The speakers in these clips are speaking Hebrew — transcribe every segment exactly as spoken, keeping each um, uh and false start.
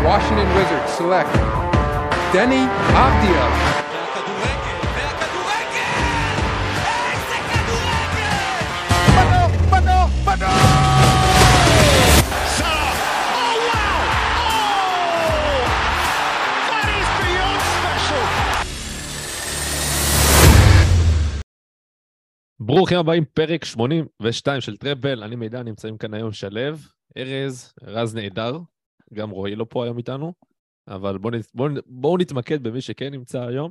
Washington Wizards select Deni Avdija. ברוכים הבאים, פרק שמונים ושתיים של טראבל. אני מידע, נמצאים כאן היום שלב, ארז, רז נהדר, גם רועי לא פה היום איתנו, אבל בואו בוא, בוא נתמקד במי שכן נמצא היום,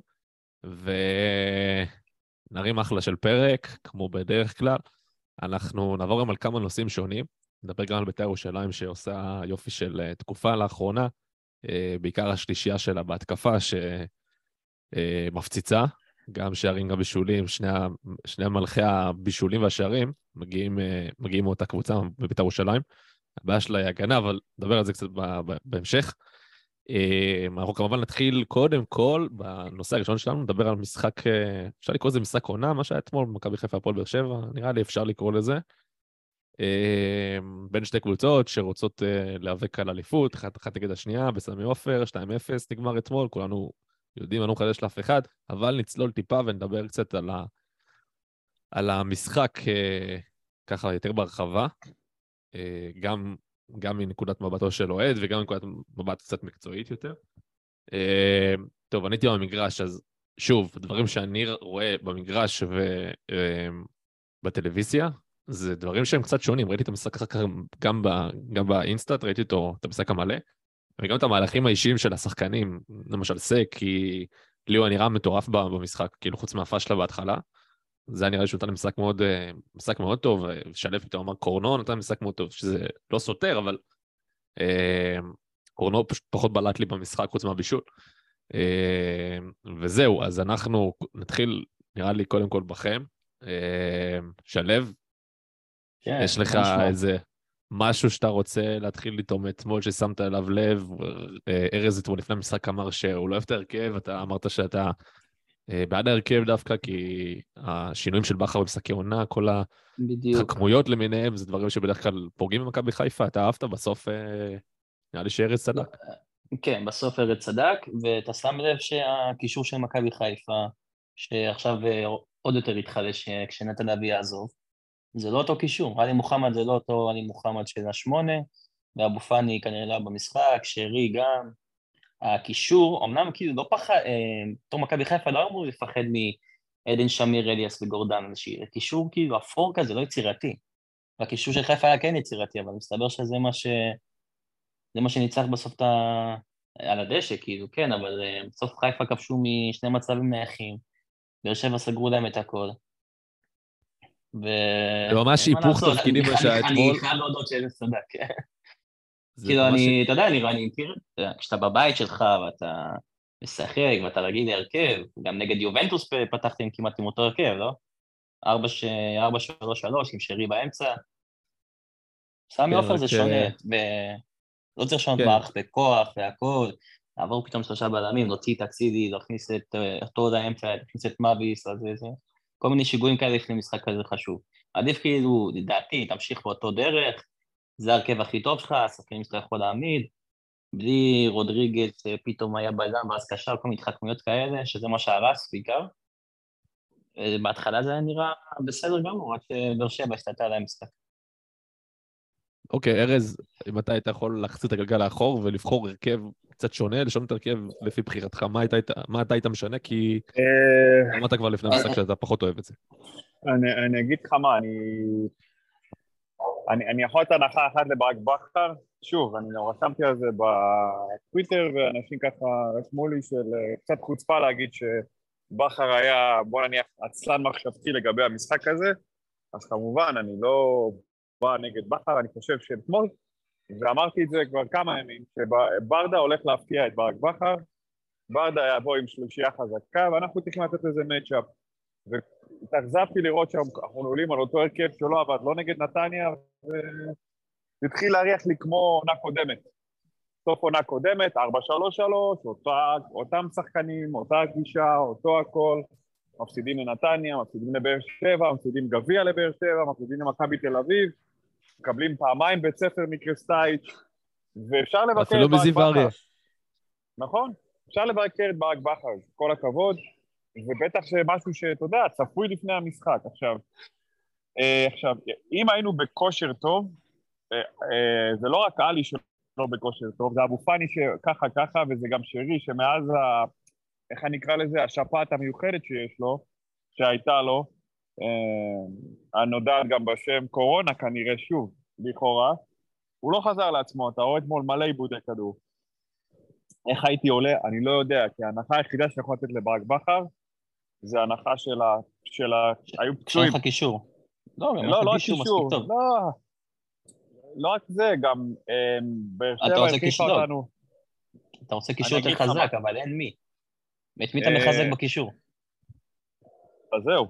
ונרים אחלה של פרק, כמו בדרך כלל. אנחנו נעבור גם על כמה נושאים שונים, נדבר גם על בית"ר ירושלים שעושה יופי של תקופה לאחרונה, בעיקר השלישייה שלה בהתקפה שמפציצה, גם שערים גם בישולים, שני, שני מלכי הבישולים והשערים מגיעים, מגיעים מאותה קבוצה בבית"ר ירושלים. הבעיה שלה היא הגנה, אבל נדבר על זה קצת בהמשך. אנחנו כמובן נתחיל קודם כל, בנושא הראשון שלנו, נדבר על משחק, אפשר לקרוא לזה משחק עונה, מה שהיה אתמול, מכבי חיפה הפועל באר שבע, נראה לי אפשר לקרוא לזה. בין שתי קבוצות שרוצות להיאבק על אליפות, אחת אחת נגד השנייה, בסמי עופר, שתיים אפס, נגמר אתמול, כולנו יודעים, אני לא מחדש לאף אחד, אבל נצלול טיפה ונדבר קצת על, ה... על המשחק ככה יותר בהרחבה, גם, גם מנקודת מבטו של אוהד, וגם מנקודת מבט קצת מקצועית יותר. טוב, אני הייתי במגרש, אז שוב, דברים שאני רואה במגרש ובטלוויזיה, זה דברים שהם קצת שונים. ראיתי את המשחק אחר גם, ב... גם באינסטאט, ראיתי אותו, את המשחק המלא, וגם את המהלכים האישיים של השחקנים, למשל סק, כי ליאו נראה מטורף במשחק, כאילו חוץ מהפה שלה בהתחלה, זה היה נראה לי שהוא נתן משחק מאוד, משחק מאוד טוב, ושלב פתאום אמר קורנו, נתן משחק מאוד טוב, שזה לא סותר, אבל אה, קורנו פשוט פחות בלט לי במשחק חוץ מהבישול. אה, וזהו, אז אנחנו נתחיל, נראה לי קודם כל בכם, אה, שלב, כן, יש לך איזה משהו שאתה רוצה להתחיל איתו אתמול ששמת אליו לב, ארז אתמול לפני המשחק אמר שהוא לא אוהב את ההרכב, אתה אמרת שאתה בעד ההרכב דווקא, כי השינויים של בכר במשחקי עונה, כל ההתחכמויות למיניהם, זה דברים שבדרך כלל פוגעים במכבי חיפה, אתה אהבת, בסוף נראה לי שארז צדק. כן, בסוף ארז צדק, ואתה שם לב שהקישור של מכבי חיפה, שעכשיו עוד יותר התחדש כשנתן אבי יעזוב, זה לא אותו קישור, עלי מוחמד זה לא אותו עלי מוחמד של השמונה, ואבו פאני כנראה לא במשחק, שרי גם, הקישור, אמנם כאילו לא פחד, תור מכבי חיפה לא אמור לפחד מעדן שמיר, אליאס וגורדן, הקישור כאילו אפור כזה לא יצירתי, והקישור של חיפה היה כן יצירתי, אבל מסתבר שזה מה ש... זה מה שניצח בסוף את ה... על הדשא, כאילו, כן, אבל בסוף חיפה כבשו משני מצבים נייחים, באר שבע סגרו להם את הכל, זה ממש היפוך תפקידים מה שהיה אתמול. אני חייב להודות שאלה צדק. כאילו אני, אתה יודע, אני מכיר, כשאתה בבית שלך ואתה משחק ואתה רגיל להרכב, גם נגד יובנטוס פתחתם כמעט עם אותו הרכב, לא? ארבע שלוש שלוש עם שרי באמצע. סמי עופר זה שונה, ולא צריך לשנות מערך בכוח והכל, לעבור פתאום שלושה בלמים, להוציא את אקסידי, להכניס את אותו לאמצע, להכניס את מאביס, אז זה... כל מיני שיגועים כאלה לפני משחק כזה חשוב. עדיף כאילו, לדעתי, תמשיך באותו דרך, זה הרכב הכי טוב שלך, השחקנים שאתה יכול להעמיד, בלי רודריגז פתאום היה בלם, ואז קשר, כל מיני התחכמויות כאלה, שזה מה שהרס בעיקר. בהתחלה זה היה נראה בסדר גמור, רק שבאר שבע השתלטה עליהם משחק. אוקיי, ארז, אם אתה היית יכול להחזיר את הגלגל לאחור ולבחור הרכב קצת שונה, לשנות הרכב לפי בחירתך, מה, היית, מה אתה היית משנה? כי אמרת כבר לפני המשחק שאתה פחות אוהב את זה. אני, אני אגיד לך מה, אני, אני, אני יכול את הנחה אחת לברק בכר, שוב, אני רשמתי על זה בטוויטר, ואנשים ככה רשמו לי של קצת חוצפה להגיד שבכר היה, בוא נניח, עצלן מחשבתי לגבי המשחק הזה, אז כמובן, אני לא בא נגד בכר, אני חושב שאתמול, ואמרתי את זה כבר כמה ימים, שברדה הולך להפתיע את ברק בכר, ברדה יבוא עם שלישייה חזקה, ואנחנו צריכים לתת לזה מאצ'אפ. והתאכזבתי לראות שאנחנו עולים על אותו הרכב שלא עבד, לא נגד נתניה, והתחיל להריח לי כמו עונה קודמת. סוף עונה קודמת, ארבע שלוש שלוש, אותם שחקנים, אותה גישה, אותו הכל, מפסידים לנתניה, מפסידים לבאר שבע, מפסידים גביע לבאר שבע, מפסידים למכבי תל אביב, מקבלים פעמיים בית ספר מקרסטייץ', ואפשר לבקר אפילו בזיו אריה. נכון, אפשר לבקר את ברק בכר, כל הכבוד, ובטח שמשהו שאתה יודע, צפוי לפני המשחק. עכשיו, אה, עכשיו, אם היינו בכושר טוב, אה, אה, זה לא רק אלי שלא בכושר טוב, זה אבו פאני שככה ככה, וזה גם שרי שמאז, ה, איך אני אקרא לזה, השפעת המיוחדת שיש לו, שהייתה לו, אה, הנודעת גם בשם קורונה כנראה שוב, לכאורה, הוא לא חזר לעצמו, אתה רואה אתמול מלא איבודי כדור. איך הייתי עולה? אני לא יודע, כי ההנחה היחידה שיכול לתת לברק בכר, זה הנחה של ה... של ה... היו פצועים. שאין לך קישור. לא, לא, לא קישור, לא, לא רק זה, גם באר שבע הרחיפה אותנו. אתה רוצה קישור יותר חזק, אבל אין מי. את מי אתה מחזק בקישור? אז זהו.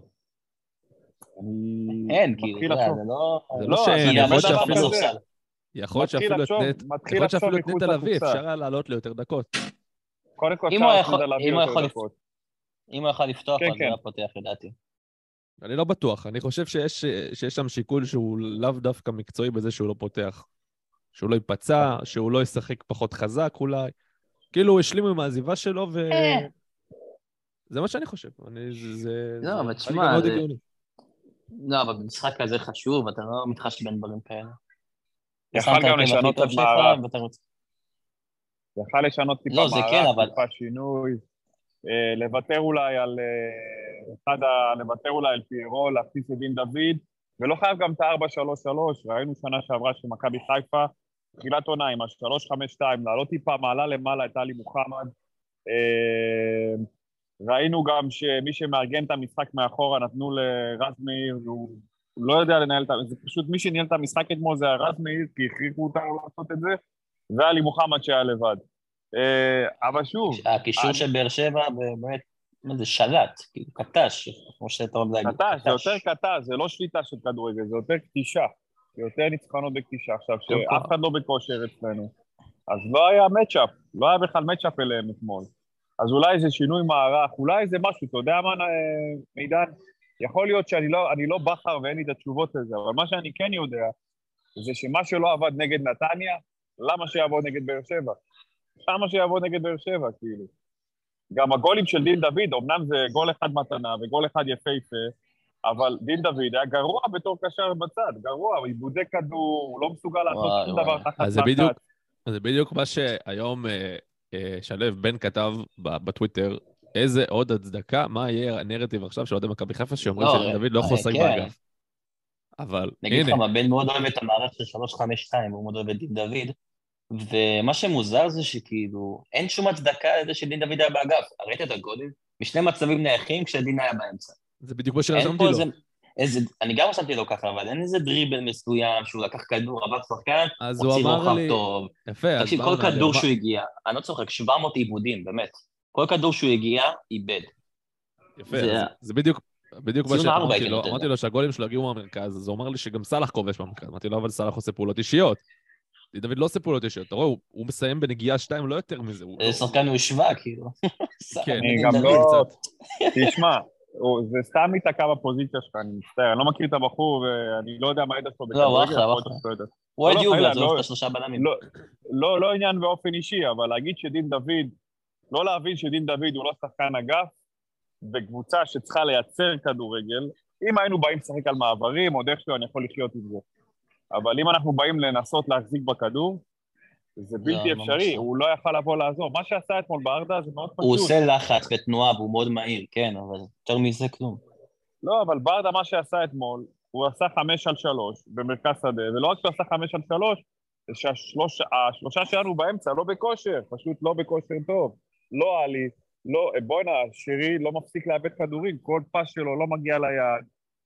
אין, כאילו, זה לא... זה לא שאין, יכול להיות שאפילו את נטע לביא אפשר היה לעלות ליותר דקות. קודם כל, אם הוא יכול לפתוח, אז הוא פותח, לדעתי. אני לא בטוח, אני חושב שיש שם שיקול שהוא לאו דווקא מקצועי בזה שהוא לא פותח. שהוא לא ייפצע, שהוא לא ישחק פחות חזק אולי. כאילו הוא השלים עם העזיבה שלו ו... זה מה שאני חושב. לא, אבל תשמע, לא, אבל במשחק כזה חשוב, אתה לא מתחשבן דברים כאלה. יכל גם לשנות את מערב. יכל לשנות טיפה מערב, טיפה שינוי. לוותר אולי על אחד ה... לוותר אולי על פיירו, להכניס את דין דוד, ולא חייב גם את ה-ארבע שלוש שלוש, ראינו שנה שעברה שמכבי חיפה, תחילת עונה עם ה-שלוש חמש שתיים, לעלות טיפה מעלה למעלה את אלי מוחמד, ראינו גם שמי שמארגן את המשחק מאחורה נתנו לרז מאיר, והוא לא יודע לנהל את זה, פשוט מי שניהל את המשחק אתמול זה הרז מאיר, כי הכריחו אותנו לעשות את זה, ואלי מוחמד שהיה לבד. אבל שוב... הקישור של באר שבע באמת, זה שלט, כאילו קטש, כמו שאתה אומר להגיד. קטש, זה יותר קטש, זה לא שליטה של כדורגל, זה יותר קטישה, זה יותר ניצחונות בקטישה. עכשיו, שאף אחד לא בכושר אצלנו, אז לא היה מצ'אפ, לא היה בכלל מצ'אפ אליהם אתמול. אז אולי זה שינוי מערך, אולי זה משהו, אתה יודע מה, מידן? יכול להיות שאני לא, אני לא בחר ואין לי את התשובות לזה, אבל מה שאני כן יודע, זה שמה שלא עבד נגד נתניה, למה שיעבוד נגד באר שבע? למה שיעבוד נגד באר שבע, כאילו? גם הגולים של דין דוד, אמנם זה גול אחד מתנה וגול אחד יפהפה, אבל דין דוד היה גרוע בתור קשר בצד, גרוע, הוא איבודי כדור, הוא לא מסוגל לעשות שום דבר תחת לחץ. אז זה בדיוק מה שהיום שלב בן כתב בטוויטר, איזה עוד הצדקה, מה יהיה הנרטיב עכשיו של אוהדי מכבי חיפה שאומרים שדין דוד לא יכול לשחק באגף. אבל נגיד לך, בן מאוד אוהב את המערכת של שלוש חמש שתיים, הוא מאוד אוהב את דין דוד, ומה שמוזר זה שכאילו, אין שום הצדקה לזה שדין דוד היה באגף. ראית את הגולים? משני מצבים נייחים כשדין היה באמצע. זה בדיוק מה שרשמתי לו. איזה, אני גם רשמתי לו ככה, אבל אין איזה דריבל מסוים שהוא לקח כדור, עבר שחקן, הוציא רוחב לי... טוב. יפה, תקשיב, כל כדור שהוא הגיע, אני לא צוחק, שבע מאות עיבודים, באמת. כל כדור שהוא הגיע, איבד. יפה, זה, זה בדיוק, בדיוק מה שאמרתי לו, אמרתי לו שהגולים שלו הגיעו מהמרכז, אז הוא אמר לי שגם סלח כובש במרכז, אמרתי לו, אבל סלח עושה פעולות אישיות. דוד לא עושה פעולות אישיות, אתה רואה, הוא מסיים בנגיעה שתיים, לא יותר מזה. שחקן הוא השווה, כאילו. אני גם לא... תשמע, זה סתם מתעקע בפוזיציה שלך, אני מצטער, אני לא מכיר את הבחור, ואני לא יודע מה הידע שלו בכדורגל. לא, אחלה, אחלה. הוא עד יובל, זה אוהב את השלושה בלמים. לא עניין באופן אישי, אבל להגיד שדין דוד, לא להבין שדין דוד הוא לא שחקן אגף, בקבוצה שצריכה לייצר כדורגל, אם היינו באים לשחק על מעברים, עוד איכשהו אני יכול לחיות עם זה. אבל אם אנחנו באים לנסות להחזיק בכדור, זה בלתי אפשרי, הוא לא יכול לבוא לעזור. מה שעשה אתמול בארדה זה מאוד פשוט. הוא עושה לחץ בתנועה והוא מאוד מהיר, כן, אבל יותר מזה כלום. לא, אבל בארדה מה שעשה אתמול, הוא עשה חמש על שלוש במרכז שדה, ולא רק שהוא עשה חמש על שלוש, שהשלושה שלנו באמצע לא בכושר, פשוט לא בכושר טוב. לא עלי, לא, בוא'נה, שרי לא מפסיק לאבד כדורים, כל פס שלו לא מגיע ליד.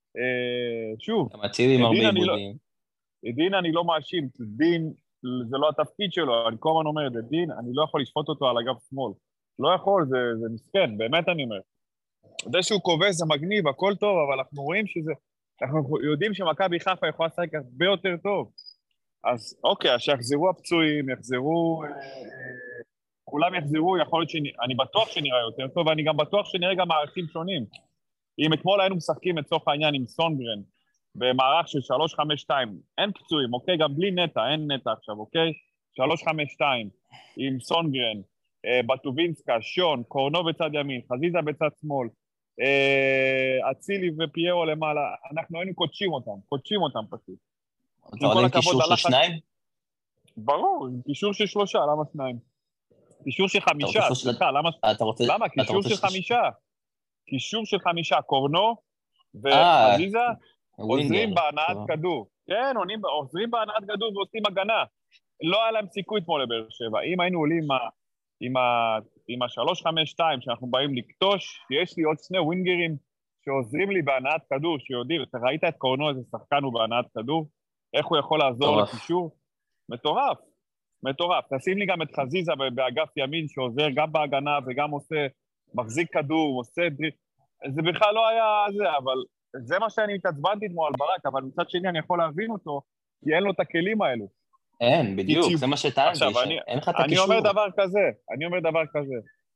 שוב, המציב עם הרבה עיבודים. דין אני לא מאשים, כי דין זה לא התפקיד שלו, אני כל הזמן אומר את זה, דין, אני לא יכול לשפוט אותו על אגף שמאל. לא יכול, זה, זה מסכן, באמת אני אומר. זה שהוא כובש זה מגניב, הכל טוב, אבל אנחנו רואים שזה, אנחנו יודעים שמכבי חיפה יכולה לשחק הרבה יותר טוב. אז אוקיי, אז שיחזרו הפצועים, יחזרו, כולם יחזרו, יכול להיות שאני, אני בטוח שנראה יותר טוב, ואני גם בטוח שנראה גם מערכים שונים. אם אתמול היינו משחקים לצורך העניין עם סונגרן, במערך של שלוש חמש שתיים, אין פצועים, אוקיי? גם בלי נטה, אין נטה עכשיו, אוקיי? שלוש חמש שתיים, עם סונגרן, בטובינסקה, שון, קורנו בצד ימין, חזיזה בצד שמאל, אצילי ופיירו למעלה, אנחנו היינו קודשים אותם, קודשים אותם פשוט. אתה עולה עם קישור של שניים? ברור, קישור של שלושה, למה שניים? קישור של חמישה, סליחה, למה? למה? קישור של חמישה. קישור של חמישה, קורנו וחזיזה עוזרים בהנעת כדור. כן, עוזרים בהנעת כדור ועושים הגנה. לא היה להם סיכוי אתמול לבאר שבע. אם היינו עולים עם ה-שלוש חמש שתיים שאנחנו באים לקטוש, יש לי עוד שני ווינגרים שעוזרים לי בהנעת כדור, שיודעים, אתה ראית את קורנו איזה שחקן הוא בהנעת כדור? איך הוא יכול לעזור לקישור? מטורף, מטורף. תשים לי גם את חזיזה באגף ימין שעוזר גם בהגנה וגם עושה, מחזיק כדור, עושה דריק. זה בכלל לא היה זה, אבל זה מה שאני מתעצבנתי אתמול על ברק, אבל מצד שני אני יכול להבין אותו, כי אין לו את הכלים האלו. אין, בדיוק, זה מה שטענתי, שאין לך את הקישור. אני אומר דבר כזה, אני אומר דבר כזה.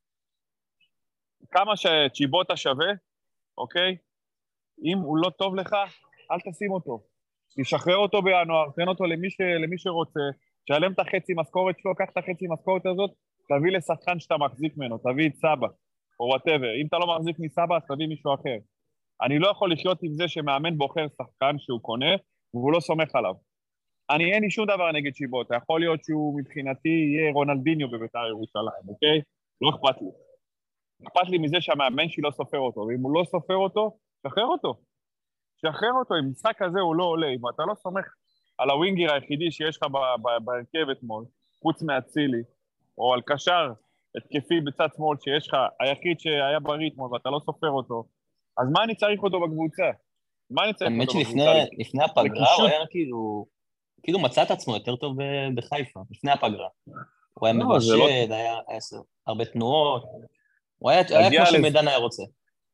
כמה שצ'יבוטה שווה, אוקיי? אם הוא לא טוב לך, אל תשים אותו. תשחרר אותו בינואר, תן אותו למי, ש... למי שרוצה, תשלם את החצי משכורת שלו, קח את החצי משכורת הזאת, תביא לשחקן שאתה מחזיק ממנו, תביא את סבא, או whatever. אם אתה לא מחזיק מסבא, אז תביא מישהו אחר. אני לא יכול לחיות עם זה שמאמן בוחר שחקן שהוא קונה, והוא לא סומך עליו. אני אין לי שום דבר נגד שיבוטה, יכול להיות שהוא מבחינתי יהיה רונלדיניו בבית"ר ירושלים, אוקיי? לא אכפת לי. אכפת לי מזה שהמאמן שלי לא סופר אותו, ואם הוא לא סופר אותו, שחרר אותו. שחרר אותו, אם משחק כזה הוא לא עולה, אם אתה לא סומך על הווינגר היחידי שיש לך בהרכב אתמול, חוץ מאצילי, או על קשר התקפי בצד שמאל שיש לך, היחיד שהיה בריא אתמול ואתה לא סופר אותו, אז מה אני צריך אותו בקבוצה? מה אני צריך אותו בקבוצה? האמת שלפני הפגרה הוא היה כאילו, כאילו מצא את עצמו יותר טוב בחיפה, לפני הפגרה. הוא היה מבשל, היה הרבה תנועות, הוא היה כמו שמדן היה רוצה.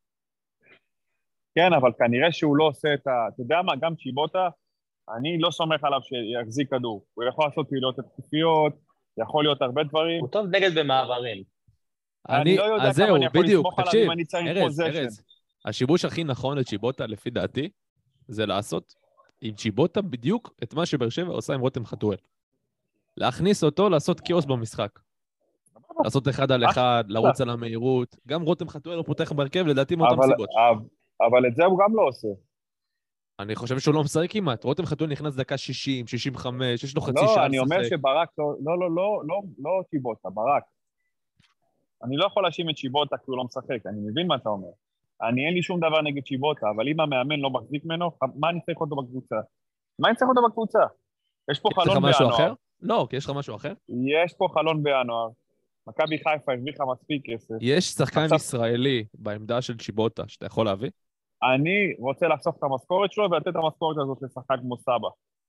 כן, אבל כנראה שהוא לא עושה את ה... אתה יודע מה, גם צ'יבוטה, אני לא סומך עליו שיחזיק כדור. הוא יכול לעשות פעילות התקפיות, יכול להיות הרבה דברים. הוא טוב נגד במעברים. אני לא יודע כמה אני יכול לסמוך עליו אם אני צריך פוזיישן. השיבוש הכי נכון לצ'יבוטה, לפי דעתי, זה לעשות עם צ'יבוטה בדיוק את מה שבאר שבע עושה עם רותם חתואל. להכניס אותו, לעשות כאוס במשחק. לעשות אחד על אחד, לרוץ על המהירות. גם רותם חתואל הוא פותח בהרכב, לדעתי מאותם סיבות. אבל את זה הוא גם לא עושה. אני חושב שהוא לא משחק כמעט. רותם חתואל נכנס דקה שישים, שישים וחמש, יש לו חצי שעה לשחק. לא, אני אומר שברק לא, לא, לא, לא, לא, לא צ'יבוטה, ברק. אני לא יכול להאשים את צ'יבוטה כי הוא לא משחק, אני מבין מה אתה אומר. אני אין לי שום דבר נגד צ'יבוטה, אבל אם המאמן לא מחזיק ממנו, מה אני צריך אותו בקבוצה? מה אני צריך אותו בקבוצה? יש פה חלון בינואר. לא, כי יש לך משהו אחר? יש פה חלון בינואר. מכבי חיפה הרוויחה מספיק כסף. יש שחקן ישראלי בעמדה של צ'יבוטה שאתה יכול להביא? אני רוצה לחסוך את המשכורת שלו ולתת את המשכורת הזאת לשחקן כמו סבא.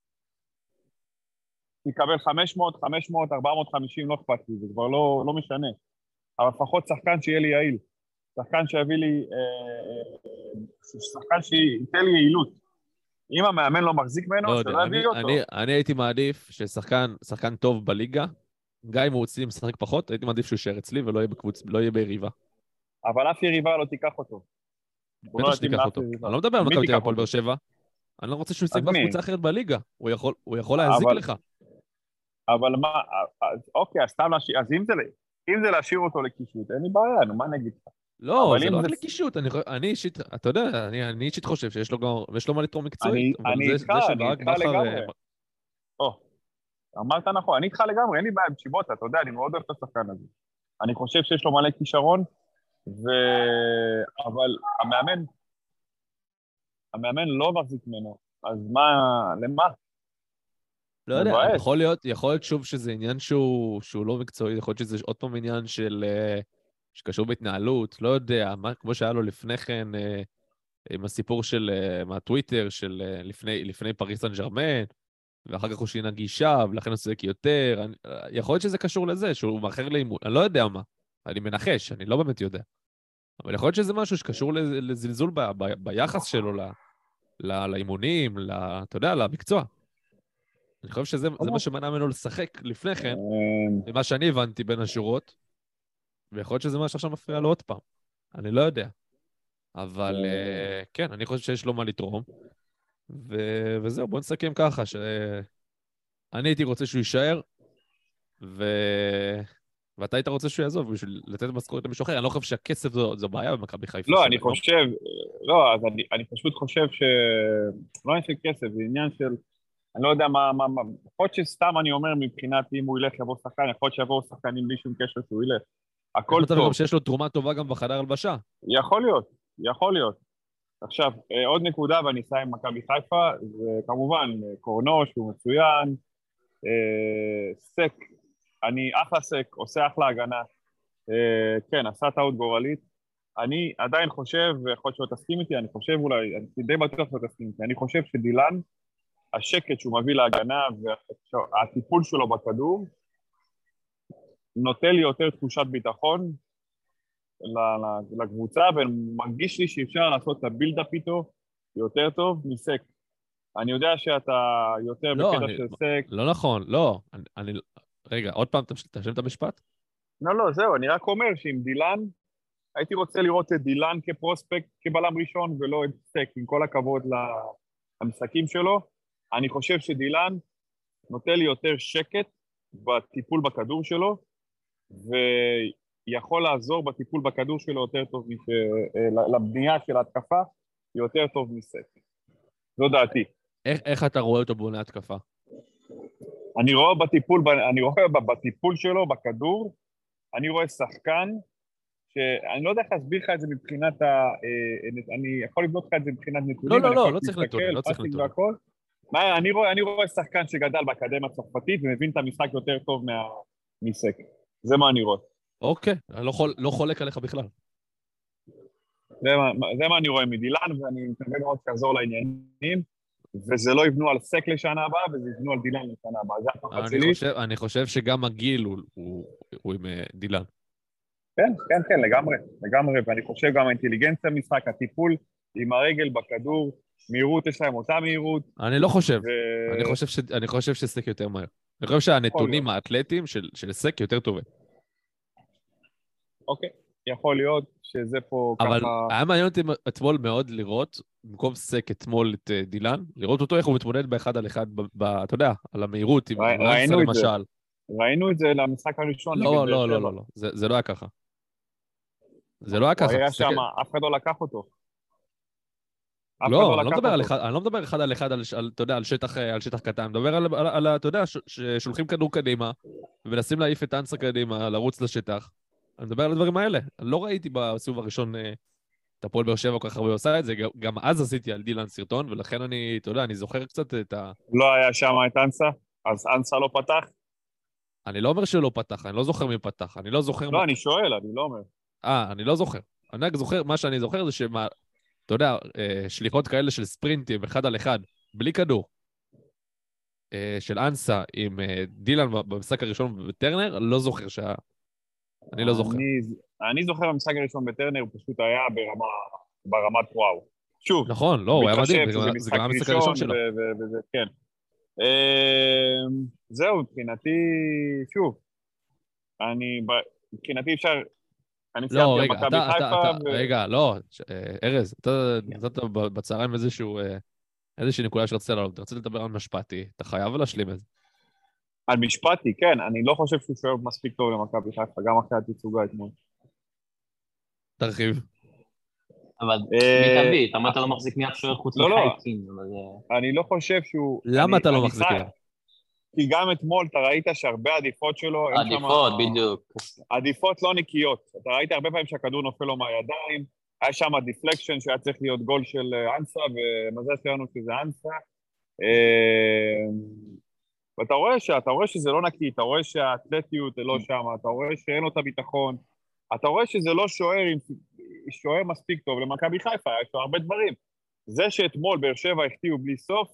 יקבל חמש מאות, חמש מאות, ארבע מאות וחמישים, לא אכפת לי, זה כבר לא, לא משנה. אבל לפחות שחקן שיהיה לי יעיל. שחקן שיביא לי, שחקן שייתן לי יעילות. אם המאמן לא מחזיק ממנו, שלא יביא אותו. אני, אני הייתי מעדיף ששחקן, שחקן טוב בליגה, גם אם הוא רוצה לשחק פחות, הייתי מעדיף שהוא יישאר אצלי ולא יהיה בקבוצ... לא יהיה ביריבה. אבל אף יריבה לא תיקח אותו. בטח שתיקח אותו. אני לא מדבר על מכבי תל אביב באר שבע. אני לא רוצה שהוא ישחק בקבוצה אחרת בליגה. הוא יכול, הוא יכול להזיק לך. אבל מה, אוקיי, אז סתם להשאיר, אז אם זה, אם זה להשאיר אותו לקישוט, אין לי בעיה, נו, מה נגיד לך? לא, זה לא רק לקישוט, אני אישית, אתה יודע, אני אישית חושב שיש לו גם, יש לו מה לתרום מקצועית. אני איתך, אני איתך לגמרי. או, אמרת נכון, אני איתך לגמרי, אין לי בעיה עם צ'יבוטה, אתה יודע, אני מאוד אוהב את השחקן הזה. אני חושב שיש לו מלא כישרון, ו... אבל המאמן, המאמן לא מחזיק ממנו, אז מה, למה? לא יודע, יכול להיות, יכול להיות שוב שזה עניין שהוא, שהוא לא מקצועי, יכול להיות שזה עוד פעם עניין של, שקשור בהתנהלות, לא יודע, מה, כמו שהיה לו לפני כן, עם הסיפור של, מהטוויטר, של לפני, לפני פריס סן ז'רמן, ואחר כך הוא שינה גישה, ולכן הוא צודק יותר, אני, יכול להיות שזה קשור לזה, שהוא מאחר לאימון, אני לא יודע מה, אני מנחש, אני לא באמת יודע, אבל יכול להיות שזה משהו שקשור לזלזול ב, ב, ביחס שלו ל, ל, לאימונים, ל, אתה יודע, למקצוע. אני חושב שזה מה שמנע ממנו לשחק לפני כן, ומה שאני הבנתי בין השורות, ויכול להיות שזה מה שעכשיו מפריע לו עוד פעם. אני לא יודע. אבל כן, אני חושב שיש לו מה לתרום, וזהו, בוא נסכם ככה, שאני הייתי רוצה שהוא יישאר, ואתה היית רוצה שהוא יעזוב בשביל לתת משכורת למישהו אחר, אני לא חושב שהכסף זו, זו בעיה במכבי חיפה. לא, אני חושב, לא, אז אני, אני פשוט חושב ש... לא עניין של כסף, זה עניין של... אני לא יודע מה, מה, מה... יכול להיות שסתם אני אומר מבחינת אם הוא ילך יבוא שחקן, יכול להיות שיבוא שחקנים בלי שום קשר שהוא ילך. הכל טוב. גם שיש לו תרומה טובה גם בחדר הלבשה. יכול להיות, יכול להיות. עכשיו, עוד נקודה, ואני אסיים עם מכבי חיפה, זה כמובן קורנו, שהוא מצוין, סק, אני אחלה סק, עושה אחלה הגנה, כן, עשה טעות גורלית, אני עדיין חושב, ויכול להיות שלא תסכים איתי, אני חושב אולי, אני די בטוח שלא תסכים איתי, אני חושב שדילן, השקט שהוא מביא להגנה והטיפול שלו בכדור, נותן לי יותר תחושת ביטחון לקבוצה, ומרגיש לי שאפשר לעשות את הבילדאפ איתו יותר טוב מסק. אני יודע שאתה יותר לא, בקטע אני, של סק. לא נכון, לא. אני, אני, רגע, עוד פעם, תשלים את המשפט? לא, לא, זהו, אני רק אומר שעם דילן, הייתי רוצה לראות את דילן כפרוספקט, כבלם ראשון, ולא את סק, עם כל הכבוד למשחקים שלו. אני חושב שדילן נותן לי יותר שקט בטיפול בכדור שלו, ויכול לעזור בטיפול בכדור שלו יותר טוב, מש... לבנייה של ההתקפה, יותר טוב מסק. זו דעתי. איך, איך אתה רואה אותו בעונה התקפה? אני רואה בטיפול, אני רואה בטיפול שלו, בכדור, אני רואה שחקן, שאני לא יודע איך להסביר לך את זה מבחינת ה... אני יכול לבנות לך את זה מבחינת נתונים. לא, לא, לא, לא צריך נתונים, לא צריך נתונים. אני רואה, אני רואה שחקן שגדל באקדמיה הצרפתית ומבין את המשחק יותר טוב מה... מסק. זה מה אני רואה. אוקיי, אני לא, חול, לא חולק עליך בכלל. זה מה, זה מה אני רואה מדילן, ואני מקווה מאוד שיעזור לעניינים, וזה לא יבנו על סק לשנה הבאה, וזה יבנו על דילן לשנה הבאה. זה הפחד שלי. אני חושב, אני חושב שגם הגיל הוא, הוא, הוא עם דילן. כן, כן, כן, לגמרי, לגמרי, ואני חושב גם האינטליגנציה במשחק, הטיפול עם הרגל בכדור, מהירות יש להם אותה מהירות. אני לא חושב, ו... אני חושב ש... אני חושב שסק יותר מהר. אני חושב שהנתונים האתלטיים של, של סק יותר טובים. אוקיי, יכול להיות שזה פה אבל ככה... אבל היה מעניין אותי אתמול מאוד לראות, במקום סק אתמול את דילן, לראות אותו איך הוא מתמודד באחד על אחד, ב... ב... אתה יודע, על המהירות, עם רנסה למשל. ראינו את זה למשחק הראשון. לא, לא, לא, לא, לא, זה, זה לא היה ככה. זה לא היה ככה. הוא היה שם, אף אחד לא לקח אותו. לא, אני לא מדבר על אחד, אני לא מדבר אחד על אחד, על, אתה יודע, על שטח, על שטח קטן, אני מדבר על, על, על, אתה יודע, ששולחים כדור קדימה, ומנסים להעיף את אנסה קדימה, לרוץ לשטח. אני מדבר על הדברים האלה. אני לא ראיתי בסיבוב הראשון את הפועל באר שבע כל כך הרבה עושה את זה, גם אז עשיתי על דילן סרטון, ולכן אני, אתה יודע, אני זוכר קצת את ה... לא היה שם את אנסה? אז אנסה לא פתח? אני לא אומר שלא פתח, אני לא זוכר מי פתח, אני לא זוכר... לא, אני שואל, אני לא אומר. אה, אני לא זוכר. אני רק זוכר, מה שאני זוכר זה שמה... אתה יודע, שליחות כאלה של ספרינטים, אחד על אחד, בלי כדור, של אנסה עם דילן במשחק הראשון בטרנר, לא זוכר שה... אני לא זוכר. אני, אני זוכר במשחק הראשון בטרנר, הוא פשוט היה ברמה, ברמת וואו. שוב. נכון, לא, הוא היה מדהים, זה גם המשחק הראשון שלו. וזה, כן. זהו, מבחינתי, שוב, אני, מבחינתי אפשר... אני לא, רגע, אתה, אתה, אתה, ו... רגע, לא, ארז, אתה נתת בצהריים איזשהו, איזושהי נקודה שרצית לעלות, אתה רצית לדבר על משפטי, אתה חייב להשלים את זה. על משפטי, כן, אני לא חושב שהוא שואב מספיק טוב למכבי חיפה, גם אחרי התצוגה אתמול. תרחיב. אבל מתאבי, אתה אמרת לא מחזיק מיד שואב חוץ מחייקין. אני לא חושב שהוא... למה אתה לא מחזיק מיד? כי גם אתמול אתה ראית שהרבה עדיפות שלו... עדיפות, בדיוק. עדיפות לא נקיות. אתה ראית הרבה פעמים שהכדור נופל לו מהידיים, היה שם דיפלקשן שהיה צריך להיות גול של אנסה, ומזל שלנו שזה אנסה. ואתה רואה, שאתה רואה שזה לא נקי, אתה רואה שהאתלטיות לא שם, אתה רואה שאין לו את הביטחון, אתה רואה שזה לא שוער, שוער מספיק טוב למכבי חיפה, יש לו הרבה דברים. זה שאתמול באר שבע החטיאו בלי סוף,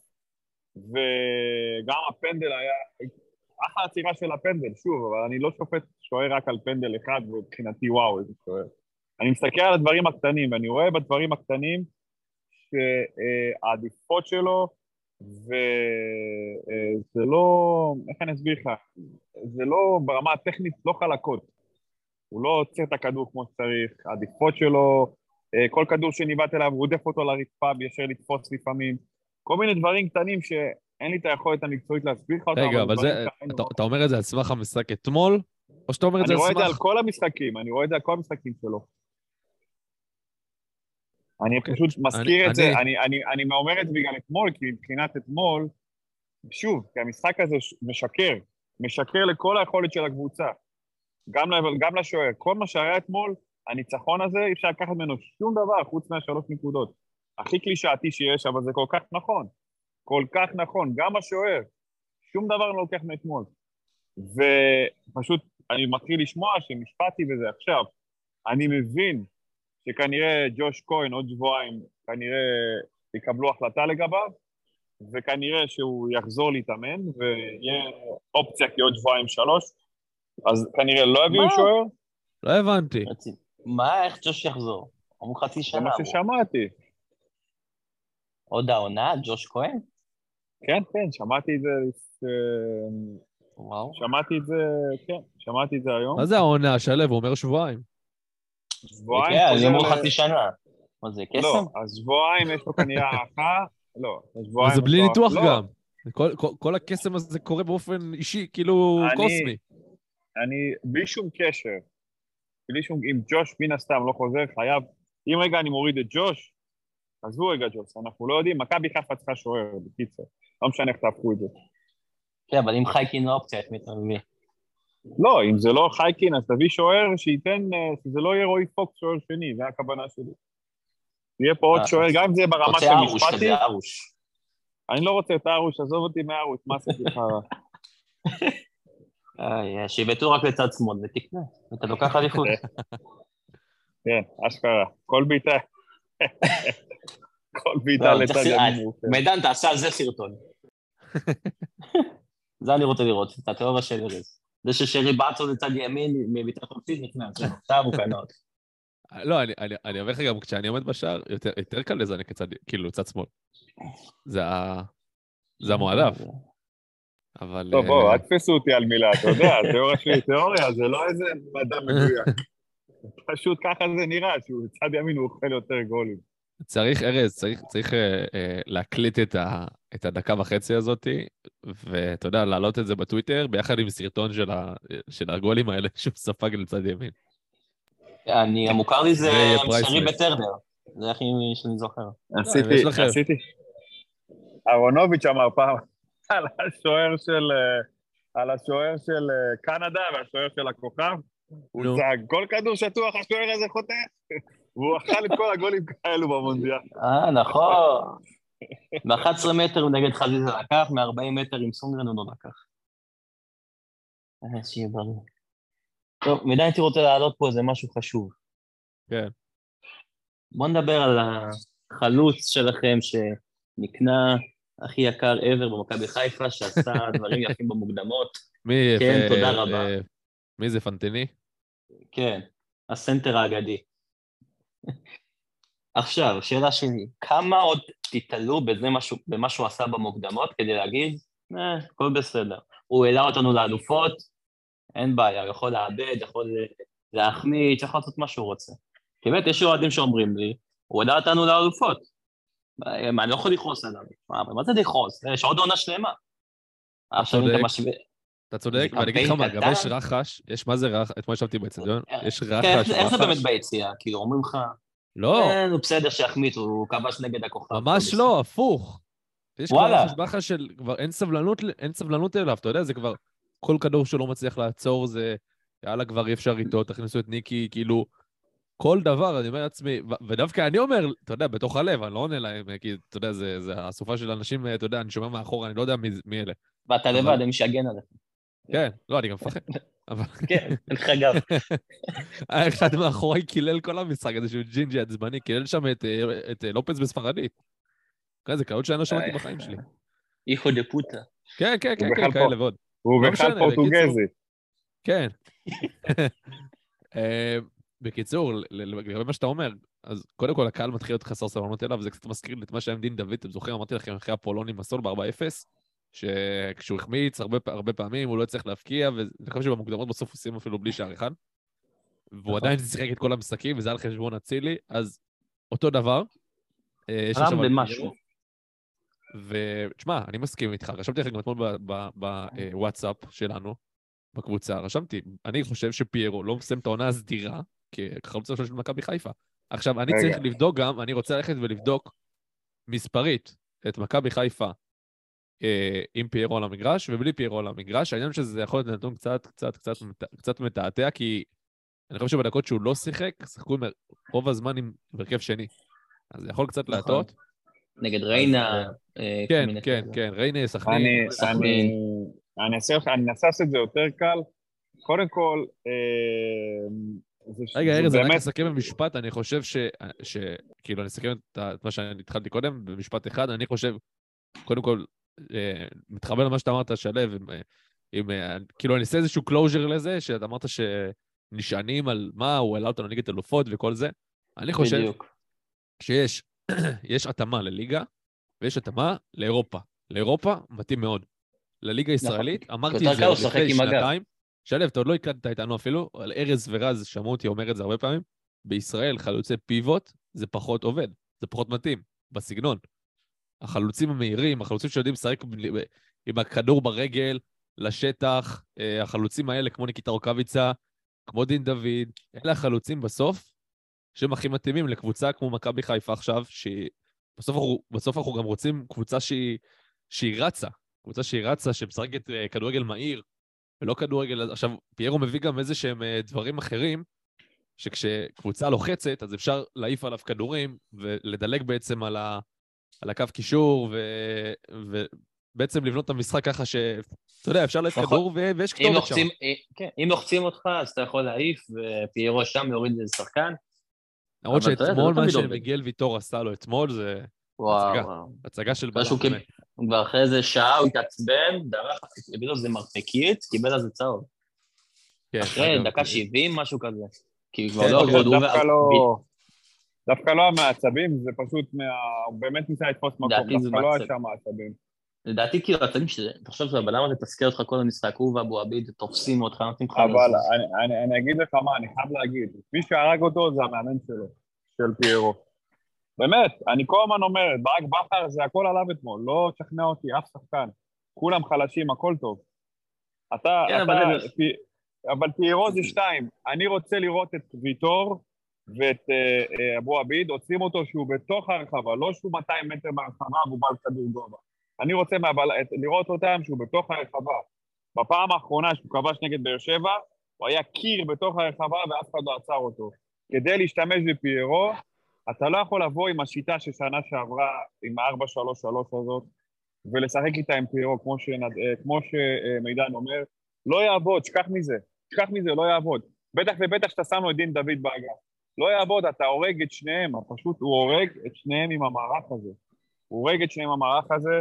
וגם הפנדל היה, אחלה עצירה של הפנדל, שוב, אבל אני לא שופט שוער רק על פנדל אחד, ובחינתי וואו, איזה שוער. אני מסתכל על הדברים הקטנים, ואני רואה בדברים הקטנים שהעדיפות שלו, וזה לא, איך אני אסביר לך, זה לא ברמה הטכנית, לא חלקות. הוא לא עוצר את הכדור כמו שצריך, העדיפות שלו, כל כדור שניבט אליו, הוא עודף אותו לרצפה, בישר לתפוס לפעמים, כל מיני דברים קטנים שאין לי את היכולת המקצועית להסביר לך אותם. רגע, אבל זה, אתה אומר את זה על סמך המשחק אתמול, או שאתה אומר את זה אני על רואה את זה על סמך. כל המשחקים, אני רואה את זה על כל המשחקים שלו. אני פשוט מזכיר את זה, אני אומר את זה בגלל אתמול, כי מבחינת אתמול, שוב, כי המשחק הזה משקר, משקר לכל היכולת של הקבוצה, גם לשוער. כל מה שהיה אתמול, הניצחון הזה, אי אפשר לקחת ממנו שום דבר, חוץ מהשלוש נקודות. הכי קלישאתי שיש, אבל זה כל כך נכון. כל כך נכון, גם השוער. שום דבר לא לוקח מאתמול. ופשוט אני מתחיל לשמוע שמשפטי וזה עכשיו. אני מבין שכנראה ג'וש כהן עוד שבועיים, כנראה יקבלו החלטה לגביו, וכנראה שהוא יחזור להתאמן, ויהיה אופציה כי עוד שבועיים שלוש, אז כנראה לא יביאו שוער. לא הבנתי. מה, איך ג'וש יחזור? אמרו חצי שנה. זה מה ששמעתי. עוד העונה, ג'וש כהן? כן, כן, שמעתי את זה, וואו. שמעתי את זה, כן, שמעתי את זה היום. מה זה העונה? שלב, הוא אומר שבועיים. שבועיים כן, חוזר... זה אמרו חצי שנה. מה זה, קסם? לא, אז שבועיים יש לו כנראה הערכה, לא, שבועיים... זה בלי ניתוח לא. גם. כל, כל, כל הקסם הזה קורה באופן אישי, כאילו אני, קוסמי. אני, בלי שום קשר, בלי שום, אם ג'וש מן הסתם לא חוזר, חייב, אם רגע אני מוריד את ג'וש, עזבו רגע ג'וש, אנחנו לא יודעים, מכבי חיפה צריכה שוער, בקיצר, לא משנה איך תהפכו את זה. כן, אבל אם חייקין לא אופציה, את מי אתה מביא? לא, אם זה לא חייקין, אז תביא שוער שייתן, שזה לא יהיה רועי פוקס שוער שני, זה הכוונה שלי. יהיה פה עוד שוער, גם אם זה ברמה של משפטי. רוצה ארוש כזה, ארוש. אני לא רוצה את הארוש, עזוב אותי מהארוש, מה עשיתי לך? שיבטאו רק לצד שמאל, ותקנה, אתה לוקח אליפות. כן, אשכרה, כל ביתה. כל ביתה לצד ימין. מידן, תעשה על זה סרטון. זה אני רוצה לראות, את התיאוריה של ארז. זה ששרי בעצו לצד ימין, מביתה חופשית נכנס, עכשיו הוא קנות. לא, אני אומר לך גם, כשאני עומד בשער, יותר קל לזה, אני כאילו, צד שמאל. זה המועדף. אבל... טוב, בואו, אל תפסו אותי על מילה, אתה יודע, תיאוריה שלי, תיאוריה, זה לא איזה מדע מדויק. פשוט ככה זה נראה, שהוא צד ימין הוא אוכל יותר גולים. צריך, ארז, צריך, צריך להקליט את, ה, את הדקה וחצי הזאת, ואתה יודע, להעלות את זה בטוויטר, ביחד עם סרטון של, ה, של הגולים האלה, שהוא ספג לצד ימין. אני, המוכר לי זה שרי בטרנר, זה הכי שאני זוכר. עשיתי, עשיתי. אהרונוביץ' אמר פעם, על השוער של, על השוער של קנדה והשוער של הכוכב, הוא צעק, כל כדור שטוח, השוער הזה חוטף. והוא אכל את כל הגולים כאלו במונדיאל. אה, נכון. ב-אחד עשר מטר הוא נגד חזיזה לקח, מ-ארבעים מטר עם סונגרן הוא לא לקח. אה, שיהיה ברור. טוב, מדי הייתי רוצה להעלות פה איזה משהו חשוב. כן. בואו נדבר על החלוץ שלכם שנקנה הכי יקר ever במכבי חיפה, שעשה דברים יפים במוקדמות. מי? כן, תודה רבה. מי זה, פנטני? כן, הסנטר האגדי. עכשיו, שאלה שלי, כמה עוד תתעלו במה שהוא עשה במוקדמות כדי להגיד, אה, הכל בסדר. הוא העלה אותנו לאלופות, אין בעיה, הוא יכול לאבד, יכול להחמיץ, יכול לעשות מה שהוא רוצה. כי באמת, יש אוהדים שאומרים לי, הוא העלה אותנו לאלופות. מה, אני לא יכול לכעוס עליו. מה זה לכעוס? יש עוד עונה שלמה. אתה צודק, ואני אגיד לך מה, גם יש רחש, יש מה זה רחש, אתמול ישבתי באצטדיון, יש רחש. איך זה באמת ביציאה? כאילו, אומרים לך, לא. הוא בסדר שיחמיץ, הוא כבש נגד הכוכב. ממש לא, הפוך. יש כבר רחש בחש של, כבר אין סבלנות, אין סבלנות אליו, אתה יודע, זה כבר, כל כדור שלא מצליח לעצור, זה, יאללה, כבר אי אפשר איתו, תכניסו את ניקי, כאילו, כל דבר, אני אומר לעצמי, ודווקא אני אומר, אתה יודע, בתוך הלב, אני לא עונה להם, כי, אתה יודע, זה הסופה של אנשים, אתה יודע, אני שומע מאחורה, אני לא יודע מי אלה. ואתה לבד, הם שיגן עליך. כן, לא, אני גם מפחד. כן, אין לך גב. אחד מאחורי קילל כל המשחק הזה, שהוא ג'ינג'י עצבני, קילל שם את לופס בספרדית. זה קלות שאני לא שמעתי בחיים שלי. איכו דה פוטה. כן, כן, כן, כאלה ועוד. הוא בכלל פורטוגזי. כן. בקיצור, לגבי מה שאתה אומר, אז קודם כל הקהל מתחיל להיות חסר סבלנות אליו, וזה קצת מזכיר לי את מה שהיה עם דין דוד, אתם זוכרים, אמרתי לכם אחרי הפולונים מסול ב-ארבע אפס, שכשהוא החמיץ הרבה, הרבה פעמים הוא לא צריך להפקיע, ואני חושב שבמוקדמות בסוף עושים אפילו בלי שער אחד, והוא עדיין שיחק את כל המשחקים, וזה על חשבון אצילי, אז אותו דבר. רם במשהו. ותשמע, אני מסכים איתך, רשמתי לכם גם אתמול בוואטסאפ שלנו, בקבוצה, רשמתי, אני חושב שפיירו לא מסיים את העונה הסדירה, כחלוץ הראשון של מכבי חיפה. עכשיו, אני צריך לבדוק גם, אני רוצה ללכת ולבדוק מספרית את מכבי חיפה אה, עם פיירו על המגרש, ובלי פיירו על המגרש. העניין שזה יכול להיות נתון קצת, קצת, קצת, קצת מתעתע, כי אני חושב שבדקות שהוא לא שיחק, שיחקו רוב הזמן עם הרכב שני. אז זה יכול קצת להטות. נגד ריינה. כן, כן, כן, ריינה, סכנין. אני אנסה לעשות את זה יותר קל. קודם כל, רגע, ארז, אני רק אסכם במשפט, אני חושב ש... כאילו, אני אסכם את מה שאני התחלתי קודם, במשפט אחד, אני חושב, קודם כל, מתחבר למה שאתה אמרת, שלב, כאילו, אני אעשה איזשהו קלוז'ר לזה, שאתה אמרת שנשענים על מה, הוא העלה אותנו ליגת אלופות וכל זה. אני חושב שיש יש התאמה לליגה, ויש התאמה לאירופה. לאירופה מתאים מאוד. לליגה הישראלית, אמרתי את זה לפני שנתיים, שלב, אתה עוד לא הקלטת איתנו אפילו, על ארז ורז, שמעו אותי אומר את זה הרבה פעמים, בישראל חלוצי פיבוט זה פחות עובד, זה פחות מתאים, בסגנון. החלוצים המהירים, החלוצים שיודעים לשחק עם הכדור ברגל, לשטח, החלוצים האלה כמו ניקיטה רוקאביצה, כמו דין דוד, אלה החלוצים בסוף, שהם הכי מתאימים לקבוצה כמו מכבי חיפה עכשיו, שבסוף אנחנו, בסוף אנחנו גם רוצים קבוצה שהיא, שהיא רצה, קבוצה שהיא רצה, שמשחקת כדורגל מהיר, ולא כדורגל. עכשיו, פיירו מביא גם איזה שהם דברים אחרים, שכשקבוצה לוחצת, אז אפשר להעיף עליו כדורים, ולדלג בעצם על, ה, על הקו קישור, ו, ובעצם לבנות את המשחק ככה ש... אתה יודע, אפשר להעיף כדור, ו, ויש כתובת שם. כן, אם לוחצים אותך, אז אתה יכול להעיף, ופיירו שם יוריד איזה שחקן. למרות שאתמול מה שמיגל ויטור עשה לו אתמול, זה הצגה. הצגה של בלם. הוא כבר אחרי איזה שעה, הוא התעצבן, דרך, הביא לו זה מרפקית, קיבל על זה צהוב. אחרי דקה שבעים, משהו כזה. כי כבר לא עבוד, הוא... דווקא לא המעצבים, זה פשוט הוא באמת ניסה לתפוס מקום, דווקא לא היה שם מעצבים. לדעתי כאילו, אתה חושב שהבלם הזה תזכיר אותך כל המשחק, הוא ואבו עביד תופסים אותך, נותנים לך... אבל אני אגיד לך מה, אני חייב להגיד, מי שהרג אותו זה המאמן שלו, של פיירו. באמת, אני כל הזמן אומר, ברק בכר זה הכל עליו אתמול, לא תשכנע אותי, אף שחקן. כולם חלשים, הכל טוב. אתה, אתה, אבל פיירו זה שתיים. אני רוצה לראות את ויטור ואת אבו עביד, עוצרים אותו שהוא בתוך הרחבה, לא שהוא מאתיים מטר מהרחבה והוא בא לכדור גובה. אני רוצה לראות אותם שהוא בתוך הרחבה. בפעם האחרונה שהוא כבש נגד באר שבע, הוא היה קיר בתוך הרחבה ואף אחד לא עצר אותו. כדי להשתמש בפיירו, אתה לא יכול לבוא עם השיטה ששנה שעברה, עם ה-ארבע שלוש שלוש הזאת, ולשחק איתה עם פיירו, כמו, שנד... כמו שמידן אומר, לא יעבוד, שכח מזה, שכח מזה, לא יעבוד. בטח ובטח שאתה שם לו את דין דוד באגף. לא יעבוד, אתה הורג את שניהם, פשוט הוא הורג את שניהם עם המערך הזה. הוא הורג את שניהם עם המערך הזה,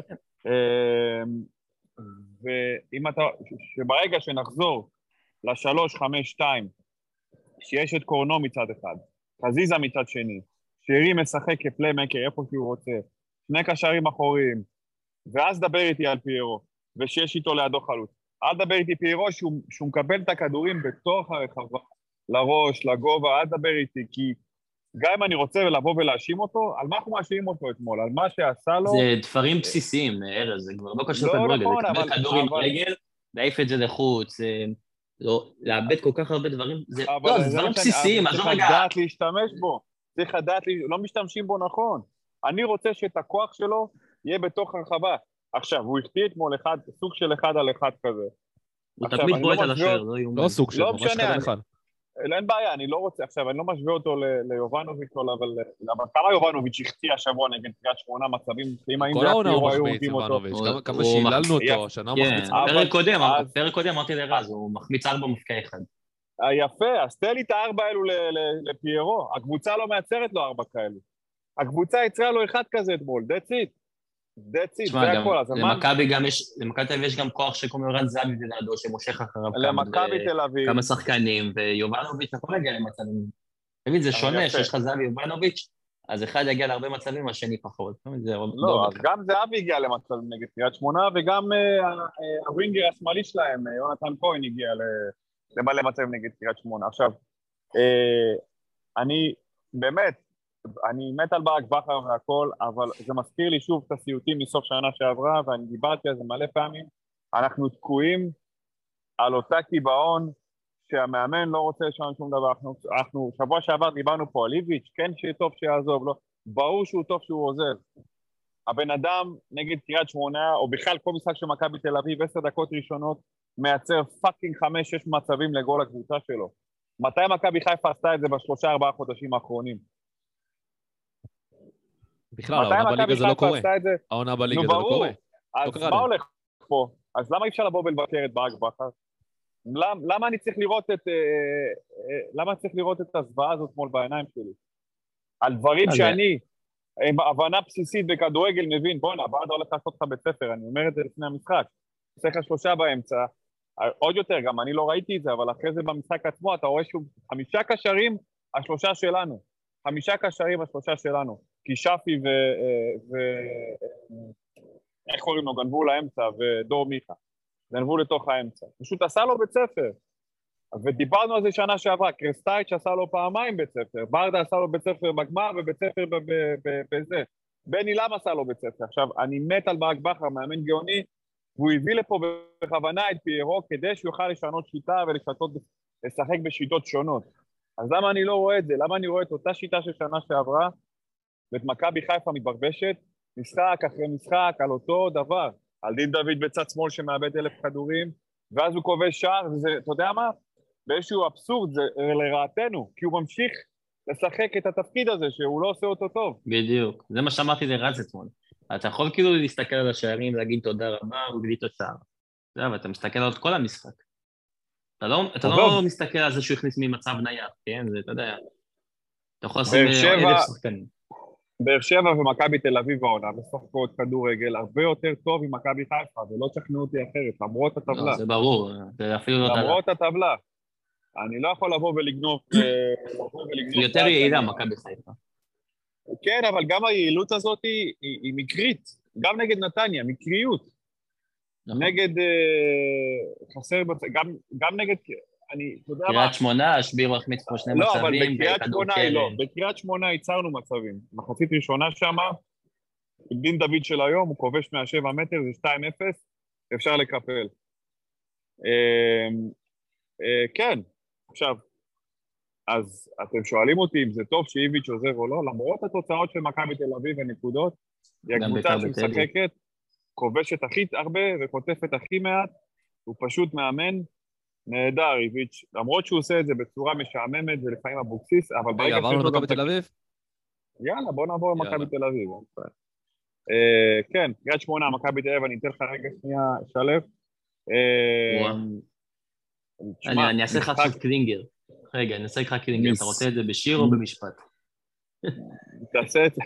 ואם אתה, שברגע שנחזור לשלוש, חמש, שתיים, שיש את קורנו מצד אחד, חזיזה מצד שני, שירי משחק כפליימקר איפה שהוא רוצה, שני קשרים אחוריים, ואז דבר איתי על פיירו, ושיש איתו לידו חלוץ. אל דבר איתי פיירו שהוא, שהוא מקבל את הכדורים בתוך הרחבה, לראש, לגובה, אל דבר איתי, כי גם אם אני רוצה לבוא ולהאשים אותו, על מה אנחנו מאשימים אותו אתמול? על מה שעשה לו... זה דברים בסיסיים, ארז, זה כבר לא קשור כדורגל, זה לקבל כדור עם רגל, להעיף את זה לחוץ, לאבד כל כך הרבה דברים, זה דברים בסיסיים, אז לא רגע... צריך לדעת להשתמש בו, צריך לדעת, לא משתמשים בו נכון. אני רוצה שאת הכוח שלו יהיה בתוך הרחבה. עכשיו, הוא החטיא אתמול אחד, סוג של אחד על אחד כזה. הוא תמיד בועט על השוער, לא יאומן. לא סוג של, ממש אחד על אחד. אין בעיה, אני לא רוצה, עכשיו, אני לא משווה אותו ליובנוביץ', אבל כמה יובנוביץ' החטיא השבוע נגד קריית שמונה מצבים, כל העונה הוא מחמיץ יובנוביץ', כמה שיללנו אותו, השנה הוא מחמיץ. פרק קודם אמרתי לרז, הוא מחמיץ ארבע מפקע אחד. יפה, אז תן לי את הארבע האלו לפיירו, הקבוצה לא מייצרת לו ארבע כאלו. הקבוצה יצרה לו אחד כזה אתמול, that's it. that's it, זה הכל. למכבי גם יש, למכבי תל אביב יש גם כוח שקוראים לו רן זהבי לידו, שמושך אחריו כמה שחקנים, ויובנוביץ' יכול להגיע למצבים. תמיד זה שונה, שיש לך זהבי ויובנוביץ', אז אחד יגיע להרבה מצבים, השני פחות. לא, אז גם זהבי הגיע למצבים נגד קריית שמונה, וגם הווינגר השמאלי שלהם, יונתן כהן הגיע למלא מצבים נגד קריית שמונה. עכשיו, אני באמת, אני מת על ברק בכר והכל, אבל זה מזכיר לי שוב את הסיוטים מסוף שנה שעברה, ואני דיברתי על זה מלא פעמים, אנחנו תקועים על אותה קיבעון, שהמאמן לא רוצה לשנות שום דבר. אנחנו, אנחנו שבוע שעבר דיברנו פה על איביץ', כן שטוב שיעזוב, לא. ברור שהוא טוב שהוא עוזב. הבן אדם נגד קריית שמונה, או בכלל כל משחק של מכבי תל אביב, עשר דקות ראשונות, מייצר פאקינג חמש, שש מצבים לגול הקבוצה שלו. מתי מכבי חיפה עשתה את זה בשלושה, ארבעה חודשים האחרונים? בכלל, העונה בליגה זה לא קורה. העונה בליגה זה לא קורה. אז מה הולך פה? אז למה אי אפשר לבוא ולבקר את ברק בכר? למה אני צריך לראות את... למה אני צריך לראות את הזוועה הזאת מול בעיניים שלי? על דברים שאני, עם הבנה בסיסית בכדורגל, מבין, בוא'נה, ברדה הולך לעשות לך בית ספר, אני אומר את זה לפני המשחק. עושה לך שלושה באמצע, עוד יותר, גם אני לא ראיתי את זה, אבל אחרי זה במשחק עצמו, אתה רואה שהוא חמישה קשרים, השלושה שלנו. חמישה קשרים, השלושה שלנו. כי שפי ו... ו... איך קוראים לו? גנבו לאמצע, ודור מיכה. גנבו לתוך האמצע. פשוט עשה לו בית ספר. ודיברנו על זה שנה שעברה, קרסטייץ' עשה לו פעמיים בית ספר, ברדה עשה לו בית ספר בגמר ובית ספר בזה. בני למה עשה לו בית ספר? עכשיו, אני מת על ברק בכר, מאמן גאוני, והוא הביא לפה בכוונה את פיירו כדי שהוא יוכל לשנות שיטה ולשחק בשיטות שונות. אז למה אני לא רואה את זה? למה אני רואה את אותה שיטה של שנה שעברה, ואת מכבי חיפה מתברבשת, משחק אחרי משחק, על אותו דבר, על דין דוד בצד שמאל שמאבד אלף כדורים, ואז הוא כובש שער, וזה, אתה יודע מה? באיזשהו אבסורד, זה לרעתנו, כי הוא ממשיך לשחק את התפקיד הזה, שהוא לא עושה אותו טוב. בדיוק, זה מה שאמרתי לרז אתמול. אתה יכול כאילו להסתכל על השערים, להגיד תודה רבה, הוא גדיל את השער. זה, אבל אתה מסתכל על כל המשחק. אתה לא, אתה לא מסתכל על זה שהוא הכניס ממצב נייח, כן? זה, אתה יודע. אתה יכול לשים אלף שחקנים. באר שבע ומכבי תל אביב העונה, משחקות כדורגל הרבה יותר טוב עם מכבי חיפה, ולא תשכנעו אותי אחרת, למרות הטבלה. לא, זה ברור, זה אפילו לא... למרות הטבלה. אני לא יכול לבוא ולגנוב... יותר יעילה מכבי חיפה. כן, אבל גם היעילות הזאת היא, היא, היא מקרית, גם נגד נתניה, מקריות. נכון. נגד uh, חסר, גם, גם נגד, אני, אתה יודע מה... קריית שמונה, שבירו החמיץ פה שני לא, מצבים. לא, אבל בקריית שמונה היא לא, בקריית שמונה ייצרנו מצבים. מחצית ראשונה שמה, דין דוד של היום, הוא כובש מהשבע מטר, זה שתיים אפס, אפשר לקפל. Uh, uh, כן, עכשיו, אז אתם שואלים אותי אם זה טוב שאיביץ' עוזב או לא, למרות התוצאות של מכבי תל אביב ונקודות, היא הקבוצה שמשחקת, כובשת הכי הרבה וחוטפת הכי מעט, הוא פשוט מאמן נהדר, איביץ', למרות שהוא עושה את זה בצורה משעממת ולפעמים אבוקסיס, אבל ברגע... רגע, עברנו למכבי תל אביב? יאללה, בוא נעבור למכבי תל אביב. כן, קריית שמונה, מכבי תל אביב, אני אתן לך רגע שנייה שלב. אני אעשה לך עכשיו קלינגר. רגע, אני אעשה לך קלינגר, אתה רוצה את זה בשיר או במשפט? תעשה את זה.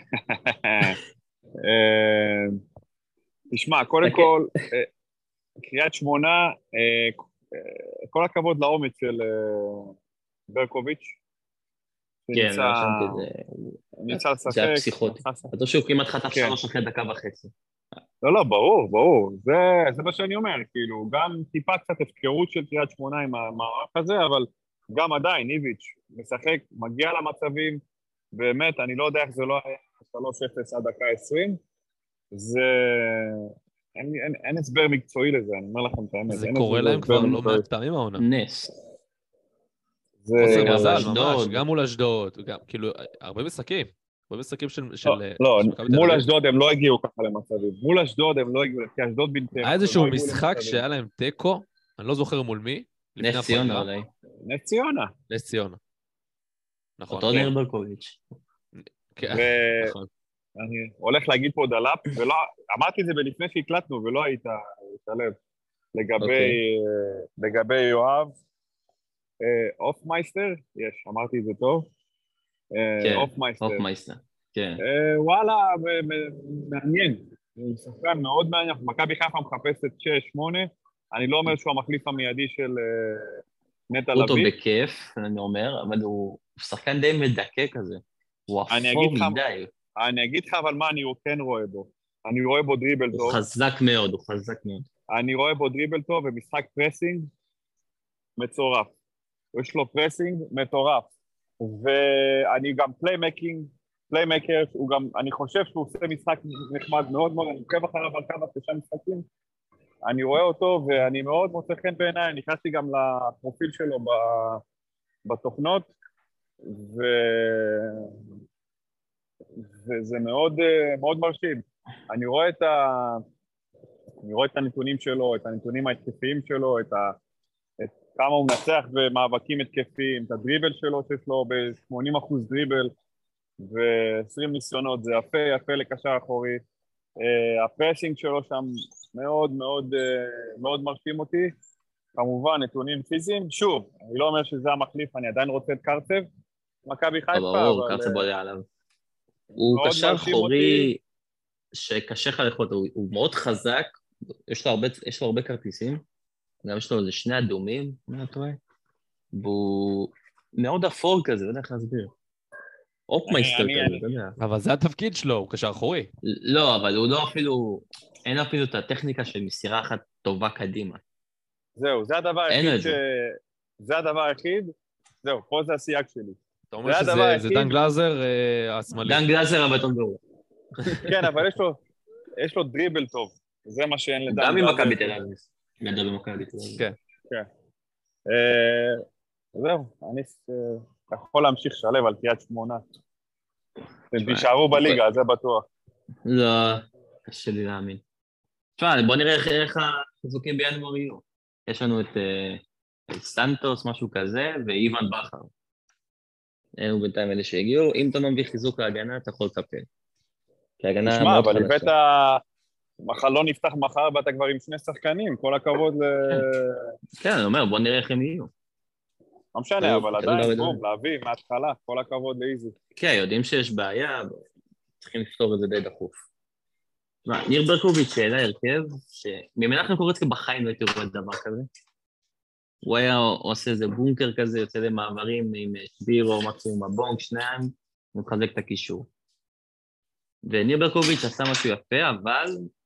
תשמע, קודם כל, קריית שמונה, כל הכבוד לאומץ של ברקוביץ'. כן, זה ניסה לשחק. זה הפסיכות. אתה שהוא כמעט חטף שלוש אחרי דקה וחצי. לא, לא, ברור, ברור. זה מה שאני אומר, כאילו, גם טיפה קצת הפקרות של קריית שמונה עם המערך הזה, אבל גם עדיין, איביץ' משחק, מגיע למצבים, באמת, אני לא יודע איך זה לא היה שלוש אפס עד דקה עשרים, זה... אין, אין, אין הסבר מקצועי לזה, אני אומר לכם את האמת. זה קורה להם כבר לא מעט פעמים העונה. נס. זה... חוסר מזל, ממש, גם מול אשדוד, גם, כאילו, הרבה משחקים, הרבה משחקים של... לא, מול אשדוד הם לא הגיעו ככה למצבים, מול אשדוד הם לא הגיעו, כי אשדוד בינתיים... היה איזשהו משחק שהיה להם טקו, אני לא זוכר מול מי, נס ציונה אולי. נס ציונה. נס ציונה. נכון. אותו ניר ברקוביץ'. כן, נכון. אני הולך להגיד פה דלאפ, ולא, אמרתי את זה בלפני שהקלטנו, ולא היית שלב, לגבי, לגבי יואב, אופמייסטר, יש, אמרתי את זה טוב, אופמייסטר, אופמייסטר, כן. וואלה, מעניין, הוא שחקן מאוד מעניין, מכבי חיפה מחפשת שש שמונה, אני לא אומר שהוא המחליף המיידי של נטע לביא. אותו בכיף, אני אומר, אבל הוא שחקן די מדכא כזה, הוא אפור מדי. אני אגיד לך אבל מה אני כן רואה בו. אני רואה בו דריבל טוב. הוא חזק מאוד, הוא חזק מאוד. אני רואה בו דריבל טוב ומשחק פרסינג מצורף. יש לו פרסינג מטורף. ואני גם פליימקינג, פליימקר, אני חושב שהוא עושה משחק נחמד מאוד מאוד, אני עוקב אחריו על כמה תשעה משחקים. אני רואה אותו ואני מאוד מוצא חן בעיניי, נכנסתי גם לפרופיל שלו בתוכנות, ו... וזה מאוד, מאוד מרשים. אני רואה את ה... אני רואה את הנתונים שלו, את הנתונים ההתקפיים שלו, את, ה... את כמה הוא מנצח במאבקים התקפיים, את הדריבל שלו שיש לו ב-שמונים אחוז דריבל ו-עשרים ניסיונות, זה יפה, יפה לקשר אחורי. Uh, הפרסינג שלו שם מאוד מאוד uh, מאוד מרשים אותי. כמובן, נתונים פיזיים. שוב, אני לא אומר שזה המחליף, אני עדיין רוצה את קרצב, מכבי חיפה, ברור, קרצב עולה עליו. הוא קשר אחורי שקשה לך לאכול אותו, הוא מאוד חזק, יש לו הרבה, יש לו הרבה כרטיסים, גם יש לו איזה שני אדומים, מה אתה רואה? והוא מאוד אפור כזה, לא יודע איך להסביר. אופמייסטר כזה, אתה יודע. אבל זה התפקיד שלו, הוא קשר אחורי. לא, אבל הוא לא אפילו, אין אפילו את הטכניקה של מסירה אחת טובה קדימה. זהו, זה הדבר היחיד ש... זה הדבר היחיד, זהו, פה זה הסייג שלי. אתה אומר שזה דן גלאזר השמאלי. דן גלאזר הבטון גרוע. כן, אבל יש לו דריבל טוב, זה מה שאין לדן גלאזר. גם עם מכבי תל אביב. גדול במכבי תל אביב. כן. כן. זהו, אני יכול להמשיך שלב על קריית שמונה. אתם תישארו בליגה, זה בטוח. לא, קשה לי להאמין. תשמע, בוא נראה איך החיזוקים בינואר יהיו. יש לנו את סטנטוס, משהו כזה, ואיוון בכר. אלו בינתיים אלה שהגיעו. אם אתה לא מביא חיזוק להגנה, אתה יכול לטפל. כי ההגנה מאוד חלשה. תשמע, אבל הבאת... מחלון נפתח מחר ואתה כבר עם שני שחקנים, כל הכבוד ל... כן, אני אומר, בוא נראה איך הם יהיו. לא משנה, אבל עדיין, בום, להביא מההתחלה, כל הכבוד לאיזי. כן, יודעים שיש בעיה, צריכים לפתור את זה די דחוף. ניר ברקוביץ' שאלה הרכב, שממנחם קורצקי בחיים לא הייתי רואה דבר כזה. הוא היה עושה איזה בונקר כזה, יוצא למעברים עם שבירו, מקסימום הבונק, שניים, ומחזק את הקישור. וניר ברקוביץ' עשה משהו יפה, אבל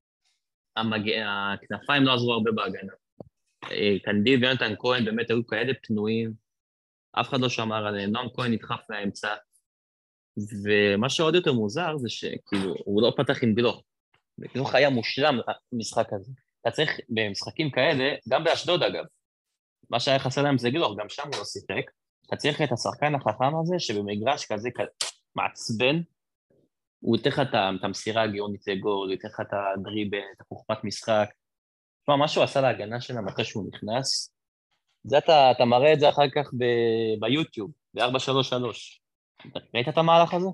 הכנפיים לא עזרו הרבה בהגנה. קנדיל ויונתן כהן באמת היו כאלה פנויים, אף אחד לא שמר עליהם, נועם כהן נדחף לאמצע, ומה שעוד יותר מוזר זה שכאילו, הוא לא פתח עם גלוך, וגלוך היה מושלם במשחק הזה. אתה צריך במשחקים כאלה, גם באשדוד אגב, מה שהיה חסר להם זה גלוך, גם שם הוא לא שיחק, אתה צריך את השחקן החכם הזה, שבמגרש כזה מעצבן, הוא ייתן לך את המסירה הגאונית לגול, ייתן לך את הדריבל, את החוכמת משחק. תשמע, מה שהוא עשה להגנה שלה מתי שהוא נכנס, זה אתה, אתה מראה את זה אחר כך ב, ביוטיוב, ב-ארבע שלוש שלוש. ראית את המהלך הזה?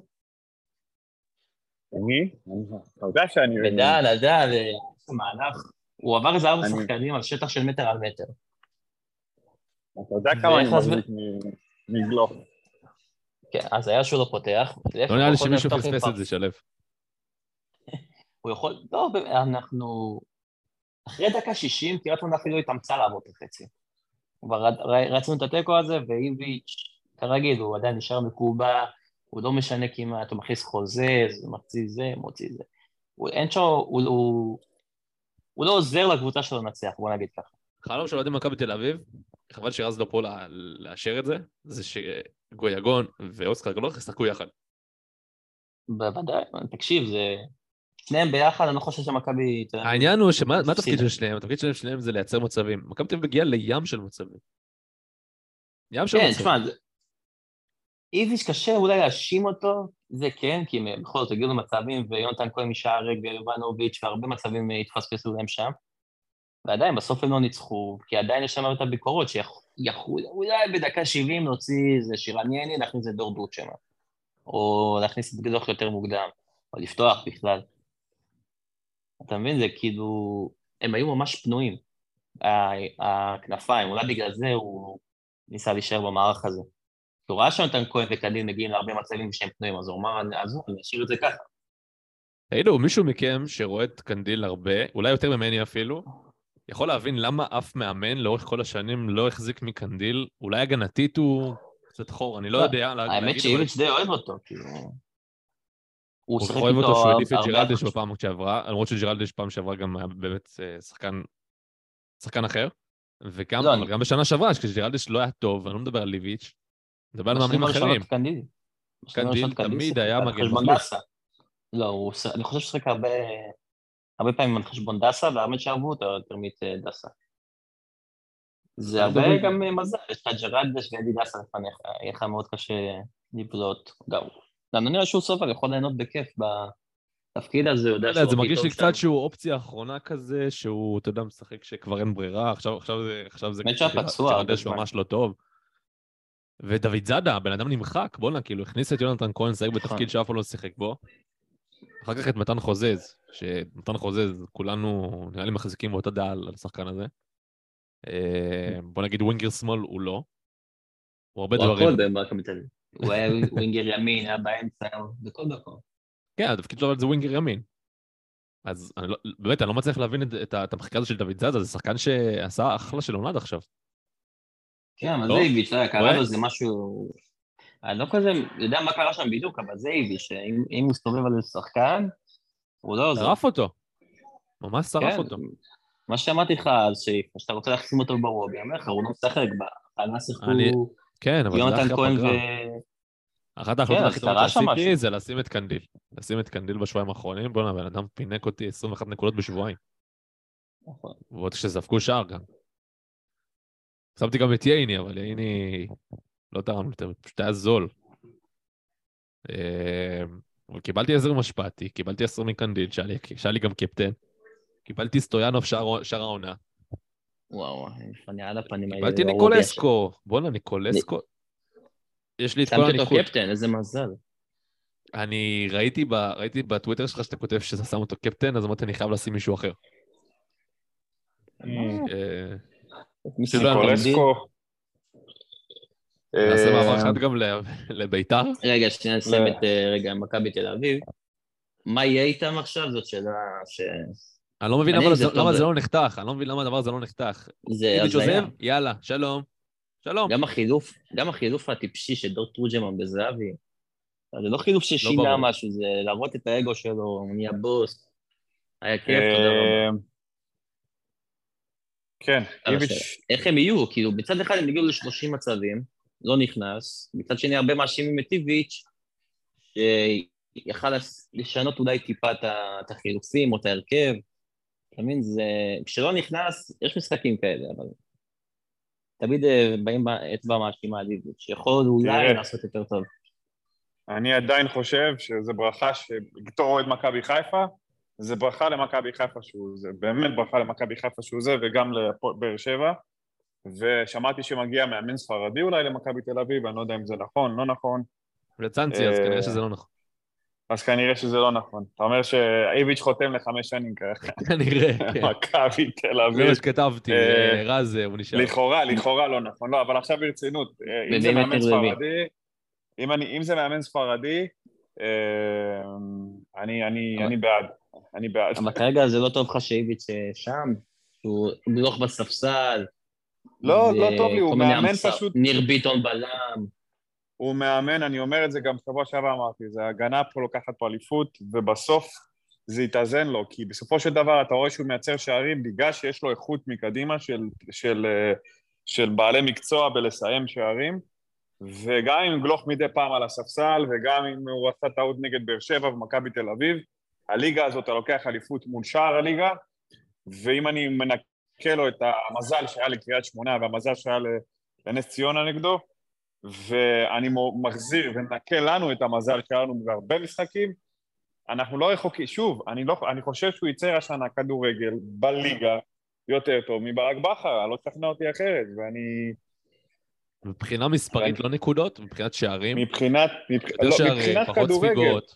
אני? אתה יודע שאני... ודן, עדן, זה מהלך. הוא עבר איזה ארבע שחקנים על שטח של מטר על מטר. אתה יודע כמה אני מחזיק מגלוך. כן, אז היה שהוא לא פותח. לא נראה לי שמישהו פספס את זה, שלב. הוא יכול, לא, אנחנו... אחרי דקה שישים, קריית שמונה אפילו התאמצה לעבור את החצי. כבר רצנו את הטקו הזה, ואיביץ', כרגיל, הוא עדיין נשאר מקובע, הוא לא משנה כמעט, הוא מכניס חוזה, מחצי זה, מוציא זה. הוא אין שם, הוא, הוא, הוא לא עוזר לקבוצה שלו לנצח, בוא נגיד ככה. חלום של אוהדים מכבי תל אביב, חבל שרז לא פה לאשר את זה, זה שגויגון ואוסקר גלוך ישחקו יחד. בוודאי, תקשיב, זה... שניהם ביחד, אני לא חושב שמכבי... העניין הוא, מה התפקיד של שניהם? התפקיד של שניהם זה לייצר מצבים. מכבי תל אביב מגיע לים של מצבים. ים של מצבים. כן, תשמע, איביץ' קשה אולי להאשים אותו, זה כן, כי הם בכל זאת הגיעו למצבים, ויונתן כהן משער רגל, ויובנוביץ' והרבה מצבים התפספסו להם שם, ועדיין בסוף הם לא ניצחו, כי עדיין יש שם את הביקורות, שיכול אולי בדקה שבעים להוציא איזה שירנייני, להכניס את דור דות שם, או להכניס את גדוך יותר מוקדם, או לפתוח בכלל. אתה מבין, זה כאילו, הם היו ממש פנויים, הכנפיים, אולי בגלל זה הוא ניסה להישאר במערך הזה. הוא ראה שיונתן כהן וקנדיל מגיעים להרבה מצבים שהם פנויים, אז הוא אמר, אז אני אשאיר את זה ככה. אילו, מישהו מכם שרואה את קנדיל הרבה, אולי יותר ממני אפילו, יכול להבין למה אף מאמן לאורך כל השנים לא החזיק מקנדיל, אולי הגנתית הוא קצת חור, אני לא יודע. האמת שאיביץ' די אוהב אותו, כאילו... הוא אוהב אותו שהוא העדיף את ג'ירלדש בפעם שעברה, למרות שג'ירלדש פעם שעברה גם היה באמת שחקן אחר, וגם בשנה שעברה, כשג'ירלדש לא היה טוב, אני לא מדבר על ליביץ', מדבר על מאמנים אחרים. קנדיל תמיד היה מגן מחליף. לא, אני חושב ששחק הרבה הרבה פעמים על חשבון דסה, והאמת שאהבו אותו יותר מדסה. זה הרבה מדברים- גם מזל, יש לך ג'רדש ואדי דסה לפניך, יהיה לך מאוד קשה לבלוט. גם אני נראה שהוא סופר יכול ליהנות בכיף בתפקיד הזה, הוא יודע לא יודע, שהוא זה הכי מרגיש טוב לי שם. קצת שהוא אופציה אחרונה כזה, שהוא, אתה יודע, משחק שכבר אין ברירה, עכשיו עכשיו זה... עכשיו זה באמת שהיה פצוע הרבה ג'רדש זמן. ממש לא טוב. ודוד זאדה, הבן אדם נמחק, בואנה, כאילו, הכניס את יונתן כהן לשחק נכון. בתפקיד שאף אחד לא שיחק בו. אחר כך את מתן חוזז, שמתן חוזז, כולנו נראה לי מחזיקים באותה דעה על השחקן הזה. אה, בוא נגיד ווינגר שמאל הוא לא. הוא הרבה הוא דברים. הכל במכבי תל אביב. הוא היה ווינגר ימין, היה באמצע, בכל מקום. כן, התפקיד שלו זה ווינגר ימין. אז אני לא, באמת, אני לא מצליח להבין את, את, את המחקר הזה של דוד זאדה, זה שחקן שעשה אחלה של עונה עד עכשיו. כן, אבל לא? זה איביץ', אתה יודע, קרה רואה? לו זה משהו... אני לא כזה יודע מה קרה שם בדיוק, אבל זה איביץ', שאם אם הוא מסתובב על איזה שחקן, הוא לא עוזר. שרף אותו. ממש שרף כן, אותו. מה שאמרתי לך אז, שאתה רוצה להחסים אותו ברובי, אני אומר לך, הוא לא משחק בה. חנה שיחקו אני- כן, אבל זה יונתן אחרי כהן ו... הפגרה. אחת ההחלטות כן, הכי אז טובות קרה שם שעשיתי משהו. זה לשים את קנדיל. לשים את קנדיל בשבועיים האחרונים, בוא'נה, הבן אדם פינק אותי עשרים ואחת נקודות בשבועיים. נכון. ועוד כשזפקו שער גם. שמתי גם את ייני, אבל ייני לא תרם יותר, פשוט היה זול. אה, אבל קיבלתי עזר משפטי, קיבלתי עשר מקנדיל, שהיה לי- שהיה לי גם קפטן. קיבלתי סטויאנוב שער שער העונה. וואו, אני על הפנים. קיבלתי הרובי ניקולסקו. בוא'נה, ניקולסקו. יש לי את עכשיו. כל שמתי אותו הניקוד. קפטן, איזה מזל. אני ראיתי ב- ראיתי בטוויטר שלך שאתה כותב שאתה שם אותו קפטן, אז אמרתי, אני חייב לשים מישהו אחר. אה, מי שלא שיחק היה נגדי? ניקולסקו. נעשה אה, מעבר אחד גם ל- לביתר. רגע, שנייה נסיים לא. את אה, רגע, מכבי תל אביב. מה יהיה איתם עכשיו? זאת שאלה ש... אני לא מבין מעניין למה אם זה זה- טוב, למה זה- זה לא נחתך, אני לא מבין למה הדבר הזה לא נחתך. זה איביץ' הזיה. עוזב, יאללה, שלום. שלום. גם החילוף, גם החילוף הטיפשי של דור תורג'מן בזהבי, זה לא חילוף ששינה ברור. משהו, זה להראות את האגו שלו, הוא נהיה בוס. היה כיף, תודה רבה. אה, כן, על איביץ', השאלה. איך הם יהיו? כאילו, מצד אחד הם הגיעו ל-שלושים מצבים, לא נכנס, מצד שני הרבה מאשימים את איביץ', שיכל לשנות אולי טיפה את ה- את החילופים או את ההרכב. אתה מבין, זה... כשלא נכנס, יש משחקים כאלה, אבל... תמיד אה, באים באצבע מאשימה על איביץ', שיכול אולי תראה. לעשות יותר טוב. אני אני עדיין חושב שזו ברכה שבתור אוהד מכבי חיפה, זה ברכה למכבי חיפה שהוא זה, באמת ברכה למכבי חיפה שהוא זה, וגם לבאר שבע, ושמעתי שמגיע מאמן ספרדי אולי למכבי תל אביב, אני לא יודע אם זה נכון, לא נכון, לצאנצי, אז אה, כנראה שזה לא נכון. אז כנראה שזה לא נכון. אתה אומר שאיביץ' חותם לחמש שנים ככה, כנראה, כן. מכבי תל זה אביב. מה שכתבתי, אה, אה, רז, הוא נשאר. לכאורה, לכאורה לא נכון, לא, אבל עכשיו ברצינות, אה, אם זה מביאים את מאמן ניר לוי. ספרדי, אם אני- אם זה מאמן ספרדי, אה, אני אני- אבל- אני בעד, אני בעד. אבל כרגע זה לא טוב לך שאיביץ' אה, שם, שהוא מלוך בספסל. לא, לא טוב לי, וכל הוא מיני מאמן המצא- פשוט, ניר ביטון בלם. הוא מאמן, אני אומר את זה גם שבוע שעבר אמרתי, זה הגנה פה לוקחת פה אליפות, ובסוף זה יתאזן לו, כי בסופו של דבר אתה רואה שהוא מייצר שערים, בגלל שיש לו איכות מקדימה של, של, אה, של בעלי מקצוע בלסיים שערים, וגם אם גלוך מדי פעם על הספסל, וגם אם הוא עשה טעות נגד באר שבע ומכבי תל אביב, הליגה הזאת אתה לוקח אליפות מול שער הליגה, ואם אני מנקה לו את המזל שהיה לקריית שמונה, והמזל שהיה לנס ציונה נגדו, ואני מחזיר ונקה לנו את המזל שלנו בהרבה משחקים, אנחנו לא רחוקים, שוב, אני, לא, אני חושב שהוא ייצר השנה כדורגל בליגה יותר טוב מברק בכר, לא תשכנע אותי אחרת, ואני... מבחינה מספרית לא נקודות, מבחינת שערים, מבחינת, מבח... יותר לא, שערים, מבחינת פחות כדורגל, ספיגות.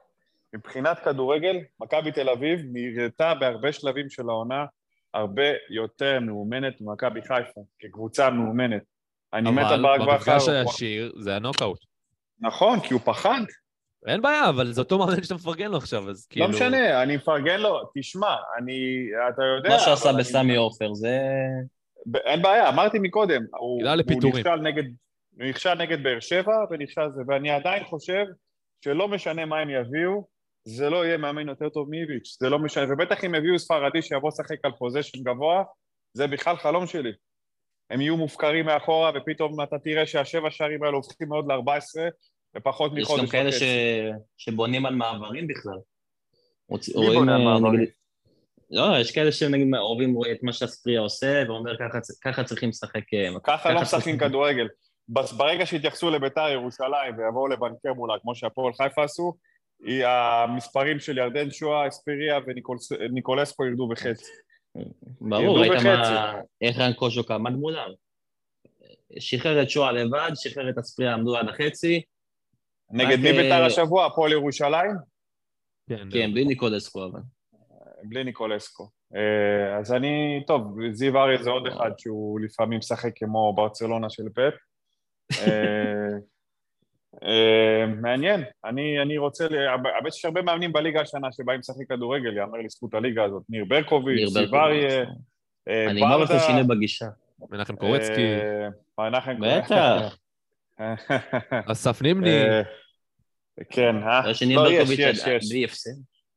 מבחינת כדורגל, מכבי תל אביב נראתה בהרבה שלבים של העונה, הרבה יותר מאומנת ממכבי חיפה, כקבוצה מאומנת. אני מת על ברק אבל בכר. במפגש הישיר זה הנוקאוט. נכון, כי הוא פחד. אין בעיה, אבל זה אותו מאמן שאתה מפרגן לו עכשיו, אז כאילו... לא משנה, אני מפרגן לו, תשמע, אני, אתה יודע... מה שעשה אבל בסמי אני- עופר, זה... ב- אין בעיה, אמרתי מקודם, הוא, בגלל הוא לפיטורים. נכשל נגד, הוא נכשל נגד באר שבע, ונכשל זה, ואני עדיין חושב שלא משנה מה הם יביאו, זה לא יהיה מאמן יותר טוב מאיביץ', זה לא משנה, ובטח אם יביאו ספרדי שיבוא לשחק על פוזיישן גבוה, זה בכלל חלום שלי. הם יהיו מופקרים מאחורה, ופתאום אתה תראה שהשבע שערים האלה הופכים מאוד ל-ארבע עשרה, ופחות מחודש יש גם כאלה ש... וחצי. שבונים על מעברים בכלל. רוצ- מי רואים, בונה על אה, מעברים? נגד- לא, יש כאלה שנגיד אוהבים את מה שהספריה עושה, ואומר ככה צריכים לשחק. ככה לא משחקים כדורגל. ברגע שהתייחסו לביתר ירושלים ויבואו לבנקר מולה, כמו שהפועל חיפה עשו, המספרים של ירדן שואה, אספריה וניקולסקו ירדו בחצי. ברור, ראית מה, איך רן קוז'וק עמד מולם. שחרר את שואה לבד, שחרר את אספריה, עמדו עד החצי. נגד מי ביתר השבוע? הפועל ירושלים? כן, בלי ניקולסקו אבל. בלי ניקולסקו. אז אני, טוב, זיו אריה זה עוד אחד שהוא לפעמים משחק כמו ברצלונה של פפ. מעניין, אני רוצה, האמת שיש הרבה מאמנים בליגה השנה שבאים לשחק כדורגל, יאמר לזכות הליגה הזאת, ניר ברקוביץ', זיו אריה, אני אומר לך שינה בגישה. מנחם קורצקי. מנחם קורצקי. בטח. אסף נימני. כן, אה? שניר ברקוביץ' בלי הפסד.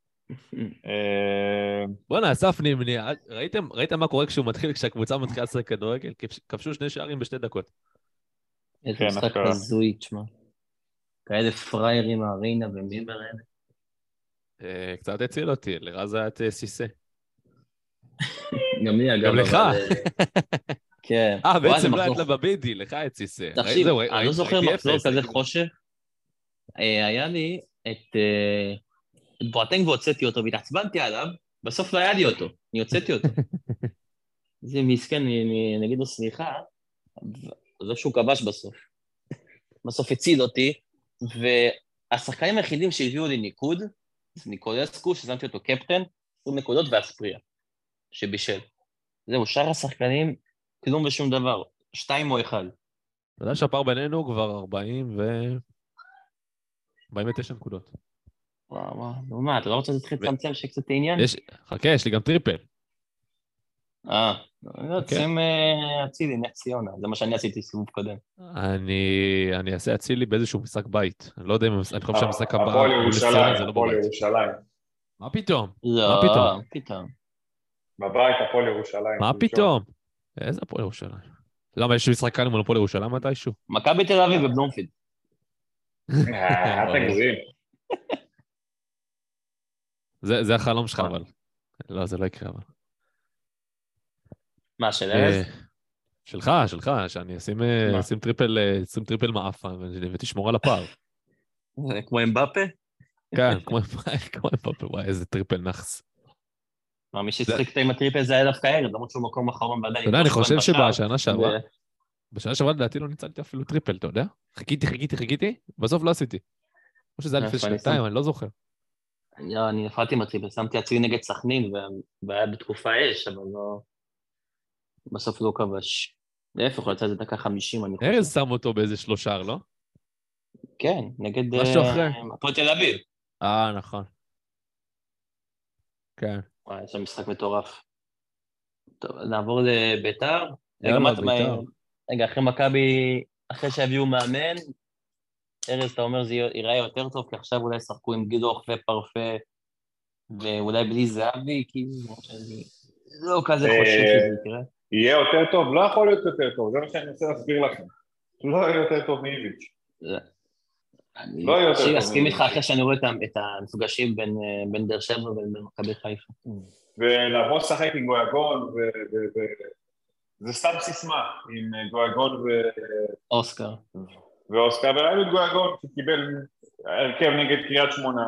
בוא'נה, אסף נימני, ראיתם מה קורה כשהוא מתחיל, כשהקבוצה מתחילה לשחק כדורגל? כבשו שני שערים בשתי דקות. איזה משחק הזוי, תשמע. כאלה פריירים, ארינה ומיבר אלה. קצת הציל אותי, לרז היה את סיסה. גם לי, אגב. גם לך. כן. אה, בעצם לא היית לה בבידי, לך את סיסה. תקשיב, אני לא זוכר מחזור כזה חושך. היה לי את בועטנג והוצאתי אותו, והתעצבנתי עליו, בסוף לא היה לי אותו, אני הוצאתי אותו. זה מסכן, אני אגיד לו סליחה, זה שהוא כבש בסוף. בסוף הציל אותי, והשחקנים היחידים שהביאו לי ניקוד, זה ניקולסקו, ששמתי אותו קפטן, הוא נקודות ואספריה, שבישל. זהו, שאר השחקנים, כלום ושום דבר, שתיים או אחד. אתה יודע שהפער בינינו כבר ארבעים ו... ארבעים ותשע נקודות. וואו, וואו, נו מה, אתה לא רוצה להתחיל לצמצם שקצת העניין? חכה, יש לי גם טריפל. אה, יוצאים אצילי, נס ציונה, זה מה שאני עשיתי סיבוב קודם. אני אעשה אצילי באיזשהו משחק בית, אני לא יודע אם אני חושב שהמשחק הבא... הפועל ירושלים, הפועל ירושלים. מה פתאום? לא, פתאום. בבית הפועל ירושלים. מה פתאום? איזה הפועל ירושלים? למה, יש משחק כאן מול הפועל ירושלים מתישהו? מכבי תל אביב ובלומפילד. אה, אתה גזים. זה החלום שלך, אבל. לא, זה לא יקרה, אבל. מה, של ארז? שלך, שלך, שאני אשים טריפל, אשים טריפל מאפה, ותשמור על הפער. כמו אמבפה? כן, כמו אמבפה, וואי, איזה טריפל נחס. מה, מי ששחקת עם הטריפל זה היה דווקא ארז, למרות שהוא מקום אחרון ועדיין. אתה יודע, אני חושב שבשנה שעברה, בשנה שעברה לדעתי לא ניצלתי אפילו טריפל, אתה יודע? חיכיתי, חיכיתי, חיכיתי, בסוף לא עשיתי. כמו שזה היה לפני שנתיים, אני לא זוכר. אני נפלתי עם הטריפל, שמתי עצמי נגד סכנין, והיה בתקופה אש, אבל לא... בסוף לא כבש. להפך, הוא יצא איזה דקה חמישים, אני חושב. ארז שם אותו באיזה שלושה, לא? כן, נגד... משהו אחרי. הפועל תל אביב. אה, נכון. כן. וואי, יש שם משחק מטורף. טוב, נעבור לביתר. יאללה, ביתר. רגע, אחרי מכבי, אחרי שהביאו מאמן, ארז, אתה אומר, זה ייראה יותר טוב, כי עכשיו אולי שחקו עם גידוך ופרפה, ואולי בלי זהבי, כי לא כזה חושב שזה יקרה. יהיה יותר טוב? לא יכול להיות יותר טוב, זה מה שאני רוצה להסביר לכם. לא יהיה יותר טוב מאיביץ'. לא יהיה יותר טוב מאיביץ'. אני אסכים איתך אחרי שאני רואה את המפגשים בין באר שבע ובין מכבי חיפה. ולבוא לשחק עם גויגון, זה סתם סיסמה, עם גויגון ואוסקר. ואוסקר, וראינו את גויגון שקיבל הרכב נגד קריית שמונה,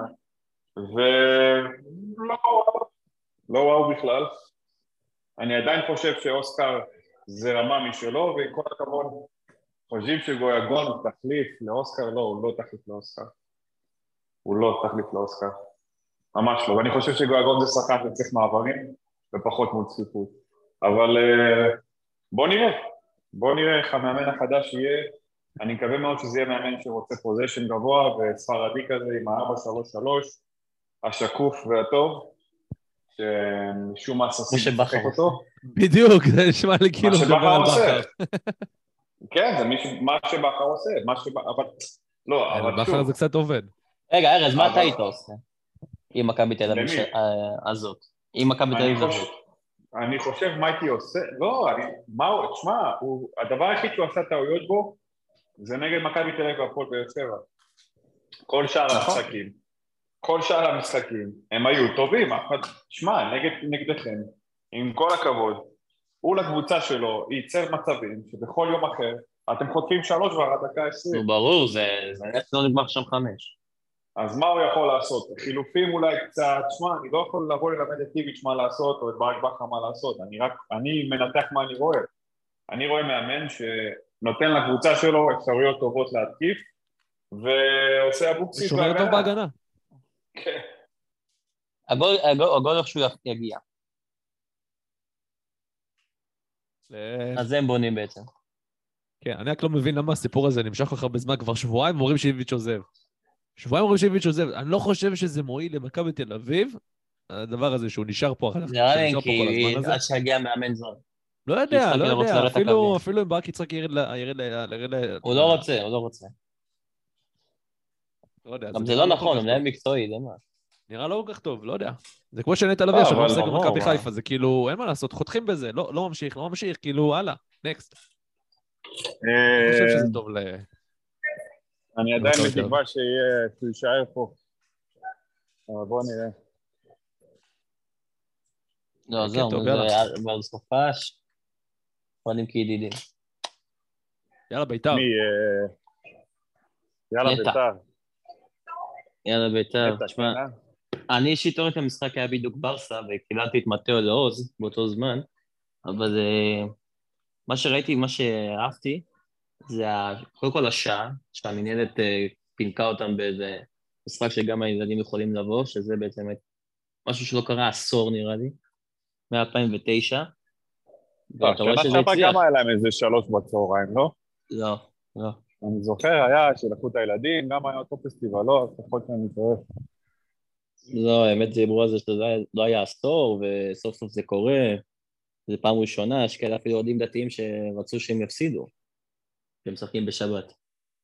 ולא לא וואו בכלל. אני עדיין חושב שאוסקר זה רמה משלו, ועם כל הכבוד חושבים שגויגון הוא תחליף לאוסקר, לא, הוא לא תחליף לאוסקר. הוא לא תחליף לאוסקר. ממש לא, ואני חושב שגויגון זה שחקן שצריך מעברים, ופחות מול צפיפות. אבל בוא נראה, בוא נראה איך המאמן החדש יהיה. אני מקווה מאוד שזה יהיה מאמן שרוצה פוזיישן גבוה, וספרדי כזה עם ה-ארבע שלוש שלוש, השקוף והטוב. שמשום מה ססים ששחק אותו. בדיוק, זה נשמע לי כאילו... מה שבחר עושה. כן, זה מה שבחר עושה, מה שבחר... אבל... לא, אבל שוב... בחר זה קצת עובד. רגע, ארז, מה אתה היית עושה? עם מכבי תל אביב הזאת. עם מכבי תל אביב הזאת. אני חושב מה הייתי עושה... לא, מה הוא... תשמע, הדבר היחיד שהוא עשה טעויות בו, זה נגד מכבי תל אביב והפועל באר שבע. כל שאר המשחקים. כל שאר המשחקים, הם היו טובים, אף אחד, שמע, נגד, נגדכם, עם כל הכבוד, הוא לקבוצה שלו ייצר מצבים שבכל יום אחר, אתם חוטפים שלוש ועד דקה עשרים. נו, ברור, זה נצח לא נגמר שם חמש. אז מה הוא יכול לעשות? חילופים אולי קצת, שמע, אני לא יכול לבוא ללמד את טיביץ' מה לעשות, או את ברק בכר מה לעשות, אני רק, אני מנתח מה אני רואה. אני רואה מאמן שנותן לקבוצה שלו אפשרויות טובות להתקיף, ועושה אבוקסיס שומר טוב בהגנה. כן. הגול, הגול, הגול איכשהו יגיע. אז זה הם בונים בעצם. כן, אני רק לא מבין למה הסיפור הזה נמשך כל כך הרבה זמן, כבר שבועיים אומרים שאיביץ' עוזב. שבועיים אומרים שאיביץ' עוזב. אני לא חושב שזה מועיל למכבי תל אביב, הדבר הזה שהוא נשאר פה, נראה לי כי עד שהגיע מאמן זול. לא יודע, לא יודע, אפילו אם ברק יצחק ירד ל... הוא לא רוצה, הוא לא רוצה. גם זה לא נכון, הוא מנהל מקצועי, זה מה? נראה לא כל כך טוב, לא יודע. זה כמו שנטע לביא, שאני עושה גם מכבי חיפה, זה כאילו, אין מה לעשות, חותכים בזה, לא ממשיך, לא ממשיך, כאילו, הלאה, נקסט. אני חושב שזה טוב ל... אני עדיין בתקווה שהוא יישאר פה. אבל בואו נראה. לא, זהו, זה כבר סופש. פועלים כידידים. יאללה, ביתר. מי? יאללה, ביתר. יאללה, ביתר. תשמע, אני אישית רואה את המשחק היה בדיוק ברסה, וקיללתי את מתאו לעוז באותו זמן, אבל מה שראיתי, מה שאהבתי, זה קודם כל השעה, שהמנהלת פינקה אותם באיזה משחק שגם הילדים יכולים לבוא, שזה בעצם משהו שלא קרה עשור נראה לי, מ-אלפיים ותשע. שנה שעברה גם היה להם איזה שלוש בצהריים, לא? לא, לא. אני זוכר, היה שלקחו את הילדים, גם היה אותו פסטיבלות, לפחות שאני מתאר. לא, האמת זה אמרו על זה שזה לא היה עשור, וסוף סוף זה קורה. זה פעם ראשונה, יש כאלה אפילו עודים דתיים שרצו שהם יפסידו. שהם משחקים בשבת.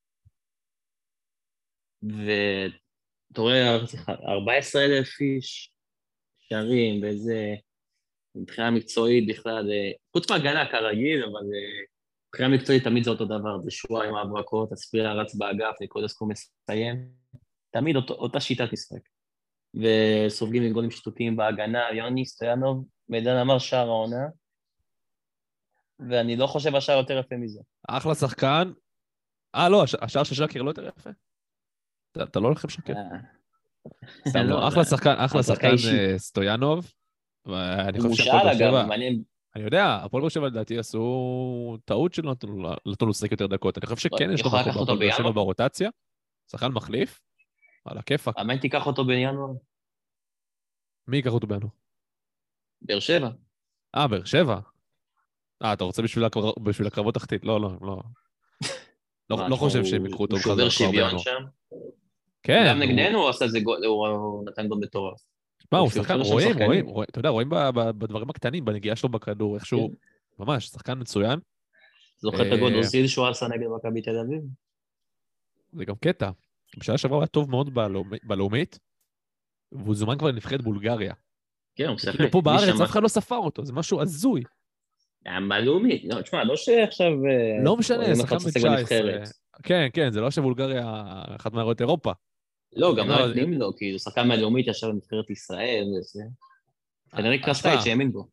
ואתה רואה, ארבעה עשר אלף איש שערים, ואיזה... מבחינה מקצועית בכלל, חוץ מהגנה כרגיל, אבל מבחינה מקצועית תמיד זה אותו דבר, זה שואה עם ההברקות, הספירה רץ באגף, ניקודסקו מסיים, תמיד אותו, אותה שיטת משחק. וסופגים עם גולים שטותיים בהגנה, יוני סטויאנוב, מידן אמר שער העונה, ואני לא חושב השער יותר יפה מזה. אחלה שחקן, אה לא, השער של שקר לא יותר יפה. אתה לא הולך עם שקר. אחלה שחקן, אחלה שחקן סטויאנוב, ואני חושב שהפועל באר שבע, אני יודע, הפועל באר שבע לדעתי עשו טעות שלא נתנו לו לשחק יותר דקות, אני חושב שכן יש לו מקום בהפועל באר שבע ברוטציה, שחקן מחליף, על הכיפאק. אמן תיקח אותו בינואר? מי ייקח אותו בינואר? באר שבע. אה, באר שבע? אה, אתה רוצה בשביל הקרבות תחתית? לא, לא, לא. לא חושב שהם יקחו אותו. הוא שובר שוויון שם? כן. גם נגדנו הוא עשה איזה גול, הוא נתן גול מטורף. מה, הוא שחקן, רואים, רואים, אתה יודע, רואים בדברים הקטנים, בנגיעה שלו בכדור, איכשהו, ממש, שחקן מצוין. זוכר את הגול אוזיל שהוא עשה נגד מכבי תל אביב? זה גם קטע. בשעה שעברה הוא היה טוב מאוד בלאומית, והוא זומן כבר לנבחרת בולגריה. כן, הוא משחק. כאילו פה בארץ אף אחד לא ספר אותו, זה משהו הזוי. בלאומית, לא, תשמע, לא שעכשיו... לא משנה, שחקן ב-תשע עשרה. כן, כן, זה לא שבולגריה אחת מהראיות אירופה. לא, גם לא נתנים לו, כי הוא שחקן מהלאומית ישר לנבחרת ישראל, וזה... כנראה קרסטייט שהאמין בו.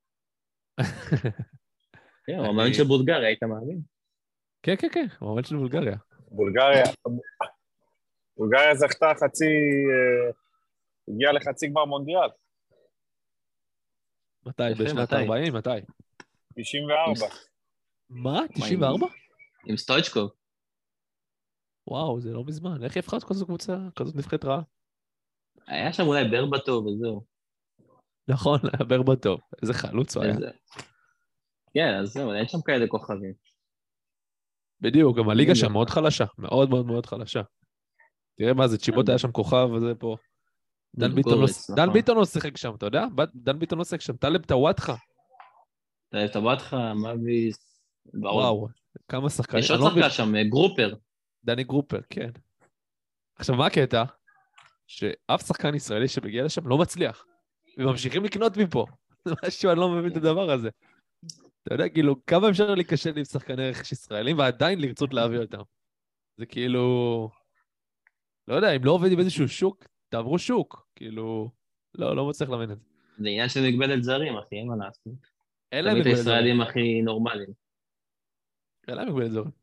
כן, הוא המאמין של בולגריה, היית מאמין? כן, כן, כן, הוא המאמין של בולגריה. בולגריה, בולגריה זכתה חצי, הגיעה לחצי גמר מונדיאל. מתי? בשנת ארבעים? מתי? תשעים וארבע. מה? תשעים וארבע? עם סטויצ'קוב. וואו, זה לא מזמן. איך יפחד כזו קבוצה, כזאת נבחרת רעה? היה שם אולי ברבטוב וזהו. נכון, היה ברבטוב. איזה חלוץ הוא היה. כן, אז זהו, אין שם כאלה כוכבים. בדיוק, גם הליגה שם מאוד חלשה. מאוד מאוד מאוד חלשה. תראה מה זה, צ'יבוט היה שם כוכב וזה פה. דן ביטון לא שיחק שם, אתה יודע? דן ביטון לא שיחק שם. טלב טוואטחה. טלב טוואטחה, מאביס... וואו, כמה שחקנים. יש עוד שחקן שם, גרופר. דני גרופר, כן. עכשיו, מה הקטע? שאף שחקן ישראלי שמגיע לשם לא מצליח. וממשיכים לקנות מפה. זה משהו, אני לא מבין את הדבר הזה. אתה יודע, כאילו, כמה אפשר להיקשר עם שחקני רכש ישראלים, ועדיין לרצות להביא אותם. זה כאילו... לא יודע, אם לא עובד עם איזשהו שוק, תעברו שוק, כאילו, לא, לא מצליח להבין את זה. זה עניין של מגבלת זרים, אחי, אין מה לעשות. אין להם תמיד מגבלת זרים. הישראלים הכי נורמליים. אין להם מגבלת זרים.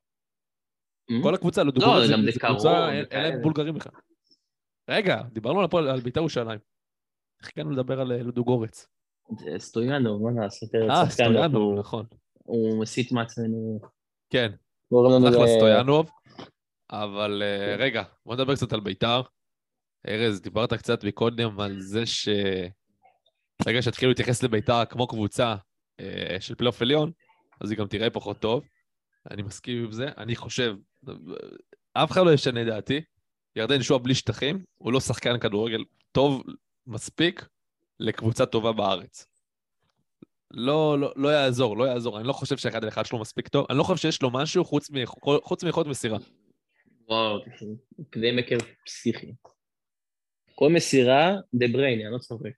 Hmm? כל הקבוצה, לא, לודוגורץ, גם זה בקרוב, קבוצה, אין וכאלה. אין להם בולגרים בכלל. רגע, דיברנו על הפועל- על בית"ר ירושלים. איך הגענו לדבר על אה, לודוגורץ? זה סטויאנו, מה לעשות, ארץ אה, שחקן, סטויאנוב, הוא- נכון. הוא מסית מעצמנו, כן, גורם לנו אחלה ל... סטויאנוב, אבל אה, רגע, בוא נדבר קצת על בית"ר. ארז, דיברת קצת מקודם על זה ש... ברגע שהתחילו להתייחס לבית"ר כמו קבוצה אה, של פלייאוף עליון, אז היא גם תראה פחות טוב. אני מסכים עם זה. אני חושב, אף אחד לא ישנה דעתי. ירדן שועה בלי שטחים, הוא לא שחקן כדורגל טוב מספיק לקבוצה טובה בארץ. לא, לא, לא יעזור, לא יעזור. אני לא חושב שאחד על אחד שלו מספיק טוב. אני לא חושב שיש לו משהו חוץ, מ... חוץ מיכולת מסירה. וואו, פליימקר פסיכי. כל מסירה, דה ברייני, אני לא צוחק.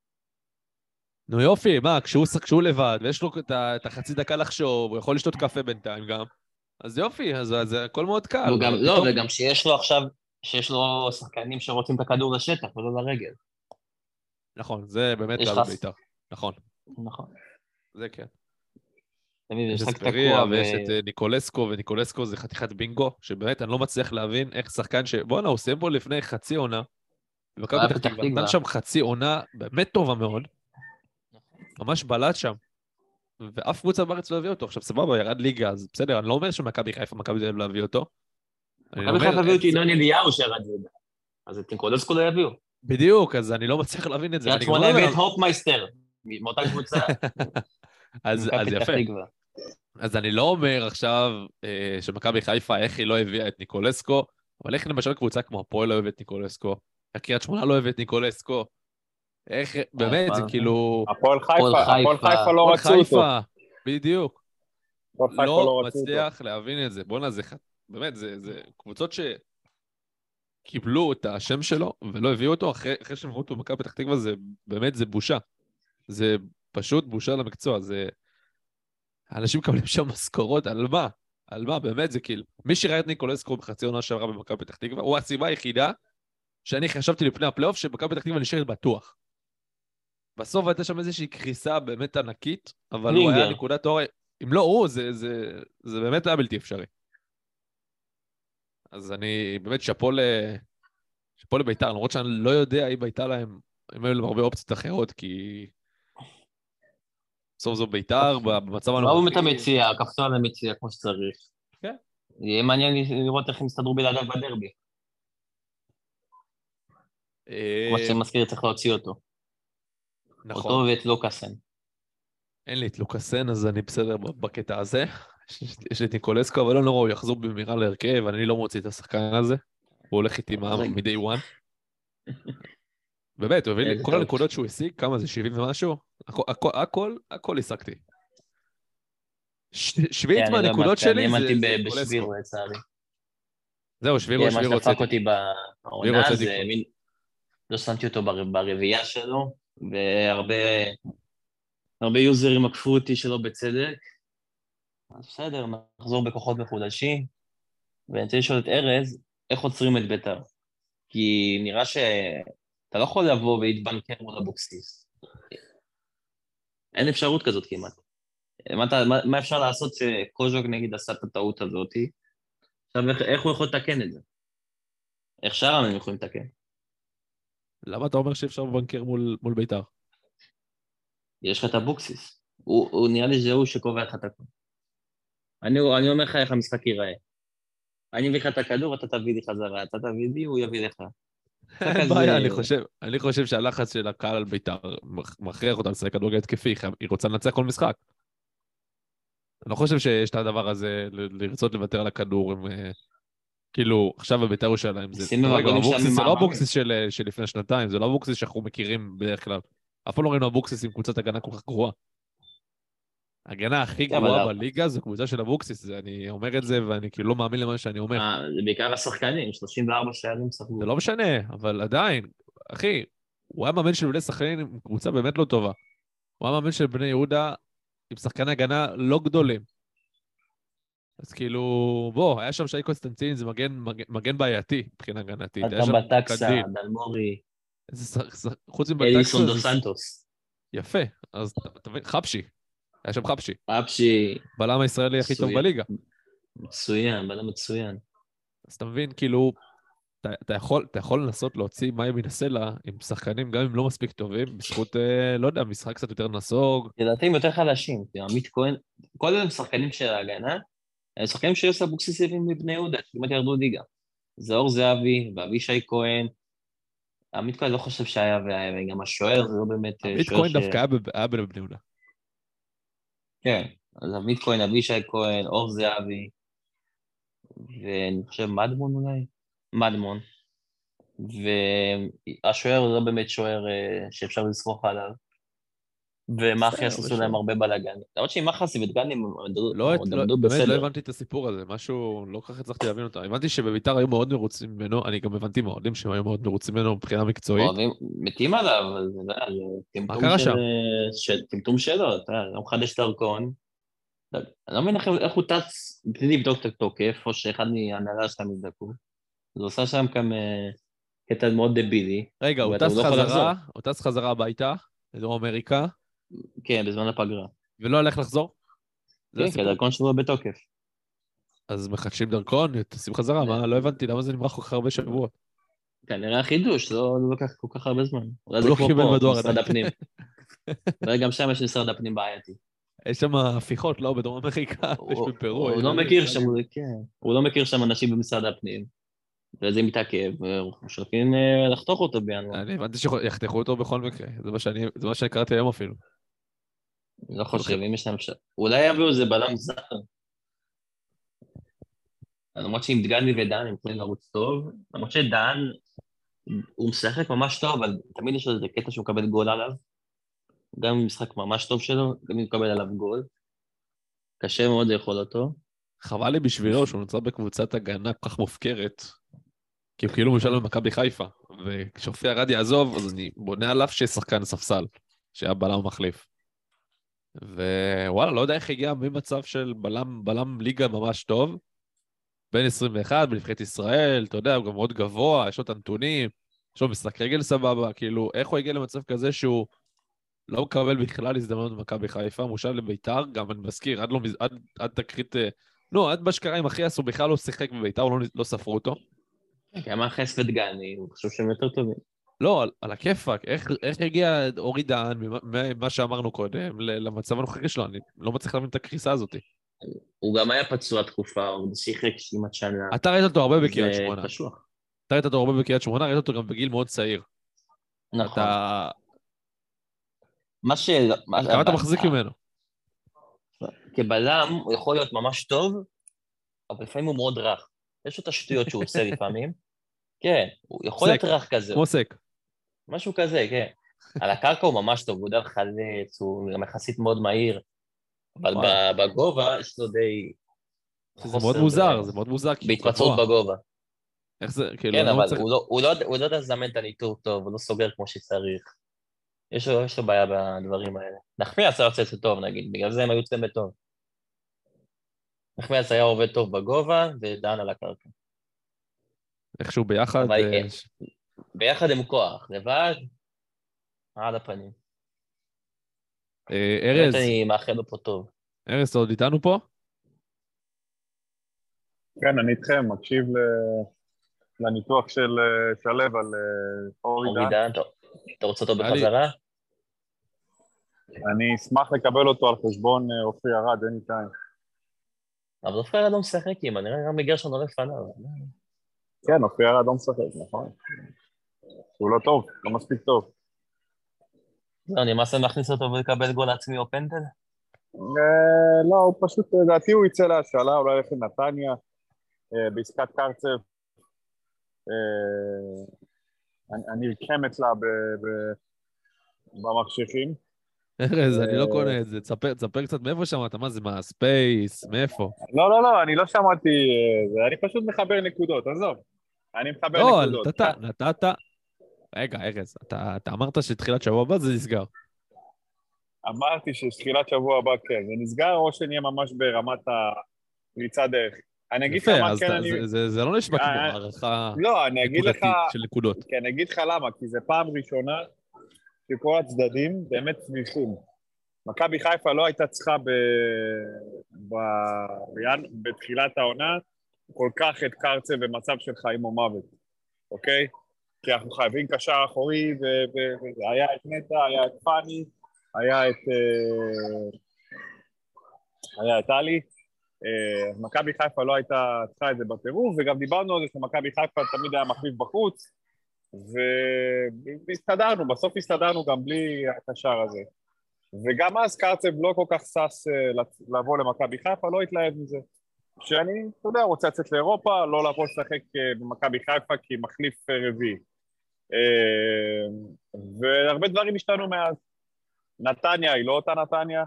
נו יופי, מה, כשהוא, כשהוא לבד, ויש לו את, ה... את החצי דקה לחשוב, הוא יכול לשתות קפה בינתיים גם, אז יופי, אז זה הכל מאוד קל. וגם, אבל לא, פתאום- וגם שיש לו עכשיו, שיש לו שחקנים שרוצים את הכדור לשטח ולא לרגל. נכון, זה באמת יש קל לך- בבית"ר. נכון, נכון. זה כן. תמיד יש משחק את ספריה תקוע, ויש ו- את אה, ניקולסקו, וניקולסקו זה חתיכת בינגו, שבאמת אני לא מצליח להבין איך שחקן ש... בואנה, הוא סיים פה לפני חצי עונה, ומכבי היה פתח פתח תקווה, תקווה. נתן שם חצי עונה באמת טובה מאוד, ממש בלט שם, ואף קבוצה בארץ לא הביא אותו. עכשיו סבבה, ירד ליגה, אז בסדר, אני לא אומר שמכבי חיפה, מכבי תל אביב לא הביא אותו. אני מכבי אומר, חיפה הביאו את איך זה- ינון אליהו שירד ליגה. אז את ניקולסקו לא יביאו. בדיוק, אז אני לא מצליח להבין את זה. קריית ואני גם שמונה לא הביא אומר- את הופמייסטר, מאותה קבוצה. אז מכבי אז פתח יפה. תקווה. אז אני לא אומר עכשיו אה, שמכבי חיפה, איך היא לא הביאה את ניקולסקו, אבל איך למשל קבוצה כמו הפועל לא אוהבת את ניקולסקו, הקריית שמונה לא אוהבת את ניקולסקו, איך, באמת, זה אבל- כאילו... הפועל חיפה, הפועל הפועל חיפה. חיפה לא הפועל רצו אותו. חיפה, בדיוק. הפועל חיפה לא לא רצו אותו. מצליח להבין את זה. בוא'נה, זה ח- באמת, זה זה קבוצות שקיבלו את השם שלו ולא הביאו אותו, אחרי אחרי שהם ראו אותו במכבי פתח תקווה, זה באמת, זה בושה. זה פשוט בושה למקצוע. זה... אנשים מקבלים שם משכורות, על מה? על מה? באמת, זה כאילו... מי שראה את ניקולסקו בחצי עונה שעברה במכבי פתח תקווה, הוא הסיבה היחידה שאני חשבתי לפני הפלייאוף שמכבי פתח תקווה נשארת בטוח. בסוף הייתה שם איזושהי קריסה באמת ענקית, אבל הוא היה קלינגר. נקודת אור, אם לא הוא, זה, זה, זה באמת היה בלתי אפשרי. אז אני באמת שאפו ל... שאפו לביתר, למרות שאני לא יודע אם הייתה להם, אם היו להם הרבה אופציות אחרות, כי בסוף זו ביתר, במצב לא הנוכחי. באמת המציע, קפצו על המציע כמו שצריך. כן. יהיה מעניין לראות איך הם יסתדרו בלעדיו בדרבי. אה, כמו שמזכיר, צריך להוציא אותו. נכון. אותו ואת לוקאסן. אין לי את לוקאסן, אז אני בסדר בקטע הזה. יש- יש לי את ניקולסקו, אבל לא נורא, הוא יחזור במהרה להרכב, אני לא מוציא את השחקן הזה. הוא הולך איתי מ-day one. באמת, הוא הביא לי איזה כל טוב. הנקודות שהוא השיג, כמה זה, שבעים ומשהו? הכל, הכל, הכל, הכל השגתי. ש- שביעית כן, אני לא מהנקודות האמנתי, שלי אני זה האמנתי זה ב- ניקולסקו. בשבירו לצערי. זהו, שבירו, כן, מה שבירו שדפק הוצאתי. אותי בעונה רוצה זה דיקות. מין... לא שמתי אותו בר- ברביעייה שלו, והרבה הרבה יוזרים עקפו אותי שלא בצדק. אז בסדר, נחזור בכוחות מחודשים. ואני רוצה לשאול את ארז, איך עוצרים את בית"ר? כי נראה שאתה לא יכול לבוא ולהתבנקר מול אבוקסיס. אין אפשרות כזאת כמעט. מה, אתה, מה, מה אפשר לעשות שקוז'וק נגיד עשה את הטעות הזאת? עכשיו, איך, איך הוא יכול לתקן את זה? איך שאר הם יכולים לתקן? למה אתה אומר שאפשר בבנקר מול, מול ביתר? יש לך את אבוקסיס. הוא, הוא נראה לי זהו שקובע לך את הכל. אני, אני אומר לך איך המשחק ייראה. אני מביא לך את הכדור, אתה תביא לי חזרה, אתה תביא לי, הוא יביא לך. אין בעיה, אני חושב, אני חושב שהלחץ של הקהל על ביתר מכריח אותה לשחק כדורגל התקפי, היא רוצה לנצח כל משחק. אני לא חושב שיש את הדבר הזה ל- לרצות לוותר על הכדור, עם, אה, כאילו, עכשיו בביתר ירושלים, זה שימו רגע, הגולים שלהם אבוקסיס זה לא ממעמקים. אבוקסיס של של לפני שנתיים, זה לא אבוקסיס שאנחנו מכירים בדרך כלל. אף פעם לא ראינו אבוקסיס עם קבוצת הגנה כל כך גרועה. ההגנה הכי כן, גרועה אבל- בליגה זו קבוצה של אבוקסיס, זה- אני אומר את זה ואני כאילו לא מאמין למה שאני אומר. אה, זה בעיקר השחקנים, שלושים וארבע שערים ספגו. זה לא משנה, אבל עדיין, אחי, הוא היה מאמן של בני סכנין עם קבוצה באמת לא טובה. הוא היה מאמן של בני יהודה עם שחקני הגנה לא גדולים. אז כאילו, בוא, היה שם שי קונסטנטין, זה מגן, מגן, מגן בעייתי, מבחינה הגנתית. היה אתה שם בטקסה, קנדיל. דלמורי, איזה ש- ש- חוץ אליסון מבטקסה, דו זה סנטוס, יפה. אז אתה אתה מבין, חפשי. היה שם חפשי. אפשי, בלם הישראלי הכי טוב מצוין. בליגה. מצוין, בלם מצוין. אז אתה מבין, כאילו, אתה, אתה, יכול, אתה יכול לנסות להוציא מים מן הסלע עם שחקנים, גם אם לא מספיק טובים, בזכות, אה, לא יודע, משחק קצת יותר נסוג. לדעתי הם יותר חלשים, כי עמית כהן, כל אלה הם שחקנים של ההגנה, הם שחקנים שיוסי אבוקסיס הביא מבני יהודה, כמעט ירדו ליגה. זה אור זהבי ואבישי כהן, עמית כהן לא חושב שהיה והיה, וגם השוער זה לא באמת אה, עמית שוער כהן ש... דווקא היה בב- היה בבני יהודה. כן, אז עמית כהן, אבישי כהן, אור זהבי, ואני חושב מדמון אולי? מדמון. והשוער זה לא באמת שוער אה, שאפשר לסמוך עליו. ומחס עשו להם הרבה בלאגן. למרות שעם מחס ודגני הם לא, עוד לא, עמדו באמת לא בסדר. הבנתי את הסיפור הזה, משהו, לא כל כך הצלחתי להבין אותו. הבנתי שבביתר היו מאוד מרוצים ממנו, אני גם הבנתי מהאוהדים שהם היו מאוד מרוצים ממנו מבחינה מקצועית. אוהבים, מתים עליו, אז זה מה טמטום קרה של... שם? של- טמטום שלו, אתה יודע, לא מחדש דרכון. אני לא מבין איך איך הוא טץ בלי לבדוק את התוקף, או שאחד מהנהלה שלהם יבדקו. אז הוא עושה שם כמה קטע מאוד דבילי. רגע, הוא ואתה- טס לא יכול לחזור. חזרה, הוא טס חזרה הביתה, לדרום אמריקה, כן, בזמן הפגרה. ולא הולך לחזור? זה כן, כי הסיפור. הדרכון שלו בתוקף. אז מחדשים דרכון, טסים חזרה, מה? לא הבנתי, למה זה נמרח כל כך הרבה שבועות? כנראה החידוש, לא לא לקח כל כך הרבה זמן. אולי זה לא כמו קיבל פה, בדואר משרד עדיין. הפנים. וגם שם יש משרד הפנים בעייתי. יש שם הפיכות, לא? בדרום אמריקה, יש הוא- בפרו. הוא יש לא שם- מכיר שם, הוא- כן. הוא לא מכיר שם אנשים במשרד הפנים. וזה מתעכב, ושולחים אה, לחתוך אותו בינואר. אני הבנתי שיחתכו אותו בכל מקרה, זה מה שאני, זה מה שאני קראתי היום אפילו. לא חושב, אם יש להם ש... אולי יביאו איזה בלם זר. למרות שעם דגני ודן הם יכולים לרוץ טוב, למרות שדן, הוא משחק ממש טוב, אבל תמיד יש לו איזה קטע שהוא מקבל גול עליו. גם אם משחק ממש טוב שלו, גם אם הוא מקבל עליו גול. קשה מאוד לאכול אותו. חבל לי בשבילו שהוא נוצר בקבוצת הגנה כל כך מופקרת, כי הוא כאילו משל במכבי חיפה, וכשאופי ארד יעזוב, אז אני בונה עליו שיהיה שחקן ספסל, שהיה בלם מחליף. ווואלה, לא יודע איך הגיע ממצב של בלם, בלם ליגה ממש טוב, בין עשרים ואחת, בנבחרת ישראל, אתה יודע, הוא גם מאוד גבוה, יש לו את הנתונים, יש לו משחק רגל סבבה, כאילו, איך הוא הגיע למצב כזה שהוא לא מקבל בכלל הזדמנות במכבי חיפה, מושב לביתר, גם אני מזכיר, עד, לא, עד, עד תקרית, לא, עד בשקרה עם אחי עשו, בכלל לא שיחק בביתר, הוא לא, לא ספרו אותו. כי אמר חס ודגני, הוא חושב שהם יותר טובים. לא, על, על הכיפק, איך, איך הגיע אורי דהן, ממה, מה שאמרנו קודם, למצב הנוכחי שלו, אני לא מצליח להבין את הקריסה הזאת. הוא גם היה פצוע תקופה, הוא שיחק כמעט שנה. אתה ראית אותו הרבה בקריית שמונה. זה קשוח. אתה ראית אותו הרבה בקריית שמונה, ראית אותו גם בגיל מאוד צעיר. נכון. אתה... מה ש... כמה אתה מחזיק ממנו? כבלם הוא יכול להיות ממש טוב, אבל לפעמים הוא מאוד רך. יש לו את השטויות שהוא עושה לפעמים. כן, הוא יכול להיות רך כזה. כמו סק. משהו כזה, כן. על הקרקע הוא ממש טוב, הוא יודע לחלץ, הוא גם יחסית מאוד מהיר, אבל בגובה יש לו די... זה מאוד מוזר, זה מאוד מוזר. בהתפצעות בגובה. איך זה, כאילו... כן, אבל הוא לא יודע לזמן את הניטור טוב, הוא לא סוגר כמו שצריך. יש לו, יש לו בעיה בדברים האלה. נחמיאס היה יוצא טוב, נגיד, בגלל זה הם היו יוצאים בטוב. נחמיאס היה עובד טוב בגובה, ודן על הקרקע. איכשהו ביחד... ביחד עם כוח, לבד, על הפנים. ארז... אני מאחל לו פה טוב. ארז, אתה עוד איתנו פה? כן, אני איתכם, מקשיב לניתוח של שלו על אורי דן. אתה רוצה אותו בחזרה? אני אשמח לקבל אותו על חשבון אופי ארד, אין איתיים. אבל אופי ארד לא משחק, אם אני רואה גם מגרשון לא לפניו. כן, אופי ארד לא משחק, נכון. הוא לא טוב, לא מספיק טוב. לא, אני מנסה להכניס אותו ולקבל גול עצמי או פנדל? לא, הוא פשוט, לדעתי הוא יצא להשאלה, אולי ילך לנתניה, בעסקת קרצב. אני ארקם אצלה במחשכים. ארז, אני לא קונה את זה, תספר קצת מאיפה שמעת, מה זה, מה, ספייס, מאיפה? לא, לא, לא, אני לא שמעתי, אני פשוט מחבר נקודות, עזוב. אני מחבר נקודות. לא, נתת, נתת. רגע, ארז, אתה אמרת שתחילת שבוע הבא זה נסגר. אמרתי שתחילת שבוע הבא כן, זה נסגר, או שנהיה ממש ברמת פריצה דרך. אני אגיד לך מה כן אני... זה לא נשמע כמו הערכה של נקודות. כי אני אגיד לך למה, כי זה פעם ראשונה שכל הצדדים באמת שמחים. מכבי חיפה לא הייתה צריכה בתחילת העונה כל כך את קרצה במצב של חיים או מוות, אוקיי? כי אנחנו חייבים קשר אחורי, והיה את נטע, היה את פני, היה את... היה את אלי. מכבי חיפה לא הייתה צריכה את זה בטירוף, וגם דיברנו על זה שמכבי חיפה תמיד היה מחליף בחוץ, והסתדרנו, בסוף הסתדרנו גם בלי הקשר הזה. וגם אז קרצב לא כל כך סס לבוא למכבי חיפה, לא התלהב מזה. שאני, אתה יודע, רוצה לצאת לאירופה, לא לבוא לשחק במכבי חיפה כי מחליף רביעי. והרבה דברים השתנו מאז. נתניה היא לא אותה נתניה,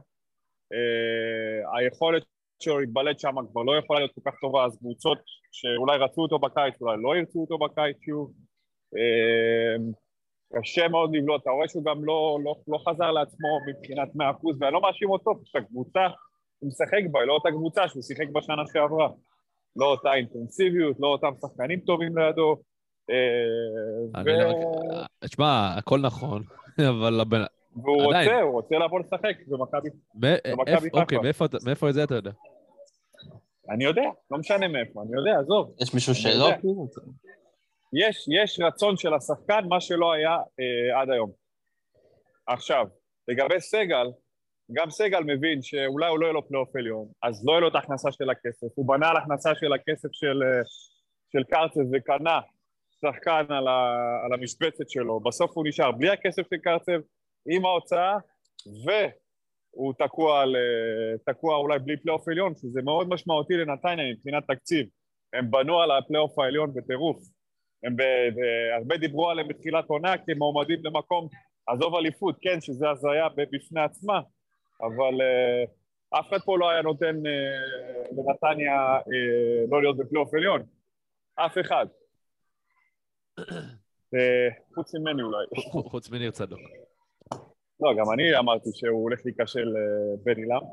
היכולת שלו להתבלט שם כבר לא יכולה להיות כל כך טובה, אז קבוצות שאולי רצו אותו בקיץ, אולי לא ירצו אותו בקיץ שוב. קשה מאוד לבלוט, אתה רואה שהוא גם לא, לא, לא חזר לעצמו מבחינת מאה אחוז, ואני לא מאשים אותו, פשוט הקבוצה, הוא משחק בה, לא אותה קבוצה שהוא שיחק בשנה שעברה. לא אותה אינטנסיביות, לא אותם שחקנים טובים לידו. תשמע, הכל נכון, אבל... והוא רוצה, הוא רוצה לבוא לשחק במכבי חיפה. אוקיי, מאיפה את זה אתה יודע? אני יודע, לא משנה מאיפה, אני יודע, עזוב. יש מישהו שלא? יש, יש רצון של השחקן, מה שלא היה עד היום. עכשיו, לגבי סגל, גם סגל מבין שאולי הוא לא יהיה לו פלייאוף עליון, אז לא יהיה לו את ההכנסה של הכסף. הוא בנה על הכנסה של הכסף של קרצב וקנה שחקן על המשבצת שלו. בסוף הוא נשאר בלי הכסף של קרצב, עם ההוצאה, והוא תקוע, על, תקוע אולי בלי פלייאוף עליון, שזה מאוד משמעותי לנתניה מבחינת תקציב. הם בנו על הפלייאוף העליון בטירוף. הם הרבה דיברו עליהם בתחילת עונה, כי הם מועמדים למקום, עזוב אליפות, כן, שזה הזיה בפני עצמה, אבל uh, אף אחד פה לא היה נותן uh, לנתניה uh, לא להיות בפלייאוף עליון. אף אחד. uh, חוץ ממני אולי. חוץ מניר צדוק. לא, גם אני אמרתי שהוא הולך להיכשל בן אילם,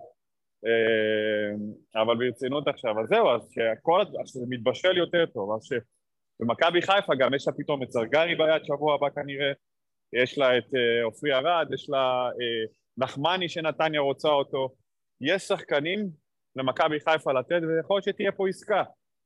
אבל ברצינות עכשיו, אז זהו, אז שהכל, שזה מתבשל יותר טוב, אז שבמכבי חיפה גם יש לה פתאום את זרגרי ביד שבוע הבא כנראה, יש לה את אופרי ארד, יש לה נחמני שנתניה רוצה אותו, יש שחקנים למכבי חיפה לתת, ויכול להיות שתהיה פה עסקה.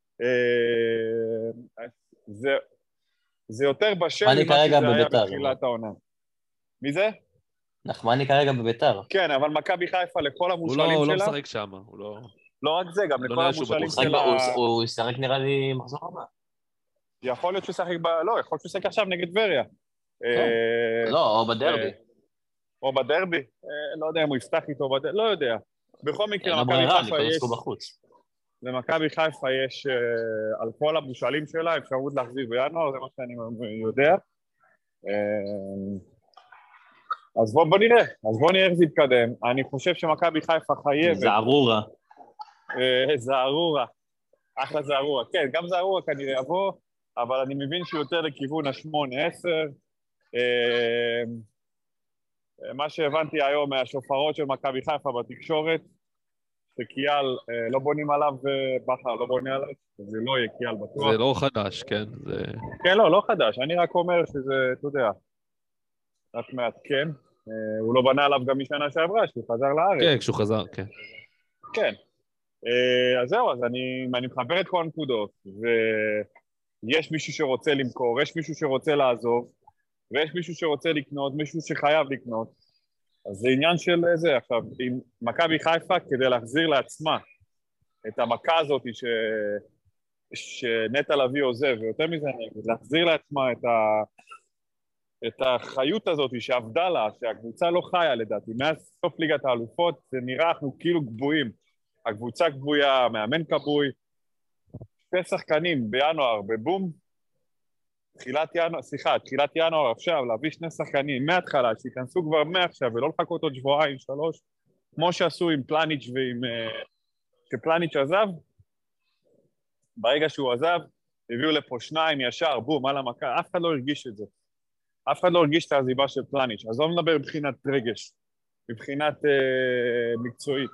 זה, זה יותר בשל ממה שזה היה בתחילת העונה. מי זה? נחמני כרגע בביתר. כן, אבל מכבי חיפה לכל המושלים שלה... הוא לא משחק שם, הוא לא... לא רק זה, גם לכל המושלים שלה... הוא ישחק נראה לי מחזור הבא. יכול להיות שהוא ישחק ב... לא, יכול להיות שהוא ישחק עכשיו נגד טבריה. לא, או בדרבי. או בדרבי, לא יודע אם הוא יפתח איתו בדרבי, לא יודע. בכל מקרה, מכבי חיפה יש... למכבי חיפה יש על כל המושלים שלה אפשרות להחזיר בינואר, זה מה שאני יודע. אז בוא, בוא נראה, אז בוא נראה איך זה יתקדם. אני חושב שמכבי חיפה חייבת... זערורה. אה, זערורה. אחלה זערורה. כן, גם זערורה כנראה יבוא, אבל אני מבין שהוא יותר לכיוון השמונה עשר. אה, מה שהבנתי היום מהשופרות של מכבי חיפה בתקשורת, שקייל, אה, לא בונים עליו בכר, לא בונים עליו, זה לא יהיה קייל בטוח. זה לא חדש, כן. זה... כן, לא, לא חדש. אני רק אומר שזה, אתה יודע... רק מעדכן, הוא לא בנה עליו גם משנה שעברה, שהוא חזר לארץ. כן, כשהוא חזר, כן. כן. אז זהו, אז אני, אני מחבר את כל הנקודות, ויש מישהו שרוצה למכור, יש מישהו שרוצה לעזוב, ויש מישהו שרוצה לקנות, מישהו שחייב לקנות. אז זה עניין של זה. עכשיו, עם מכבי חיפה, כדי להחזיר לעצמה את המכה הזאת ש... שנטע לביא עוזב, ויותר מזה, להחזיר לעצמה את ה... את החיות הזאת שעבדה לה, שהקבוצה לא חיה לדעתי, מאז סוף ליגת האלופות, זה נראה אנחנו כאילו גבוהים, הקבוצה גבויה, מאמן קבוי, שתי שחקנים בינואר, בבום, תחילת ינואר, סליחה, תחילת ינואר עכשיו, להביא שני שחקנים מההתחלה, שיכנסו כבר מעכשיו ולא לחכות עוד שבועיים, שלוש, כמו שעשו עם פלניץ' ועם... שפלניץ' עזב, ברגע שהוא עזב, הביאו לפה שניים ישר, בום, על המכה, אף אחד לא הרגיש את זה. אף אחד לא הרגיש את העזיבה של פלניץ', אז לא מדבר מבחינת רגש, מבחינת אה, מקצועית.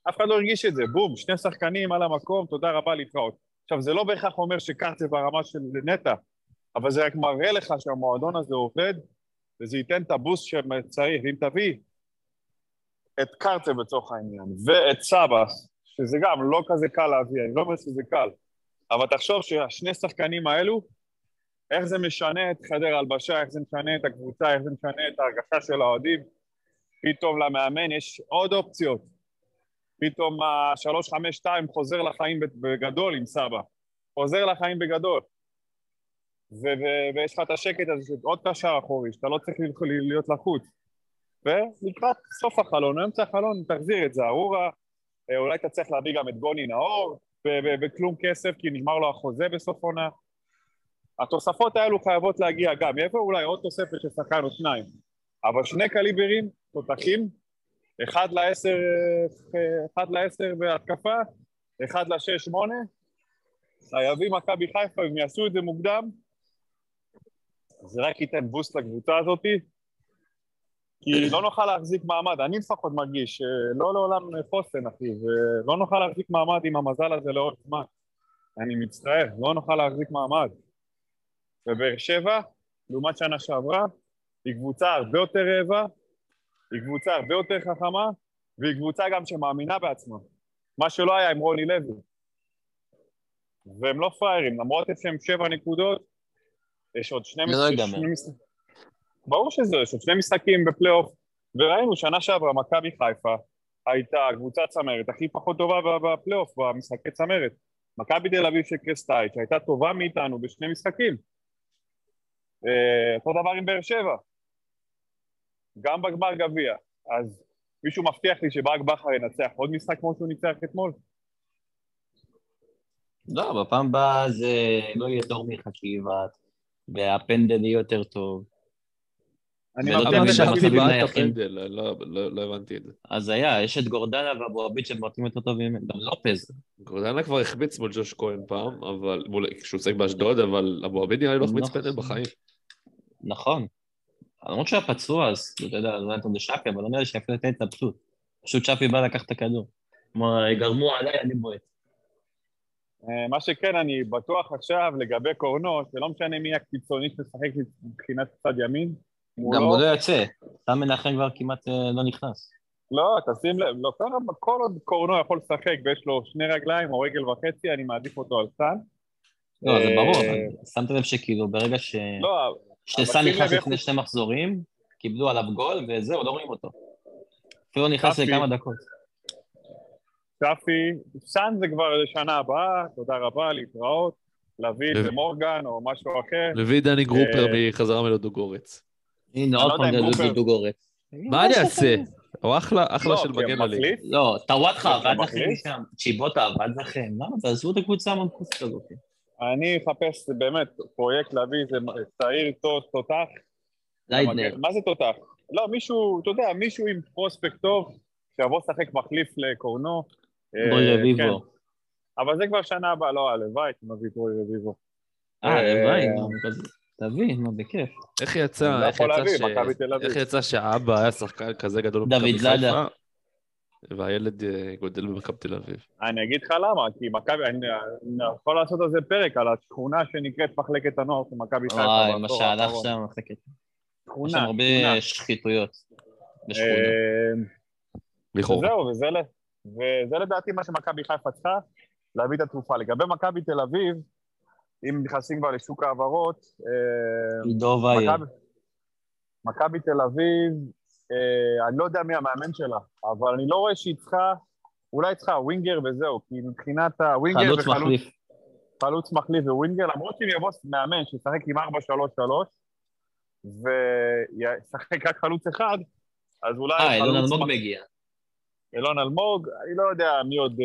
אף אחד לא הרגיש את זה, בום, שני שחקנים על המקום, תודה רבה להתראות. עכשיו, זה לא בהכרח אומר שקרצב ברמה של נטע, אבל זה רק מראה לך שהמועדון הזה עובד, וזה ייתן את הבוסט שצריך, אם תביא את קרצב בצורך העניין, ואת סבס, שזה גם לא כזה קל להביא, אני לא אומר שזה קל, אבל תחשוב שהשני שחקנים האלו, איך זה משנה את חדר הלבשה, איך זה משנה את הקבוצה, איך זה משנה את ההרגשה של האוהדים, פתאום למאמן יש עוד אופציות, פתאום ה-שלוש חמש שתיים חוזר לחיים בגדול עם סבא, חוזר לחיים בגדול, ויש לך את השקט הזה של עוד קשר אחורי, שאתה לא צריך להיות לחוץ, ולקראת סוף החלון, אמצע החלון, תחזיר את זה, ארורה, אולי אתה צריך להביא גם את גוני נאור, בכלום כסף, כי נגמר לו החוזה בסוף עונה. התוספות האלו חייבות להגיע גם, יבוא אולי עוד תוספת של שחקן או שניים, אבל שני קליברים, תותחים, אחד לעשר, אחד לעשר בהתקפה, אחד לשש שמונה, חייבים מכבי חיפה, אם יעשו את זה מוקדם, זה רק ייתן בוסט לקבוצה הזאת, כי לא נוכל להחזיק מעמד, אני לפחות מרגיש, לא לעולם חוסן, אחי, ולא נוכל להחזיק מעמד עם המזל הזה לעוד זמן. אני מצטער, לא נוכל להחזיק מעמד. ובאר שבע, לעומת שנה שעברה, היא קבוצה הרבה יותר רעבה, היא קבוצה הרבה יותר חכמה, והיא קבוצה גם שמאמינה בעצמה. מה שלא היה עם רוני לוי. והם לא פריירים, למרות שהם שבע נקודות, יש עוד שני משחקים. ברור שזה, יש עוד שני משחקים בפלייאוף, וראינו שנה שעברה, מכבי חיפה הייתה קבוצת צמרת הכי פחות טובה בפלייאוף, במשחקי צמרת. מכבי תל אביב של קרסטייץ' שהייתה טובה מאיתנו בשני משחקים. אותו דבר עם באר שבע. גם בגמר גביע. אז מישהו מבטיח לי שברק בכר ינצח עוד משחק כמו שהוא ניצח אתמול? לא, בפעם הבאה זה לא יהיה דור מחשיבת, והפנדל יהיה יותר טוב. אבל שרתי בעט הפנדל, לא הבנתי את זה. אז היה, יש את גורדנה ואבו עביד שמרתים יותר טובים, גם לופז. גורדנה כבר החביץ מול ג'וש כהן פעם, אבל כשהוא עוסק באשדוד, אבל אבו עביד נראה לי לא החביץ פנדל בחיים. נכון. למרות שהיה פצוע, אז אתה יודע, לא נתון לשאפי, אבל לא נראה לי שאפילו הייתה התנפשות. פשוט שאפי בא לקח את הכדור. כלומר, גרמו עליי, אני בועט. מה שכן, אני בטוח עכשיו לגבי קורנו, שלא משנה מי הקיצוני שמשחק מבחינת צד ימין. גם הוא לא יוצא, סתם מנחם כבר כמעט לא נכנס. לא, תשים לב, לא, כל עוד קורנו יכול לשחק ויש לו שני רגליים או רגל וחצי, אני מעדיף אותו על סן. לא, זה ברור, אבל שמת לב שכאילו ברגע ש... לא, שסן נכנס לפני שני מחזורים, קיבלו עליו גול וזהו, לא רואים אותו. אפילו נכנס לכמה דקות. שפי, סן זה כבר לשנה הבאה, תודה רבה, להתראות, להביא את מורגן או משהו אחר. להביא דני גרופר מחזרה מלודוגורץ. הנה, עוד פעם מלודוגורץ. מה אני אעשה? הוא אחלה של מגן עלי. לא, טוואטחה עבד לכם משם, צ'יבוטה עבד לכם, למה? תעזבו את הקבוצה המנפוסת הזאת. אני אחפש באמת פרויקט להביא איזה צעיר תותח. ליידנר. מה זה תותח? לא, מישהו, אתה יודע, מישהו עם פרוספקט טוב, שיבוא לשחק מחליף לקורנו. רוי רביבו. אבל זה כבר שנה הבאה, לא, הלוואי, מביא את רוי רביבו. אה, הלוואי, תביא, מה, בכיף. איך יצא, איך יצא שהאבא היה שחקן כזה גדול במכבי חיפה, והילד גודל במכבי תל אביב? אני אגיד לך למה, כי מכבי, אני יכול לעשות על זה פרק, על השכונה שנקראת מחלקת הנוער של מכבי חיפה. וואי, מה שהלך שם מחלקת. שכונה. יש שם הרבה שחיתויות בשכונה. לכאורה. זהו, וזה לדעתי מה שמכבי חיפה צריכה, להביא את התרופה. לגבי מכבי תל אביב, אם נכנסים כבר לשוק העברות, מכבי תל אביב, אני לא יודע מי המאמן שלה, אבל אני לא רואה שהיא צריכה, אולי צריכה ווינגר וזהו, כי מבחינת הווינגר חלוץ מחליף. חלוץ מחליף ווינגר, למרות שאם יבוא מאמן שישחק עם ארבע שלוש שלוש, וישחק רק חלוץ אחד, אז אולי... אה, אילון אלמוג מגיע. אילון אלמוג, אני לא יודע מי עוד...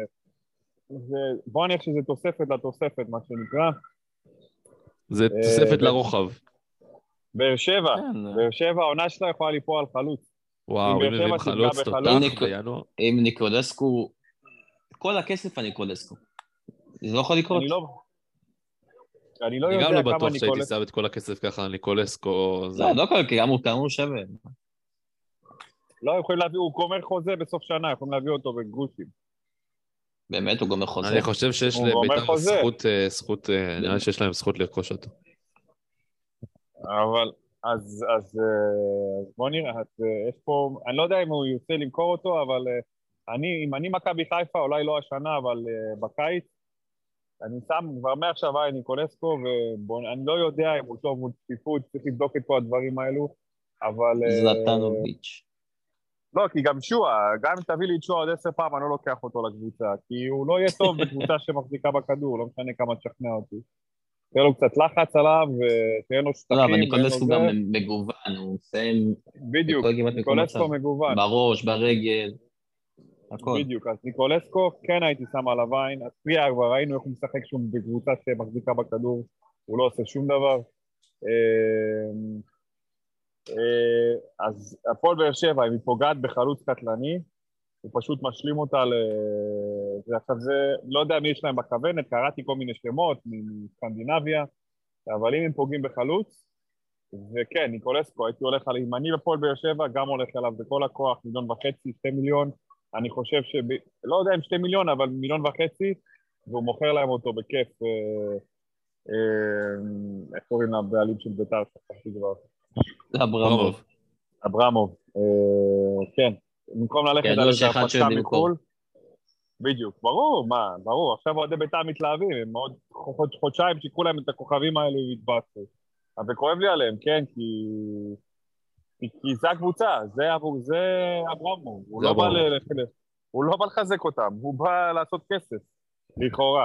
בוא נניח שזה תוספת לתוספת, מה שנקרא. זה תוספת לרוחב. באר שבע, באר שבע, העונה שלה יכולה ליפול על חלוץ. וואו, אם מביאים חלוץ תותח בינואר. עם ניקולסקו, כל הכסף על ניקולסקו. זה לא יכול לקרות. אני לא יודע כמה ניקולסקו. אני גם לא בטוח שהייתי שם את כל הכסף ככה על ניקולסקו. לא, לא כל כך, גם הוא שווה. לא, יכולים להביא, הוא גומר חוזה בסוף שנה, יכולים להביא אותו בגרושים. באמת, הוא גומר חוזה. אני חושב שיש לבית"ר זכות, זכות, נראה לי שיש להם זכות לרכוש אותו. אבל, אז, אז בוא נראה, יש פה, אני לא יודע אם הוא יוצא למכור אותו, אבל אני, אם אני מכבי חיפה, אולי לא השנה, אבל בקיץ, אני שם כבר מעכשיו היי ניקולסקו, ואני לא יודע אם הוא טוב מול צפיפות, צריך לבדוק את כל הדברים האלו, אבל... זלטנוביץ'. לא, כי גם שועה, גם אם תביא לי את שועה עוד עשר פעם, אני לא לוקח אותו לקבוצה, כי הוא לא יהיה טוב בקבוצה שמחזיקה בכדור, לא משנה כמה תשכנע אותי. תהיה לו קצת לחץ עליו, ותהיה לו שטחים. לא, אבל ניקולסקו גם מגוון, הוא מסיים... בדיוק, ניקולסקו מגוון. בראש, ברגל, הכל. בדיוק, אז ניקולסקו כן הייתי שם עליו עין, אז פריאה כבר ראינו איך הוא משחק שום בקבוצה שמחזיקה בכדור, הוא לא עושה שום דבר. אז הפועל באר שבע, אם היא פוגעת בחלוץ קטלני, הוא פשוט משלים אותה ל... עכשיו זה, לא יודע מי יש להם בכוונת, קראתי כל מיני שמות מסקנדינביה, אבל אם הם פוגעים בחלוץ, וכן, ניקולסקו, הייתי הולך על... אם אני בפועל באר שבע, גם הולך עליו בכל הכוח, מיליון וחצי, שתי מיליון, אני חושב ש... לא יודע אם שתי מיליון, אבל מיליון וחצי, והוא מוכר להם אותו בכיף, איך קוראים לבעלים של בית"ר, שכחתי כבר. אברמוב. אברמוב, כן. במקום ללכת על איזה הפצה מחול. בדיוק, ברור, מה, ברור. עכשיו אוהדי בית"ר מתלהבים, הם עוד חודשיים שיקחו להם את הכוכבים האלו והתבאסו. אבל כואב לי עליהם, כן, כי... כי זה הקבוצה, זה אברמוב. הוא לא בא לחזק אותם, הוא בא לעשות כסף, לכאורה.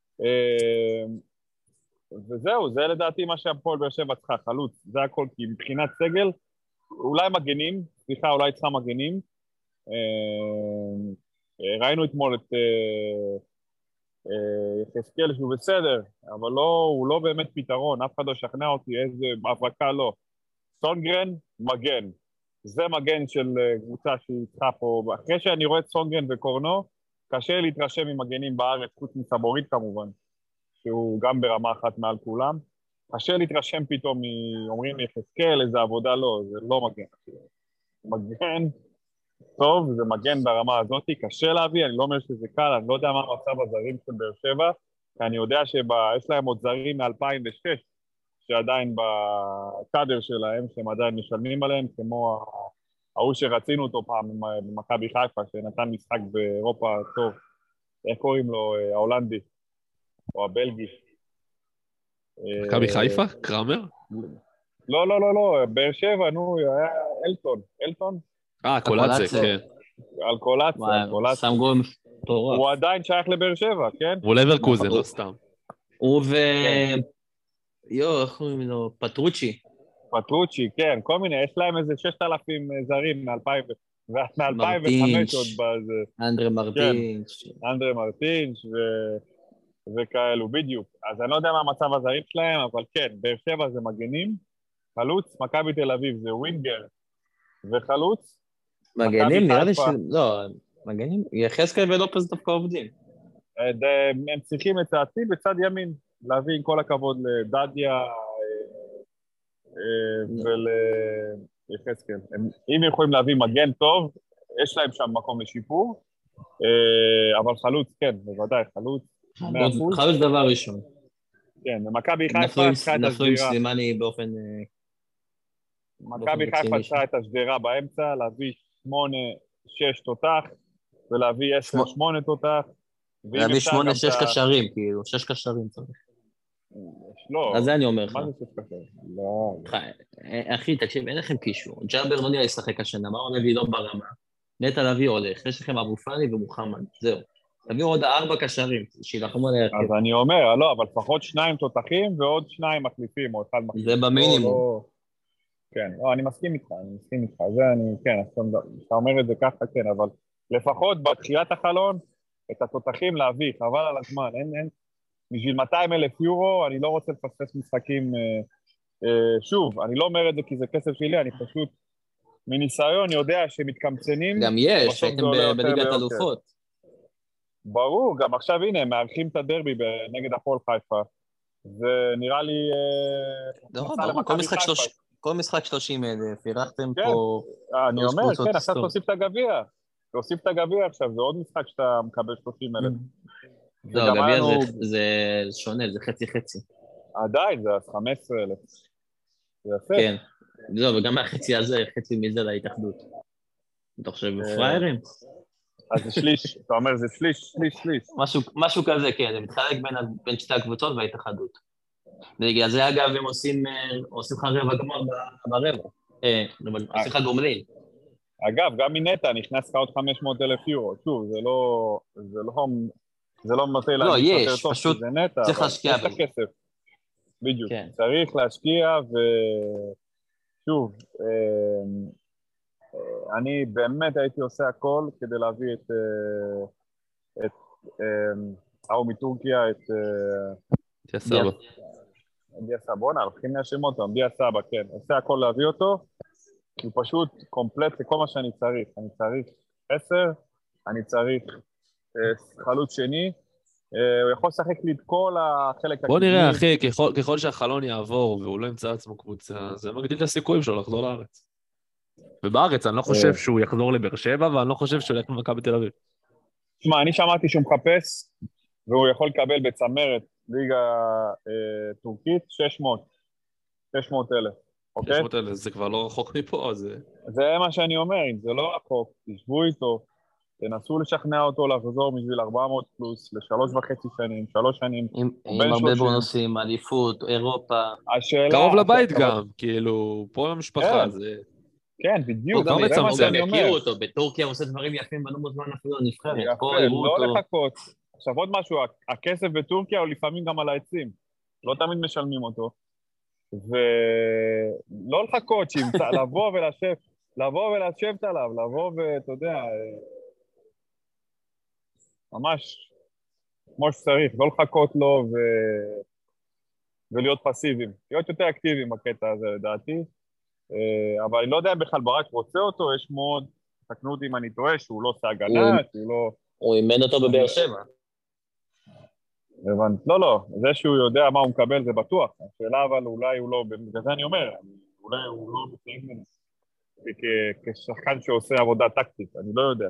וזהו, זה לדעתי מה שהפועל באר שבע צריכה, חלוץ, זה הכל, כי מבחינת סגל, אולי מגנים, סליחה, אולי צריכה מגנים. ראינו אתמול את יחזקאל שהוא בסדר, אבל הוא לא באמת פתרון, אף אחד לא שכנע אותי, איזה הברקה לא. סונגרן, מגן. זה מגן של קבוצה שהיא צריכה פה. אחרי שאני רואה את סונגרן וקורנו, קשה להתרשם ממגנים בארץ, חוץ מסבורית כמובן, שהוא גם ברמה אחת מעל כולם. קשה להתרשם פתאום, אומרים יחזקאל, איזה עבודה לא, זה לא מגן. מגן, טוב, זה מגן ברמה הזאת, קשה להביא, אני לא אומר שזה קל, אני לא יודע מה המצב הזרים של באר שבע, כי אני יודע שיש להם עוד זרים מ-אלפיים ושש, שעדיין בקאדר שלהם, שהם עדיין משלמים עליהם, כמו ההוא שרצינו אותו פעם במכבי חיפה, שנתן משחק באירופה טוב, איך קוראים לו, ההולנדי, או הבלגי. מכבי חיפה? קרמר? לא, לא, לא, לא, באר שבע, נו, היה אלטון, אלטון? אה, קולאצה, כן. על קולאצה, קולאצה. שם גול מטורף. הוא עדיין שייך לבאר שבע, כן? הוא לברקוזן, לא סתם. הוא ו... יו, איך קוראים לו? פטרוצ'י. פטרוצ'י, כן, כל מיני, יש להם איזה ששת אלפים זרים מ-אלפיים וחמש עוד בזה. אנדרה מרטינש. אנדרה מרטינש וכאלו, בדיוק. אז אני לא יודע מה המצב הזרים שלהם, אבל כן, באר שבע זה מגנים, חלוץ, מכבי תל אביב זה ווינגר וחלוץ. מגנים, נראה לי ש... לא, מגנים, יחזקאל ולופס דווקא עובדים. הם צריכים את העתיד בצד ימין, להביא עם כל הכבוד לדדיה וליחזקאל. אם יכולים להביא מגן טוב, יש להם שם מקום לשיפור, אבל חלוץ, כן, בוודאי, חלוץ. חלוץ דבר ראשון. כן, ומכבי חיפה צריכה את השדרה. נפלו עם סלימני באופן... מכבי חיפה צריכה את השדרה באמצע, להביא שמונה, שש תותח, ולהביא עשר, שמונה תותח. להביא שמונה, שש קשרים, כאילו, שש קשרים צריך. לא. אז זה אני אומר לך. מה זה שש קשרים? לא. אחי, תקשיב, אין לכם קישור. ג'אבר לא נראה לשחק השנה, מאור לוי לא ברמה. נטע לביא הולך, יש לכם אבו פאני ומוחמד, זהו. תביאו עוד ארבע קשרים, שילחמו על ההרכב. אז אני אומר, לא, אבל פחות שניים תותחים ועוד שניים מחליפים, או אחד מחליפים. זה במינימום. כן, לא, אני מסכים איתך, אני מסכים איתך. זה אני, כן, אתה אומר את זה ככה, כן, אבל לפחות בתחילת החלון, את התותחים להביא, חבל על הזמן, אין, אין, בשביל מאתיים אלף יורו, אני לא רוצה לפספס משחקים, אה, אה, שוב, אני לא אומר את זה כי זה כסף שלי, אני פשוט, מניסיון יודע שמתקמצנים. גם יש, הייתם בליגת אלופות. ברור, גם עכשיו הנה, הם מארחים את הדרבי נגד הפועל חיפה, זה נראה לי... לא, ברור, כל משחק כל משחק שלושים אלף, אירחתם כן. פה... אני שלוש אומר, קבוצות כן, עכשיו היסטוריות. תוסיף את הגביע. תוסיף את הגביע עכשיו, זה עוד משחק שאתה מקבל שלושים אלף. לא, וגם היה גביע לנו- זה- זה שונה, זה חצי-חצי. עדיין, זה אז חמש עשרה אלף. זה יפה. כן. לא, וגם מהחצי הזה, חצי מזה להתאחדות. אתה חושב בפריירים? אז זה שליש, אתה אומר זה שליש, שליש, שליש. משהו, משהו כזה, כן, זה מתחלק בין, ה- בין שתי הקבוצות וההתאחדות. בגלל זה, אגב, הם עושים, אה, עושים לך רבע גמר ב- ברבע. אה, אבל עושים לך גומלין. אגב, גם מנטע נכנס לך עוד חמש מאות אלף יורו. שוב, זה לא... זה לא... זה לא מטה לא, להגיד יש, יותר טוב, פשוט כי זה נטע, צריך אבל להשקיע יש את בזה. הכסף. בדיוק. כן. צריך להשקיע, ושוב, אה, אה, אני באמת הייתי עושה הכל כדי להביא את... אה, את... אה, ההוא מטורקיה, את... אה, תהיה סבא. דיה סבא, בוא'נה, הולכים להאשים אותו, דיה סבא, כן. עושה הכל להביא אותו, הוא פשוט קומפלט לכל מה שאני צריך. אני צריך עשר, אני צריך אה, חלוץ שני, אה, הוא יכול לשחק לי את כל החלק הקדמי. בוא נראה, אחי, ככל, ככל שהחלון יעבור והוא לא ימצא עצמו קבוצה, זה מגדיל את הסיכויים שלו לחזור לארץ. ובארץ אני לא חושב שהוא יחזור לבאר שבע, ואני לא חושב שהוא ילך למכבי בתל אביב. תשמע, אני שמעתי שהוא מחפש, והוא יכול לקבל בצמרת ליגה אה, טורקית שש מאות, שש מאות אלף, אוקיי? שש מאות אלף, זה כבר לא רחוק מפה, אז... זה מה שאני אומר, אם זה לא רחוק, תשבו איתו, תנסו לשכנע אותו לחזור בשביל ארבע מאות פלוס, לשלוש וחצי שנים, שלוש שנים. עם, הוא עם בן הרבה שלושים. בונוסים, אליפות, אירופה. השאלה... קרוב לבית אבל- גם, כאילו, פה המשפחה, כן. זה... כן, בדיוק, גם זה מצמצם. מה גם שאני אומר. יכירו אותו, בטורקיה הוא עושה דברים יפים ולא מוזמן אפילו לנבחרת. פה יפה, יראו לא אותו. לחכות. עכשיו עוד משהו, הכסף בטורקיה הוא לפעמים גם על העצים. לא תמיד משלמים אותו. ולא לחכות, שימצא, לבוא ולשבת, לבוא ולשבת עליו, לבוא ואתה יודע, ממש כמו שצריך, לא לחכות לו ו... ולהיות פסיביים. להיות יותר אקטיביים בקטע הזה לדעתי. אבל אני לא יודע אם בכלל ברק רוצה אותו, יש מאוד, תקנו אותי אם אני טועה, שהוא לא עושה הגנה, שהוא לא... הוא אימן אותו בבאר שבע. הבנת. לא, לא, זה שהוא יודע מה הוא מקבל זה בטוח. השאלה אבל אולי הוא לא, בגלל זה אני אומר, אולי הוא לא מתנהג ממנו. כ- כשחקן שעושה עבודה טקטית, אני לא יודע.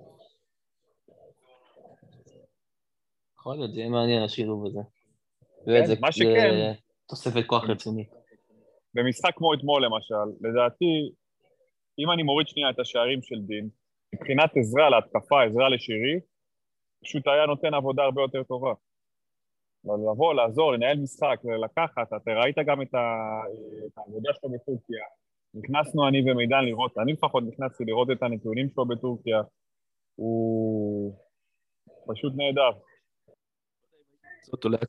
יכול להיות, זה יהיה מעניין השילוב הזה. כן, מה שכן. תוספת כוח רציני. במשחק כמו אתמול למשל, לדעתי, אם אני מוריד שנייה את השערים של דין, מבחינת עזרה להתקפה, עזרה לשירי, פשוט היה נותן עבודה הרבה יותר טובה. לבוא, לעזור, לנהל משחק, לקחת, אתה ראית גם את, ה... את העבודה שלו בטורקיה. נכנסנו אני ומידן לראות, אני לפחות נכנסתי לראות את הנתונים שלו בטורקיה, הוא פשוט נהדר. זאת עולה.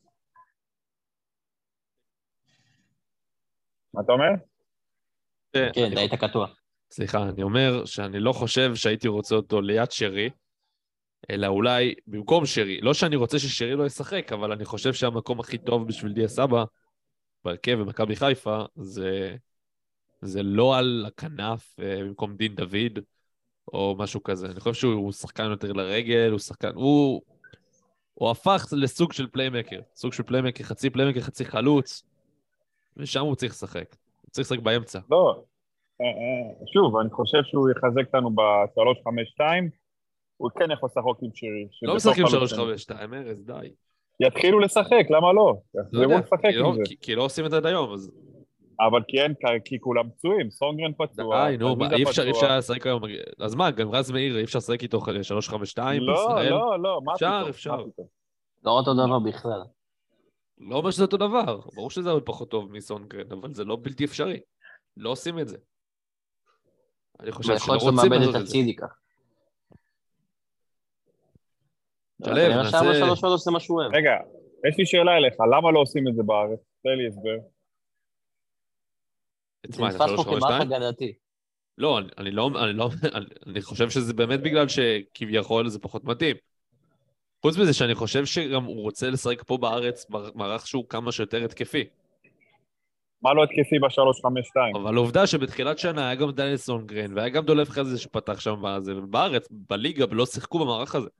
מה אתה אומר? כן, אתה היית קטוע. סליחה, אני אומר שאני לא חושב שהייתי רוצה אותו ליד שרי, אלא אולי במקום שרי. לא שאני רוצה ששרי לא ישחק, אבל אני חושב שהמקום הכי טוב בשביל דיה סבא, בהרכב במכבי חיפה, זה, זה לא על הכנף במקום דין דוד, או משהו כזה. אני חושב שהוא שחקן יותר לרגל, הוא שחקן... הוא, הוא הפך לסוג של פליימקר. סוג של פליימקר, חצי פליימקר, חצי חלוץ, ושם הוא צריך לשחק. הוא צריך לשחק באמצע. לא, שוב, אני חושב שהוא יחזק אותנו ב-שלוש חמש שתיים, הוא כן יכול לשחק עם שירי. לא משחקים שלוש חמש שתיים, ארז, די. יתחילו לשחק, למה לא? לא יחזרו יודע, לשחק כי לא- עם זה. כי- כי לא עושים את זה עד היום, אז אבל כי אין, כי כולם פצועים, סונגרן פצוע, די, נו, מה, חזיזה אי אפשר, אי פצוע. אפשר לשחק היום. אז מה, גם רז מאיר, אי אפשר לשחק איתו שלוש חמש שתיים לא, בישראל? לא, לא, מה אפשר, פתאום, אפשר. מה פתאום? לא אותו דבר בכלל. לא אומר שזה אותו דבר, ברור שזה עוד פחות טוב מסונגרן, אבל זה לא בלתי אפשרי. לא עושים את זה. אני חושב שלא יכול להיות שאתה רוצים מאבד לעשות את את זה. הצידי ככה. שלב, כנראה שארבע נעשה... שלוש שלוש זה מה שהוא אוהב. רגע, יש לי שאלה אליך, למה לא עושים את זה בארץ? תן לי הסבר. את זה מה, את נתפס ה-שלוש פה חמש כמערך שתיים? הגנתי. לא, אני, אני לא, אני לא, אני, אני חושב שזה באמת בגלל שכביכול זה פחות מתאים. חוץ מזה שאני חושב שגם הוא רוצה לשחק פה בארץ מערך שהוא כמה שיותר התקפי. מה לא התקפי ב-שלוש חמש שתיים? אבל העובדה שבתחילת שנה היה גם דניאל סונגרן, והיה גם דולף חזה שפתח שם בזה, ובארץ, בליגה, לא שיחקו במערך הזה.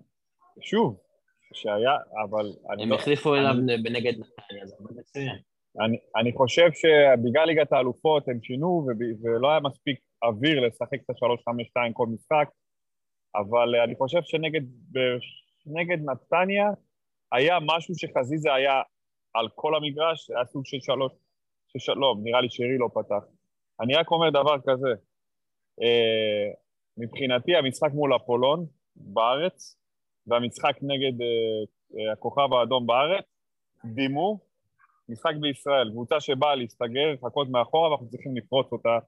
שוב, שהיה, אבל אני הם לא... החליפו אני- אליו בנגד נתניה, זה עבד מצוין. אני, אני חושב שבגלל ליגת האלופות הם שינו, וב, ולא היה מספיק אוויר לשחק את ה-שלוש חמש שתיים כל משחק, אבל אני חושב שנגד נגד נתניה היה משהו שחזיזה היה על כל המגרש, היה סוג של שלוש, ששלום, נראה לי שרי לא פתח. אני רק אומר דבר כזה, אה, מבחינתי המשחק מול אפולון בארץ, והמשחק נגד אה, אה, הכוכב האדום בארץ, דימו, משחק בישראל, קבוצה שבאה להסתגר, לחכות מאחורה, ואנחנו צריכים לפרוץ אותה.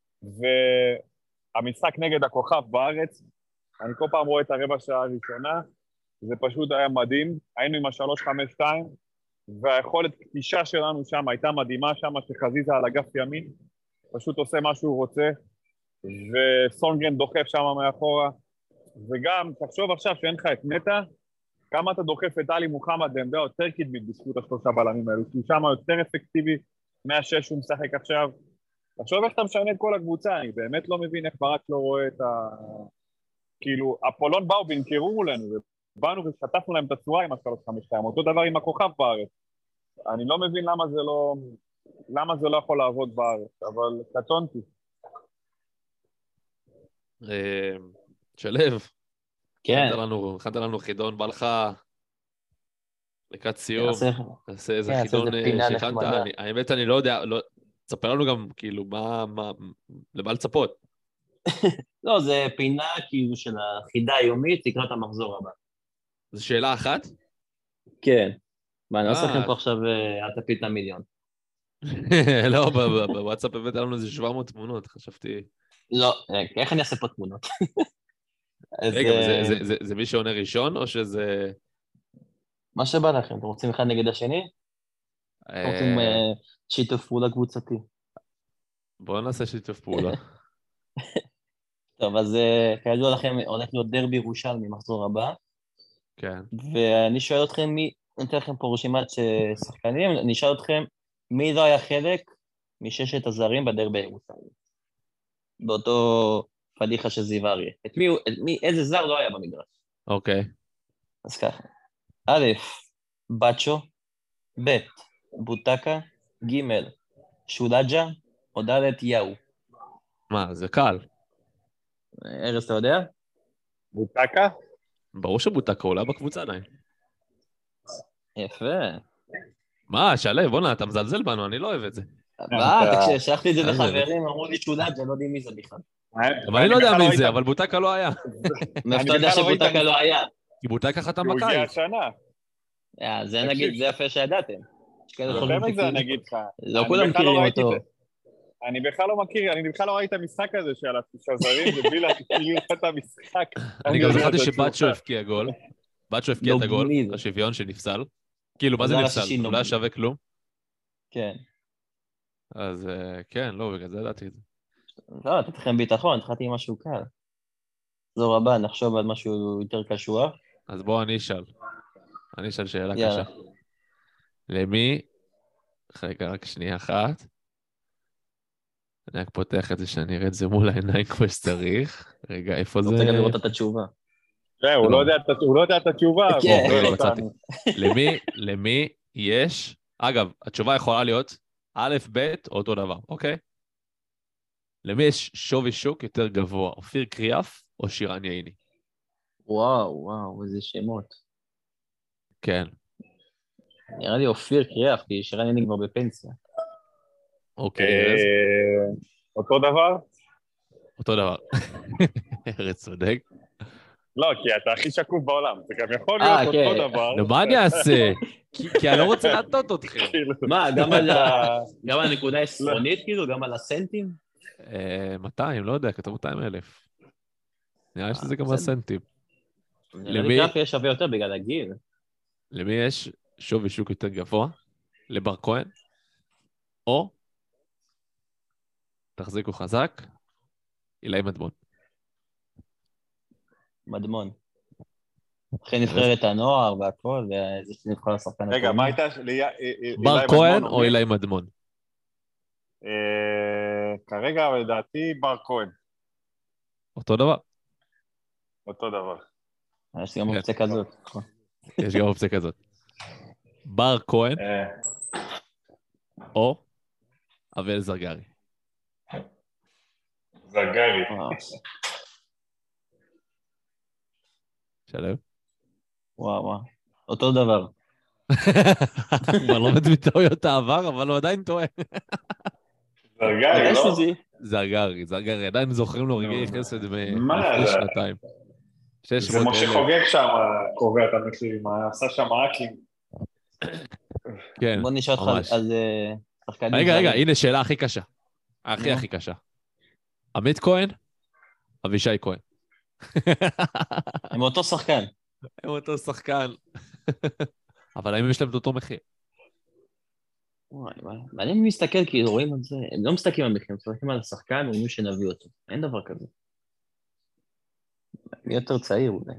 והמשחק נגד הכוכב בארץ, אני כל פעם רואה את הרבע שעה הראשונה, זה פשוט היה מדהים, היינו עם ה-שלוש חמש שתיים, והיכולת כתישה שלנו שם הייתה מדהימה שם, שחזיזה על אגף ימין, פשוט עושה מה שהוא רוצה, וסונגרן דוחף שם מאחורה, וגם, תחשוב עכשיו שאין לך את נטע, כמה אתה דוחף את אלי מוחמד בעמדה יותר קדמית בזכות השלושה בלמים האלו, שהוא שם יותר אפקטיבי מהשש שהוא משחק עכשיו. תחשוב איך אתה משנה את כל הקבוצה, אני באמת לא מבין איך ברק לא רואה את ה... כאילו, אפולון באו והנקרו לנו, ובאנו ושטפנו להם את הצורה עם ה-שלוש חמש שתיים, אותו דבר עם הכוכב בארץ. אני לא מבין למה זה לא... למה זה לא יכול לעבוד בארץ, אבל קטונתי. שלב. כן. הכנת לנו חידון, בא לך לקראת סיום, תעשה איזה כן, חידון פינה שהכנת, נחמדה. אני- האמת אני לא יודע, לא- תספר לנו גם כאילו מה, מה, למה לצפות. לא, זה פינה כאילו של החידה היומית לקראת המחזור הבא. זו שאלה אחת? כן. ואני לא אה. עושה לכם פה עכשיו אה, אל תפיל את המיליון. לא, ב- ב- בוואטסאפ הבאת לנו איזה שבע מאות תמונות, חשבתי... לא, אה, איך אני אעשה פה תמונות? אז, רגע, אבל זה- אה, זה- זה- זה מי שעונה ראשון, או שזה... מה שבא לכם, אתם רוצים אחד נגד השני? אתם רוצים אה, אה, שיתוף פעולה קבוצתי. בואו נעשה שיתוף פעולה. טוב, אז אה, כידוע לכם, הולך להיות דרבי ירושלמי מחזור הבא, כן. ואני שואל אתכם מי, אני אתן לכם פה רשימת אה, שחקנים, אני אשאל אתכם מי לא היה חלק מששת הזרים בדרבי הירושלמי. באותו פדיחה של זיו אריה. את מי, הוא- את מי, איזה זר לא היה במגרש? אוקיי. אז ככה. א', בצ'ו, ב', בוטקה, ג', שולג'ה, או ד', יאו. מה, זה קל. ארז, אתה יודע? בוטקה? ברור שבוטקה עולה בקבוצה עדיין. יפה. מה, שלב, בוא'נה, אתה מזלזל בנו, אני לא אוהב את זה. מה, אתה- תקשיב, שלחתי את זה מה זה? לחברים, אמרו לי שולג'ה, לא יודעים מי זה בכלל. אבל אני לא יודע בכלל מי ראיתי- זה, אבל בוטקה לא היה. מאיפה אתה יודע בכלל לא ראיתי שבוטקה את לא היה? כי בוטקה חתם הוא הגיע בקיץ. השנה. אה, זה תקשיב. נגיד, זה יפה שידעתם. יש כאלה יותר חושבים מזה שכאילו- אני אגיד לך. לא אני כולם בכלל לא מכירים ראיתי אותו. את זה. אני בכלל לא מכיר, אני בכלל לא ראיתי את המשחק הזה של השזרים, זה בלי לראות את המשחק. אני גם יודע זכרתי את שבאצ'ו התשובה. הבקיע גול. באצ'ו הבקיע את הגול, נוגניל. השוויון שנפסל. כאילו, מה אז זה זה היה נפסל? השישי הוא לא היה נוגניל. שווה כלום. כן. אז אה, כן, לא, בגלל זה ידעתי את זה. לא, נתתי לכם ביטחון, התחלתי עם משהו קל. מחזור הבא, נחשוב על משהו יותר קשוח. אז בוא אני אשאל. אני אשאל שאלה יאללה. קשה. למי... רגע, רק שנייה אחת. אני רק פותח את זה שאני אראה את זה מול העיניים כמו שצריך. רגע, איפה אני זה? רוצה גם לראות את התשובה. כן, הוא לא יודע את- הוא לא יודע את התשובה. כן. הוא שואל רגע, אותנו. מצאתי. למי, למי יש... אגב, התשובה יכולה להיות א', ב', אותו דבר, אוקיי? למי יש שווי שוק יותר גבוה, אופיר קריאף או שירן ייני? וואו, וואו, איזה שמות. כן, נראה לי אופיר קריאף, כי שירן יני כבר בפנסיה. אוקיי, ארז, אה, אותו דבר? אותו דבר. ארז צודק. לא, כי אתה הכי שקוף בעולם, זה גם יכול אה, להיות כן. אותו דבר. נו, מה אני אעשה? כי כי אני לא רוצה להטות אתכם. כאילו, מה, גם על ה- גם על הנקודה העשרונית, כאילו? גם על הסנטים? אה, מאתיים, לא יודע, כתוב מאתיים אלף. נראה לי שזה גם בסדר. הסנטים. נראה לי למי- קריאף יהיה שווה יותר בגלל הגיל. למי יש שווי שוק יותר גבוה? לבר כהן? או, תחזיקו חזק, אילי מדמון. מדמון. אחרי נבחרת הנוער והכל, וזה שנבחר לשחקן רגע, הטוב. מה הייתה? לי- אה, אה, בר אילי כהן מדמון או מי? אילי מדמון? אה, כרגע, לדעתי, בר כהן. אותו דבר. אותו דבר. יש לי גם אופציה כזאת. נכון. יש גם אופציה כזאת. בר כהן אה, או אביאל זרגרי. זרגרי. שלום. וואו, וואו. אותו דבר. כבר לא מדמי טעויות העבר, אבל הוא עדיין טועה. זרגרי, לא? זרגרי, זרגרי, עדיין זוכרים לו רגעי חסד מלפני שנתיים. זה משה חוגג שם, קובע את המחירים, עשה שם אקלים. כן, בוא נשאל אותך על שחקנים. רגע, רגע, הנה שאלה הכי קשה. הכי הכי קשה. עמית כהן, אבישי כהן. הם אותו שחקן. הם אותו שחקן. אבל האם יש להם את אותו מחיר? וואי, מעניין אם מסתכל, כי רואים את זה, הם לא מסתכלים על מחיר, הם מסתכלים על השחקן, ואומרים שנביא אותו. אין דבר כזה. יותר צעיר אולי.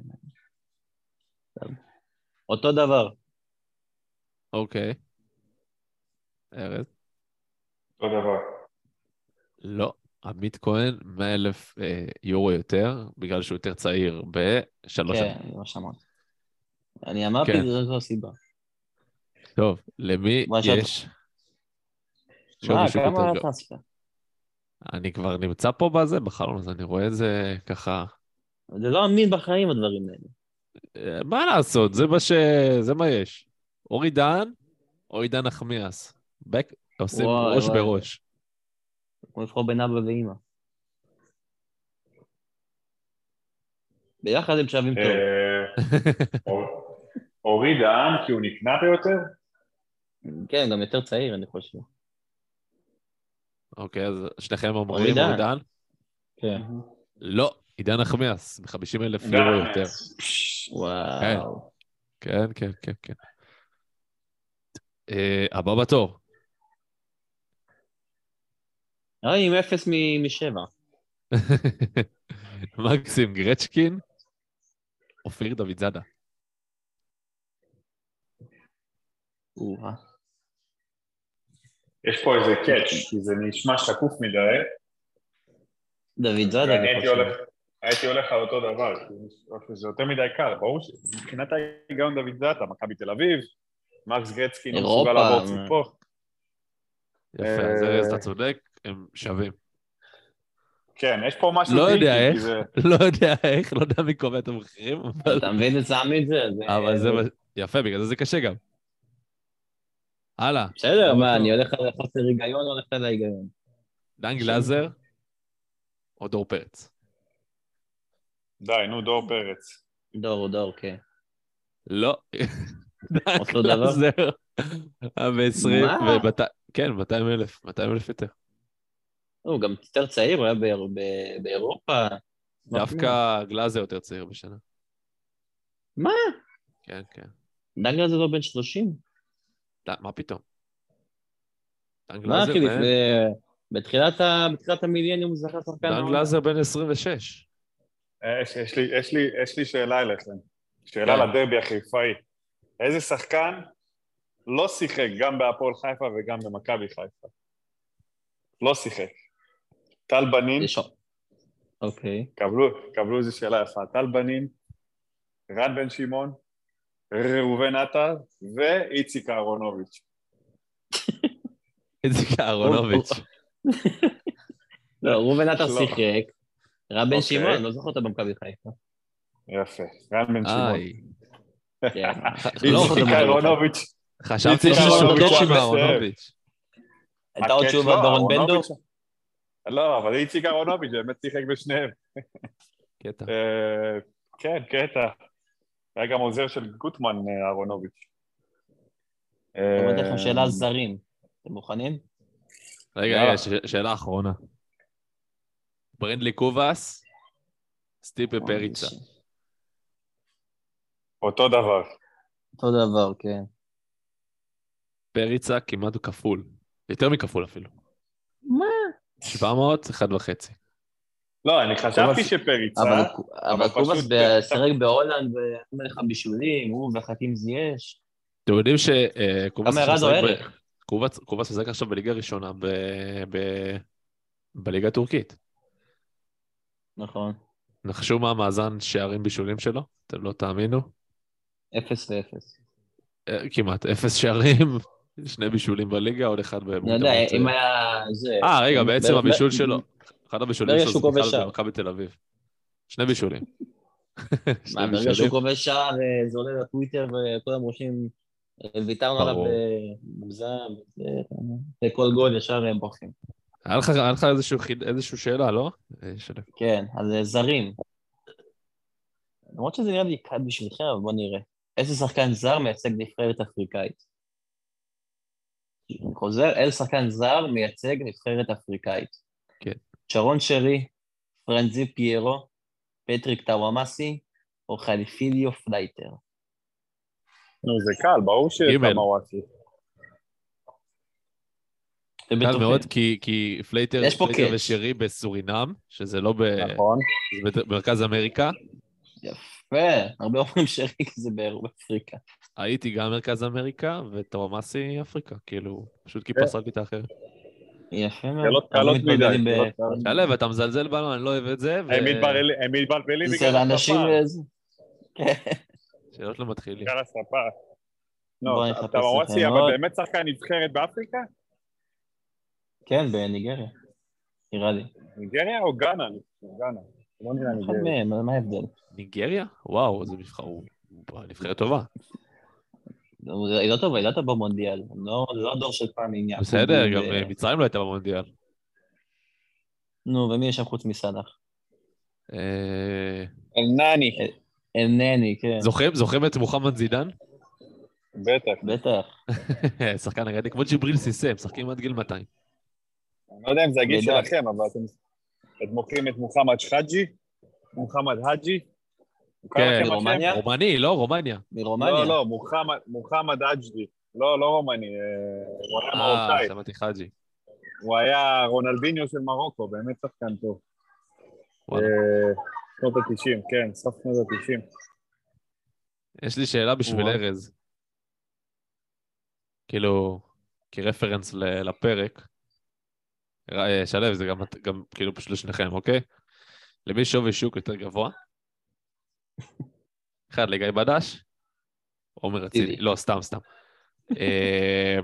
אותו דבר. אוקיי. ארז? אותו דבר. לא. עמית כהן, מאה אלף יורו יותר, בגלל שהוא יותר צעיר בשלוש שנים. כן, לא שמעת. אני אמרתי, זו הסיבה. טוב, למי יש... מה, כמה טרנספר? אני כבר נמצא פה בזה, בחלום הזה, אני רואה את זה ככה... זה לא אמין בחיים הדברים האלה. מה לעשות, זה מה ש... זה מה יש. אורי דהן, או עידן נחמיאס. בק... עושים ראש בראש. כמו לבחור בין אבא ואמא. ביחד הם שווים טוב. אורי דהן, כי הוא נקנה ביותר? כן, גם יותר צעיר, אני חושב. אוקיי, אז שניכם אומרים אורי דהן? כן. לא, עידן נחמיאס, ב-חמישים אלף יורו יותר. וואו. כן, כן, כן, כן. הבא בתור. ראי, עם אפס משבע. מקסים גרצ'קין, אופיר דוד זאדה. יש פה איזה קאץ', כי זה נשמע שקוף מדי. דוד זאדה. הייתי הולך על אותו דבר, זה יותר מדי קל, ברור שמבחינת ההיגיון דוד זאדה, מכבי תל אביב, מקס גרצ'קין, הוא מסוגל לעבור ציפור. יפה, אז ארז, אתה צודק, הם שווים. כן, יש פה משהו... לא יודע איך, לא יודע איך, לא יודע מי קובע את המחירים, אבל... אתה מבין את סעמי את זה? אבל זה יפה, בגלל זה זה קשה גם. הלאה. בסדר, מה, אני הולך על חוסר היגיון, או הולך על ההיגיון? דן גלאזר, או דור פרץ? די, נו, דור פרץ. דור, דור, כן. לא. דן גלאזר, ב-עשרים, כן, מאתיים אלף, מאתיים אלף יותר. הוא גם יותר צעיר, הוא היה באירופה. דווקא גלאזר יותר צעיר בשנה. מה? כן, כן. דן גלאזר לא בן שלושים? מה פתאום? מה, אחי, בתחילת המיליניום הוא זכה שחקן העונה. דן גלאזר בן עשרים ושש. יש לי שאלה אליכם. שאלה לדרבי החיפאי. איזה שחקן לא שיחק גם בהפועל חיפה וגם במכבי חיפה? לא שיחק. טל בנין. אוקיי. קבלו איזו שאלה יפה. טל בנין, רן בן שמעון, ראובן עטר ואיציק אהרונוביץ'. איציק אהרונוביץ'. לא, ראובן עטר שיחק. רן בן שמעון, לא זוכר אותו במכבי חיפה. יפה, רן בן שמעון. איציק אהרונוביץ'. חשבתי שהוא טוב עם אהרונוביץ'. הייתה עוד תשובה ברון בנדו? לא, אבל איציק אהרונוביץ' באמת שיחק בשניהם. קטע. כן, קטע. היה גם עוזר של גוטמן אהרונוביץ'. אני אומר לכם שאלה על זרים. אתם מוכנים? רגע, רגע, שאלה אחרונה. ברנדלי קובאס, סטיפה פריצה. אותו דבר. אותו דבר, כן. פריצה כמעט כפול. יותר מכפול אפילו. מה? שבע מאות, אחד וחצי. לא, אני חשבתי שפריצה... אבל קובאס שרק בהולנד ואומר לך בישולים, הוא וחכים זייש. אתם יודעים שקובאס משחק עכשיו בליגה ראשונה בליגה הטורקית. נכון. נחשו מה המאזן שערים בישולים שלו? אתם לא תאמינו? אפס ואפס. כמעט, אפס שערים, שני בישולים בליגה, עוד אחד אני במוקדמות. יודע, אם היה... זה... אה, רגע, בעצם ב- הבישול ב- שלו, אחד הבישולים ברגע שלו שהוא זה כובש בכלל שער. במכבי בתל אביב. שני בישולים. שני מה, ברגע בישולים. שהוא כובש שער, אה, זה עולה לטוויטר וכולם רושמים, אה, ויתרנו עליו ברור. אה, מוגזם, וכל גול ישר הם בורחים. היה לך, היה לך איזשהו, חיד- איזשהו שאלה, לא? אה, שלם. כן, אז אה, זרים. למרות שזה נראה לי קל בשבילכם, אבל בואו נראה. איזה שחקן זר מייצג נבחרת אפריקאית? אני חוזר, איזה שחקן זר מייצג נבחרת אפריקאית? כן. שרון שרי, פרנזי פיירו, פטריק טוואמאסי, או חליפיליו פלייטר? נו, זה קל, ברור שטוואמאסי. קל מאוד, כי, כי פלייטר, יש פה פלייטר קאץ'. ושרי בסורינם, שזה לא ב... נכון. זה במרכז אמריקה. יפה, הרבה אומרים שרי זה באפריקה. הייתי גם מרכז אמריקה, וטוואמאסי אפריקה, כאילו, פשוט כיפה סרקית האחרת. יפה מאוד. שאלות קלות מדי. מתבלבלים ב- שאלות קלות. שלב, אתה מזלזל בנו, אני לא אוהב את זה, ו... הם מתבלבלים- הם מתבלבלים זה בגלל לאנשים... השפה. כן. שאלות לא מתחילים. בגלל השפה. לא, בוא נחפש טוואמאסי, לכם אבל עוד. באמת שחקן נבחרת באפריקה? כן, בניגריה. נראה לי. ניגריה או גאנה? גאנה. לא נראה אחד ניגריה. מהם, מה- מה ההבדל? ניגריה? וואו, זה מבחר, הוא נבחרת טובה. היא לא טובה, היא לא טובה במונדיאל. לא- זה לא הדור של פעם עם יעקב. בסדר, ו- גם אה, מצרים לא הייתה במונדיאל. נו, ומי יש שם חוץ מסלאח? אה, אלנני. אינני, כן. זוכרים? זוכרים את מוחמד זידן? בטח. בטח. שחקן הגדול, כמו ג'יבריל סיסה, הם משחקים עד גיל מאתיים. אני לא יודע אם זה הגיל נהדר. שלכם, אבל אתם אתם מוכרים את מוחמד חאג'י? מוחמד האג'י? מוכר כן, לכם השם? רומניה? רומני, לא, רומניה. מרומניה? לא, לא, מוחמד- מוחמד האג'י. לא, לא רומני, אה, הוא היה אה, מרוקאי. שמעתי חאג'י. הוא היה רונלדיניו של מרוקו, באמת שחקן טוב. וואלה. אה, שנות ה-תשעים, כן, סוף שנות ה-תשעים. יש לי שאלה בשביל וואו. ארז. כאילו, כרפרנס ל- לפרק. אה, שלב, זה גם, גם כאילו פשוט לשניכם, אוקיי? למי שווי שוק יותר גבוה? אחד לגיא בדש? עומר אצילי. טיבי. לא, סתם, סתם. אה,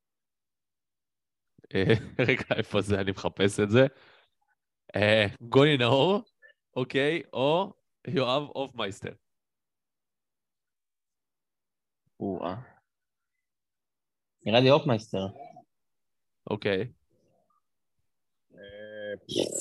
אה, רגע, איפה זה? אני מחפש את זה. אה, גוני נאור, אוקיי, או יואב אופמייסטר. וואה. נראה לי אופמייסטר. אוקיי. אה,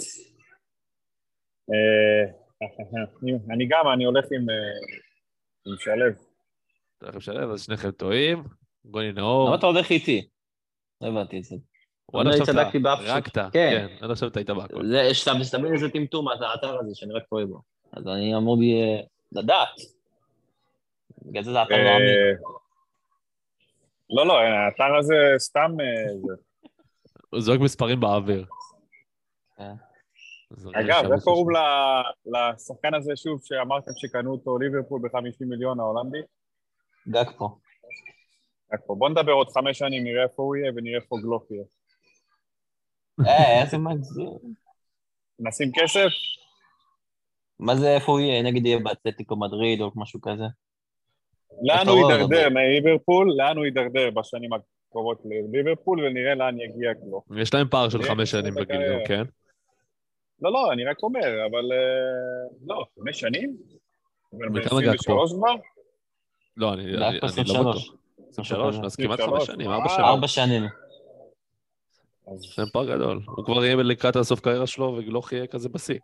אה, אני גם, אני הולך עם אה, עם שלב. אתה הולך לשלב, אז שניכם טועים. גוני נאור. למה אתה הולך איתי? לא הבנתי את זה. עד אני עכשיו צדקתי אתה באף רקת, כן. כן, עד עכשיו אתה היית בהכל. זה, שאתה מסתבר איזה טמטום, האתר הזה, שאני רק טועה בו. אז אני אמור לי אה, לדעת. בגלל זה זה אתר לא אמין. אה, לא, לא, האתר הזה סתם... אה, זה. הוא זורק מספרים באוויר. כן. אז אגב, רגע, איך קוראים ל- לשחקן הזה שוב, שאמרתם שקנו אותו ליברפול ב-חמישים מיליון ההולנדי? גג פה. רק פה. בוא נדבר עוד חמש שנים, נראה איפה הוא יהיה ונראה איפה גלוך יהיה. אה, איזה מגזיר. נשים כסף? מה זה, איפה הוא יהיה? נגיד יהיה באתלטיקו מדריד או משהו כזה? לאן איפה הוא הוא יידרדר מדבר? מליברפול? לאן הוא יידרדר בשנים הקרובות לליברפול, ונראה לאן יגיע גלוך. יש להם פער של נראה חמש איך שנים זה בגיל קריירה. גם, כן? לא, לא, אני רק אומר, אבל... אה, לא, חמש שנים? אבל בכמה גג ב-עשרים ושלוש כבר? לא, אני אני- גג פה אני לא עשרים ושלוש. בטוח. עשרים ושלוש, אז כמעט עשרים ושלוש, חמש שנים, ארבע וואו. שנים. ארבע שנים. אז יש להם פער גדול. הוא כבר יהיה לקראת הסוף קריירה שלו, וגלוך יהיה כזה בשיא.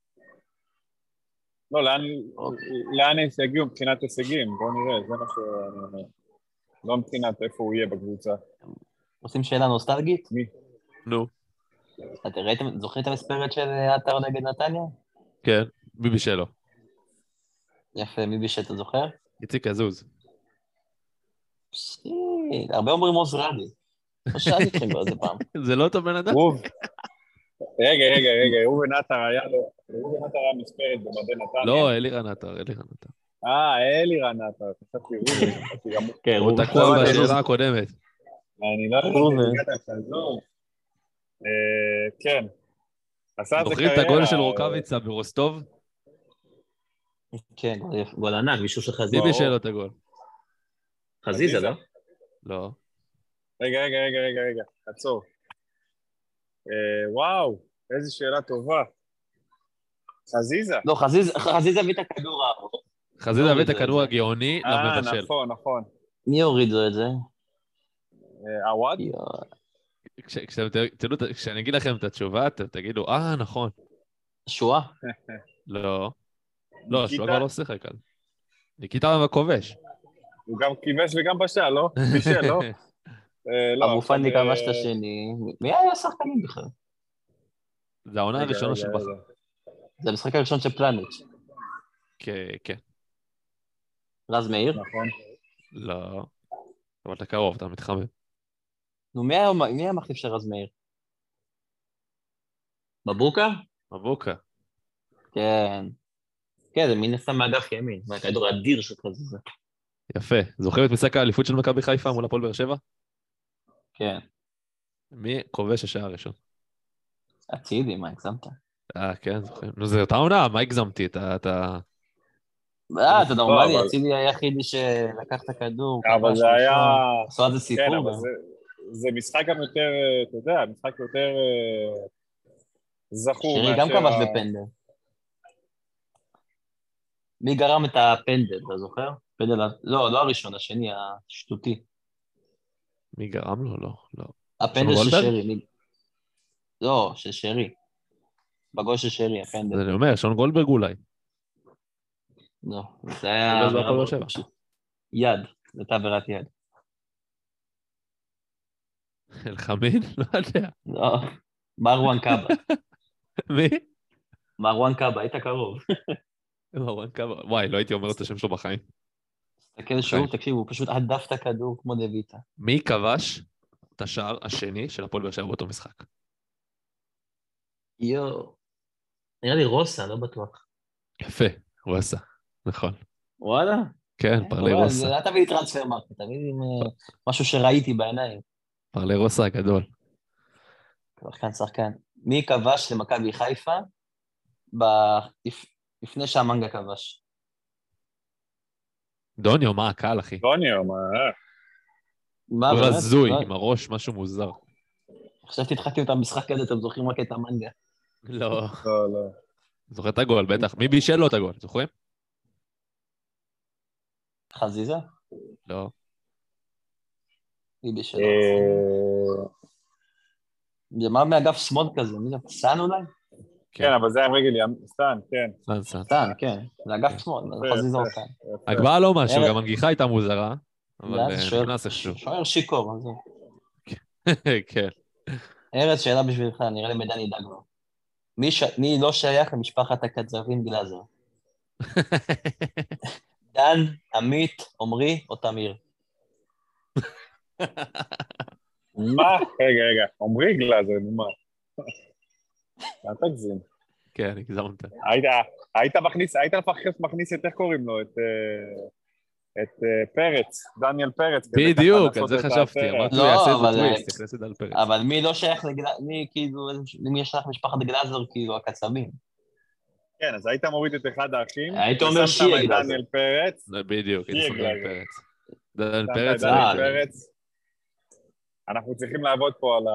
לא, לאן, לאן הם יגיעו מבחינת הישגים? בואו נראה, זה מה שאני אומר. לא מבחינת איפה הוא יהיה בקבוצה. עושים שאלה נוסטלגית? מי? נו, אתם ראיתם, זוכרים את המספרת של עטר נגד נתניה? כן, ביבי שלו. יפה, מי בישל, אתה זוכר? איציק עזוז. פשי, הרבה אומרים עוז רדי. לא שאלתי אתכם כבר איזה פעם. זה לא אותו בן אדם? ראוב. רגע, רגע, רגע, ראובן עטר היה לו, ראובן עטר היה מספרת במדי נתניה. לא, אלירן עטר, אלירן עטר. אה, אלירן עטר, חשבתי ראובן, חשבתי גם... כן, הוא תקוע בשאלה הקודמת. אני לא ראובן. יודע, הגעת לחזור. אה, כן. עשה את זה זוכרים את קריירה. הגול של רוקאביצה ברוסטוב? כן, גול יפה, גול ענק, מישהו של חזיזה. ביבי שלו את הגול. חזיזה, לא? לא. רגע, רגע, רגע, רגע, רגע, עצור. אה, וואו, איזו שאלה טובה. חזיזה. לא, חזיזה, חזיזה הביא את הכדור הארוך. חזיזה הביא את הכדור הגאוני אה, למבשל. נכון, נכון. מי הוריד לו את זה? אה, עווד? כש- כשאתם תדעו- כשאני אגיד לכם את התשובה, אתם תגידו, אה, נכון. שואה? לא. לא, ניקיטה? שואה כבר לא שיחק כאן. ניקיטה הכובש. הוא גם כיבש וגם בשל, לא? בישל, לא? אה, לא, אבו פאני עכשיו, כבש את אה, השני. מי היה השחקנים בכלל? זה העונה רגע, הראשונה רגע, של רגע. בכר. זה המשחק הראשון של פלניץ'. כן, כן. רז מאיר? נכון. לא. אבל אתה קרוב, אתה מתחמם. נו, מי היה- מי היה המחליף של רז מאיר? מבוקה? מבוקה. כן. כן, זה מן הסתם מאגף ימין. זה הכדור אדיר של חזיזה. יפה. זוכרים את משחק האליפות של מכבי חיפה מול הפועל באר שבע? כן. מי כובש השער הראשון? אצילי, מה, הגזמת? אה, כן, זוכרים. נו, זה אותה עונה, מה הגזמתי? אתה... אתה... אה, אתה נורמלי, אבל- אצילי היחידי שלקח את הכדור. אבל כבש, זה היה... ראשון. עשו על זה כן, סיפור. אבל גם. זה- זה משחק גם יותר, אה, אתה יודע, משחק יותר אה, זכור שרי גם מאשר כבש ה- בפנדל. מי גרם את הפנדל, אתה זוכר? פנדל, ה- לא, לא הראשון, השני, השטותי. מי גרם לו? לא, לא. הפנדל שון של גולדברג? שרי. מי- לא, של שרי. בגול של שרי, הפנדל. אז אני אומר, שון גולדברג אולי. לא, זה היה... זה בהפועל באר עבירה- שבע. יד, זו הייתה עבירת יד. אלחמין? לא יודע. לא, מרואן קאבה. מי? מרואן קאבה, היית קרוב. מרואן קאבה. וואי, לא הייתי אומר את השם שלו בחיים. תסתכל שוב, תקשיב, הוא פשוט הדף את הכדור כמו דויטה. מי כבש את השער השני של הפועל באר שבע באותו משחק? יואו. נראה לי רוסה, לא בטוח. יפה, הוא עשה. נכון. וואלה. כן, פרלי וואלה, רוסה. אל תביא לי טרנספר מרקט, תביא לי אה, משהו שראיתי בעיניים. פרלי רוסה הגדול. שחקן שחקן. מי כבש למכבי חיפה ב- לפ- לפני שהמנגה כבש? דוניו, מה הקהל, אחי? דוניו, מה... אה. מה הוא באמת? הזוי, לא, עם הראש, משהו מוזר. חשבתי התחלתי את המשחק הזה, אתם זוכרים רק את המנגה. לא. לא, לא. זוכר את הגול, בטח. מי בישל לו את הגול, זוכרים? חזיזה? לא. מי בשלו? אה, זה מה מאגף שמאל כזה? מי זה? סאן אולי? כן, אבל זה היה עם רגל ים... סטן, כן. סן סן. סאן, כן. זה אגף שמאל, זה חזיזה או סאן. יפה. הגבהה לא משהו, ארץ- גם הנגיחה הייתה מוזרה, אבל ואז אה, שוער- נכנס איכשהו. שוער שיכור, אז זהו. כן. ארץ, שאלה בשבילך, נראה לי מדני דגו. מי, ש... מי לא שייך למשפחת הכתבים גלאזר? דן, עמית, עמרי או תמיר? מה? רגע, רגע. עמרי גלאזר, נו מה? אל תגזים. כן, הגזמת. היית, היית מכניס, היית לפחות מכניס את, איך קוראים לו? את, אה, את אה, פרץ, דניאל פרץ. כדי ככה בדיוק, על לעשות זה את חשבתי. הסרט. אמרתי, לא, הוא יעשה אבל- את הטוויסט, יכנס את דל פרץ. אבל מי לא שייך לגלאזר? מי כאילו, מי שייך למשפחת גלאזר, כאילו, הקצבים? כן, אז היית מוריד את אחד האחים. היית אומר ושמת שיהיה את גלאזר. דניאל פרץ. לא, בדיוק, הייתי שם שיהיה דל גלאזר. פרץ. דל שמת פרץ, את דניאל אה, פרץ. אנחנו צריכים לעבוד פה על ה...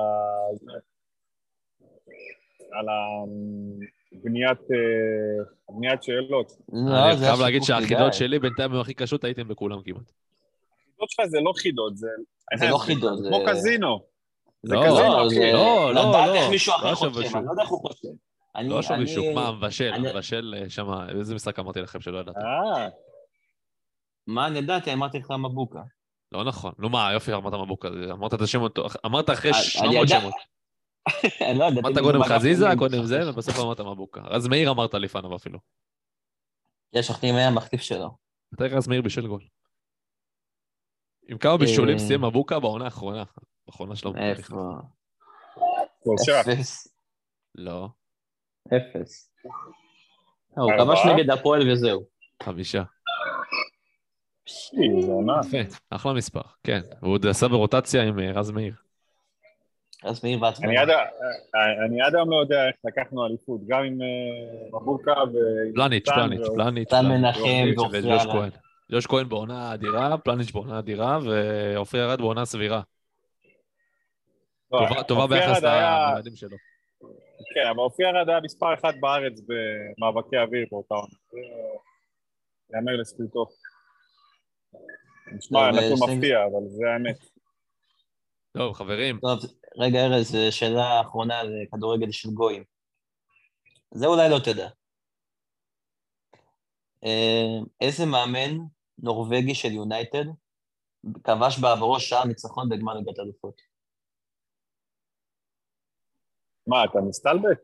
על הבניית אה, בניית שאלות. לא, אני זה חייב להגיד השיקוף שהחידות מדי. שלי בינתיים היו הכי קשות, הייתם בכולם כמעט. החידות שלך זה לא חידות, זה... זה לא חידות, זה... כמו קזינו. זה לא, קזינו, לא, אחי. זה... לא, לא, לדעת לא. איך מישהו לא אחר שווה חושב, שוק. אני לא יודע איך הוא חושב. אני- לא שווה אני- שוק, מה, מבשל, אני- מבשל שם, איזה משחק אמרתי לכם שלא ידעתם? אה, מה אני ידעתי? אמרתי לך מבוקה. לא נכון. נו מה, יופי, אמרת מבוקה, אמרת את השם אותו, אמרת אחרי אני שמונה מאות ידע- שמות. אני לא ידעתי... אמרת מי קודם באגף חזיזה, ימין. קודם זה, ובסוף אמרת מבוקה. רז מאיר אמרת לפניו אפילו. יש אחי מי המחליף שלו. מתי רז מאיר בישל גול? עם כמה בישולים אה, סיים מבוקה בעונה האחרונה. האחרונה שלו. איפה? שלושה. אפס. לא, אפס. אה, הוא ארבעה? כבש נגד הפועל וזהו. חמישה. זה עונה. יפה, אחלה מספר, כן. הוא עוד עשה ברוטציה עם אה, רז מאיר. אז מאיר ועצמנו. אני עד ה- אני עד היום לא יודע איך לקחנו אליפות, גם עם אה, מבוקה ו... פלניץ', סטן פלניץ', ועוד- פלניץ'. סטן פלניץ', מנחם פלניץ' ועופרי וג'וש ארד. כהן. ג'וש כהן בעונה אדירה, פלניץ' בעונה אדירה, ועופרי ירד בעונה סבירה. טובה ביחס למדדים שלו. כן, אבל אופי ארד היה מספר אחד בארץ במאבקי אוויר באותה עונה. זה יאמר לזכותו. נשמע נתון מפתיע, אבל זה האמת. טוב, חברים. טוב, רגע, ארז, שאלה האחרונה לכדורגל של גויים. זה אולי לא תדע. איזה מאמן נורווגי של יונייטד כבש בעברו שער ניצחון בגמר ליגת האלופות? מה, אתה מסתלבט?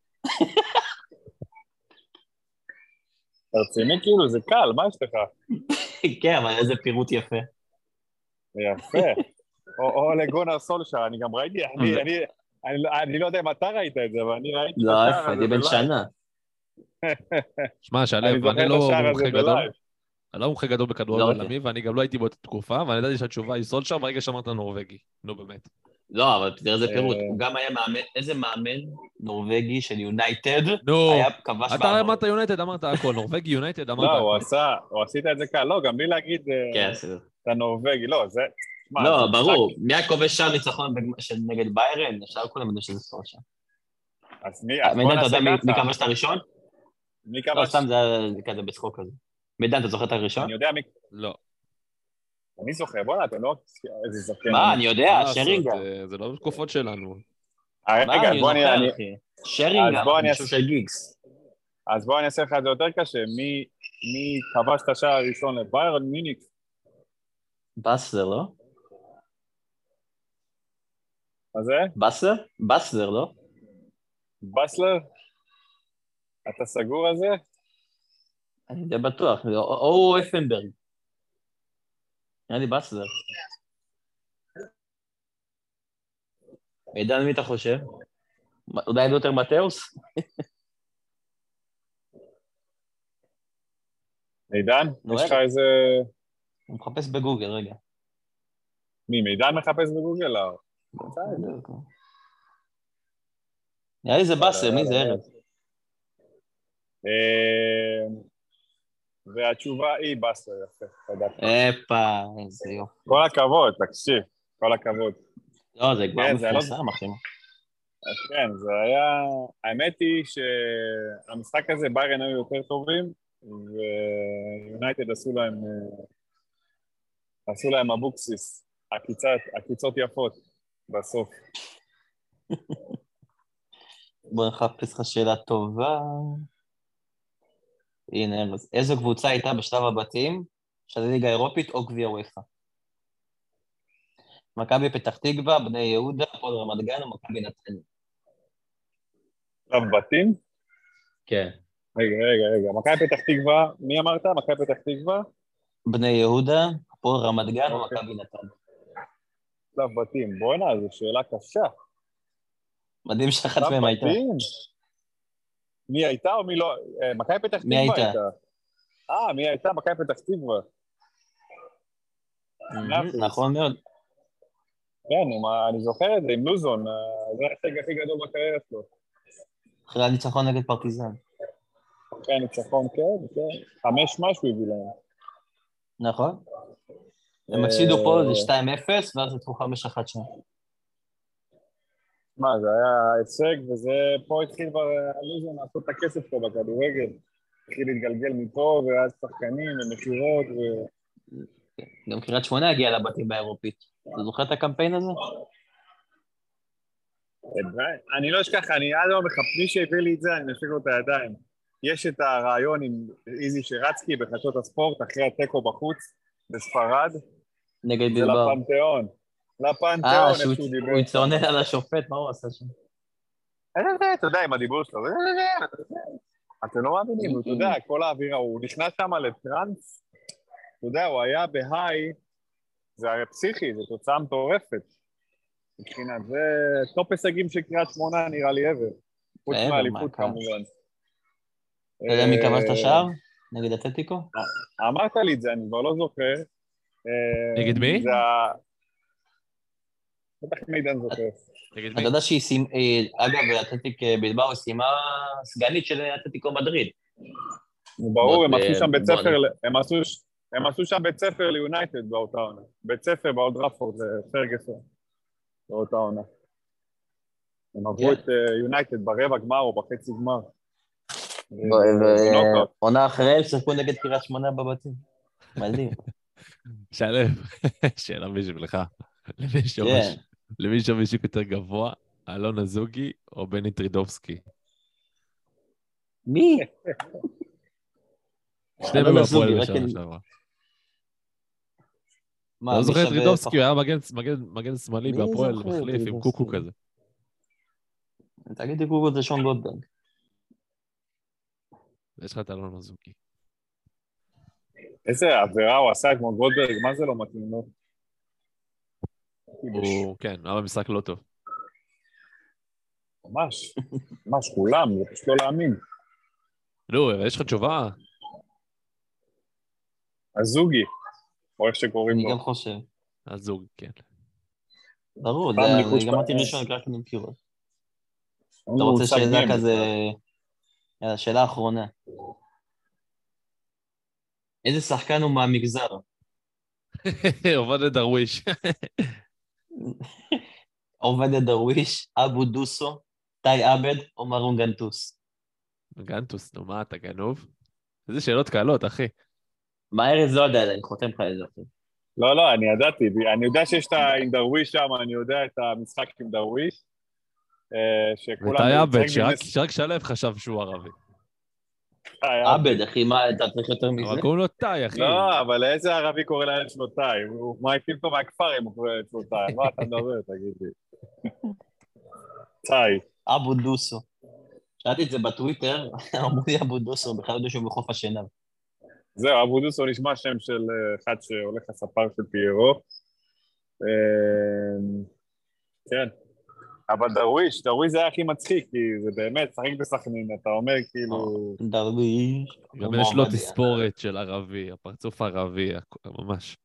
תרציני כאילו, זה קל, מה יש לך? כן, אבל איזה פירוט יפה. יפה. או לגונר סולשר, אני גם ראיתי, אני לא יודע אם אתה ראית את זה, אבל אני ראיתי לא, איפה, הייתי בן שנה. שמע, שלב, אני לא מומחה גדול. אני לא מומחה גדול בכדורגל עולמי, ואני גם לא הייתי באותה תקופה, ואני ידעתי שהתשובה היא סולשר ברגע שאמרת נורווגי. נו, באמת. לא, אבל תראה איזה פירוט. הוא גם היה מאמן, איזה מאמן נורווגי של יונייטד נו, היה כבש בעבור. אתה אמרת יונייטד, אמרת הכל. נורווגי, יונייטד, אמרת הכל. לא, הוא עשה, הוא עשית את זה קל. לא, גם בלי להגיד את הנורווגי. לא, זה... לא, ברור. מי הכובש שער ניצחון נגד ביירן? אפשר כולם יודעים שזה סולשר. אז מי... אתה יודע מי כבש את הראשון? מי כבש? לא, סתם זה כזה בצחוק כזה. מידן, אתה זוכר את הראשון? אני יודע מי... לא. אני זוכר, בוא נה, אתם לא... איזה זוכר. מה, אני יודע, שרינגה. זה לא בתקופות שלנו. רגע, בוא אני... שרינגה, אני חושב של גיגס. אז בוא אני אעשה לך את זה יותר קשה. מי כבש את השער הראשון לביירן מיוניך? בסלר, לא? מה זה? בסלר? בסלר, לא? בסלר? אתה סגור על זה? אני די בטוח, או אפנברג. נראה לי בסלר. מידן, מי אתה חושב? אולי יותר מתאוס? מידן? יש לך איזה... הוא מחפש בגוגל, רגע. מי, מידן מחפש בגוגל? לא. נראה לי זה בסלר, מי זה ארץ? והתשובה היא בסלר, יפה, תודה. אפה, איזה יופי. כל הכבוד, תקשיב, כל הכבוד. לא, זה כבר מפורסם, אחי. כן, זה היה... האמת היא שהמשחק הזה, ביירן היו יותר טובים, ויונייטד עשו להם... עשו להם אבוקסיס, עקיצות יפות, בסוף. בוא נחפש לך שאלה טובה. הנה, איזו קבוצה הייתה בשלב הבתים של הליגה האירופית או גביע וופא? מכבי פתח תקווה, בני יהודה, הפועל רמת גן או מכבי נתניה? שלב בתים? כן. רגע, רגע, רגע. מכבי פתח תקווה, מי אמרת? מכבי פתח תקווה? בני יהודה, הפועל רמת גן או מכבי נתניה? שלב בתים. בוא'נה, זו שאלה קשה. מדהים שאחת מהם הייתה. מי הייתה או מי לא? מכבי פתח תקווה הייתה. אה, מי הייתה? מכבי פתח תקווה. נכון מאוד. כן, אני זוכר את זה עם לוזון, זה ההישג הכי גדול בקריירה שלו. אחרי הניצחון נגד פרטיזן. אחרי הניצחון, כן, כן. חמש משהו הביא להם. נכון. הם הפסידו פה, זה שתיים אפס, ואז נתחו חמש אחת שם. מה, זה היה הישג, וזה פה התחיל בלוזון לעשות את הכסף פה בכדורגל. התחיל להתגלגל מפה, ואז שחקנים ומכירות ו... גם קריית שמונה הגיעה לבתים באירופית. אתה זוכר את הקמפיין הזה? אני לא אשכח, אני עד היום מי שהביא לי את זה, אני נשאיר לו את הידיים. יש את הרעיון עם איזי שרצקי בחדשות הספורט, אחרי הטקו בחוץ, בספרד. נגד בלבאו. זה לפנתיאון. לפנתיאון, אה, שהוא יצורנן על השופט, מה הוא עשה שם? אתה יודע, עם הדיבור שלו, אתם לא מאמינים, אתה יודע, כל האווירה, הוא נכנס שם לטרנס, אתה יודע, הוא היה בהיי, זה הרי פסיכי, זו תוצאה מטורפת. מבחינת, זה טופ הישגים של קריית שמונה, נראה לי עבר. חוץ מהאליפות כמובן. אתה יודע מי כבש את השער? נגד אתלטיקו? אמרת לי את זה, אני כבר לא זוכר. נגד מי? בטח מידן זוכר. אתה יודע שהיא סיימה, אגב, אתלטיק בלבאו סיימה סגנית של אתלטיקו מדריד. ברור, הם עשו שם בית ספר, הם עשו שם בית ספר ליונייטד באותה עונה. בית ספר באולד טראפורד, זה פרגוסון, באותה עונה. הם עברו את יונייטד ברבע גמר או בחצי גמר. ועונה אחריהם שחקו נגד קריית שמונה בבתים. מדהים. שלב, שאלה בשבילך. למי שמישהו יותר גבוה, אלון אזוגי או בני טרידובסקי? מי? שניהם בהפועל בשנה שעברה. לא זוכר את טרידובסקי, הוא היה מגן שמאלי בהפועל מחליף עם קוקו כזה. תגידי קוקו זה שון גולדברג. יש לך את אלון אזוגי. איזה עבירה הוא עשה כמו גולדברג, מה זה לא מתאים לו? הוא, כן, היה במשחק לא טוב. ממש, ממש כולם, זה פשוט לא להאמין. לא, אבל יש לך תשובה? הזוגי, או איך שקוראים לו. אני גם חושב. הזוג, כן. ברור, אני גם אמרתי ראשון, רק אני מכיר. אתה רוצה שאלה כזה... יאללה, שאלה אחרונה. איזה שחקן הוא מהמגזר? עובד דרוויש. עובד דרוויש, אבו דוסו, טאי עבד או מרון גנטוס? גנטוס, נו מה, אתה גנוב? איזה שאלות קלות, אחי. מה ארז לא יודע, אני חותם לך איזה אחי. לא, לא, אני ידעתי, אני יודע שיש את עם דרוויש שם, אני יודע את המשחק עם דרוויש. וטאי עבד, שרק שלב חשב שהוא ערבי. עבד, אחי, מה, אתה צריך יותר מזה? אבל קוראים לו טאי, אחי. לא, אבל איזה ערבי קורא לילד שלו טאי? הוא מעיפים פה מהכפר אם הוא קורא לילד שלו טאי. מה אתה מדבר, תגיד לי. טאי. אבו דוסו. שאלתי את זה בטוויטר, אמרו לי אבו דוסו, בכלל יודע שהוא בחוף השנהב. זהו, אבו דוסו נשמע שם של אחד שהולך לספר של פיירו. כן. אבל דרוויש, דרוויש זה היה הכי מצחיק, כי זה באמת, שחק בסכנין, אתה אומר כאילו... דרוויש. גם יש לו תספורת של ערבי, הפרצוף הערבי, ממש.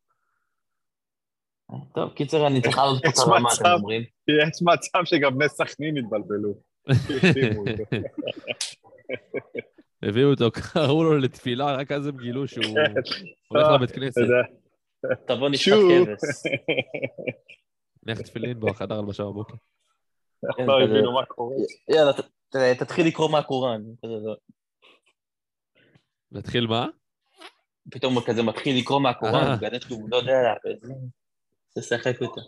טוב, קיצר, אני צריך לעלות פה את הרמה, אתם אומרים. יש מצב שגם בני סכנין התבלבלו. הביאו אותו, קראו לו לתפילה, רק אז הם גילו שהוא הולך לבית כנסת. תבוא נשחק כבש. נלך תפילין בו, חדר על בשעה בבוקר. לא הבינו מה קורה. יאללה, תתחיל לקרוא מהקוראן. להתחיל מה? פתאום הוא כזה מתחיל לקרוא מהקוראן, בגלל שהוא לא יודע, זה שחק יותר.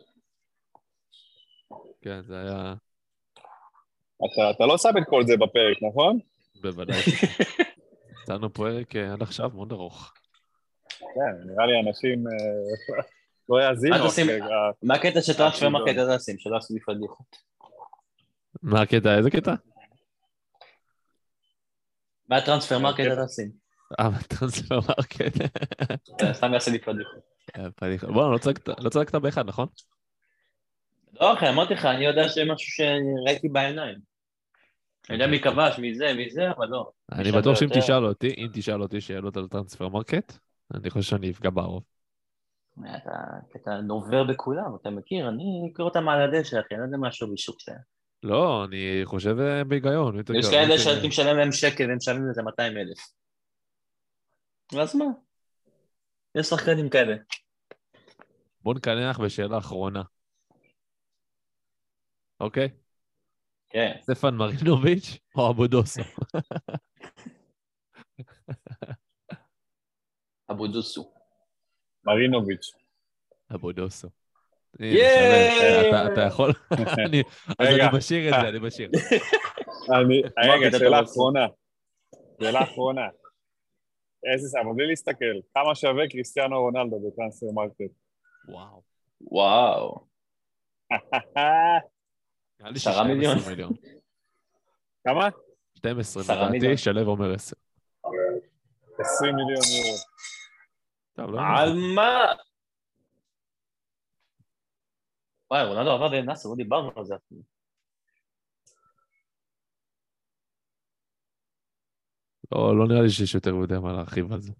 כן, זה היה... אתה לא שם את כל זה בפרק, נכון? בוודאי. יצאנו פרק עד עכשיו מאוד ארוך. כן, נראה לי אנשים לא יאזינו. מה הקטע שטרנספר מרקט הזה עושים, שלא עשו בפדיחות? מה הקטע? איזה קטע? מה הטרנספר מרקט הזה עושים? אה, מה הטרנספר מרקט? סתם יעשה בפדיחות. בוא, לא צדקת באחד, נכון? לא, אחי, אמרתי לך, אני יודע שמשהו שראיתי בעיניים. אני יודע מי כבש, מי זה, מי זה, אבל לא. אני בטוח שאם תשאל אותי, אם תשאל אותי שאלות על טרנספר מרקט, אני חושב שאני אפגע ברוב. אתה נובר בכולם, אתה מכיר, אני אקרא אותם על הדשא, אחי, אני לא יודע משהו בשוק שלהם. לא, אני חושב בהיגיון. יש כאלה שאתה משלם להם שקל, והם משלמים לזה מאתיים אלף. אז מה? יש שחקנים כאלה. בוא נקנח בשאלה אחרונה. אוקיי? כן. סטפן מרינוביץ' או אבו דוסו? אבו דוסו. מרינוביץ'. אבו דוסו. יאיי! אתה יכול? אז אני משאיר את זה, אני משאיר. רגע, שאלה אחרונה. שאלה אחרונה. איזה סתם, בלי להסתכל. כמה שווה קריסטיאנו רונלדו בטרנספר מרקט? וואו. וואו. עשרה מיליון. כמה? שתים עשרה, לדעתי, שלב אומר עשר. עשרים מיליון יורו. על מה? וואי, רונלדו עבר בנאסר, לא דיברנו על זה. לא, לא נראה לי שיש יותר יודע מה להרחיב על זה.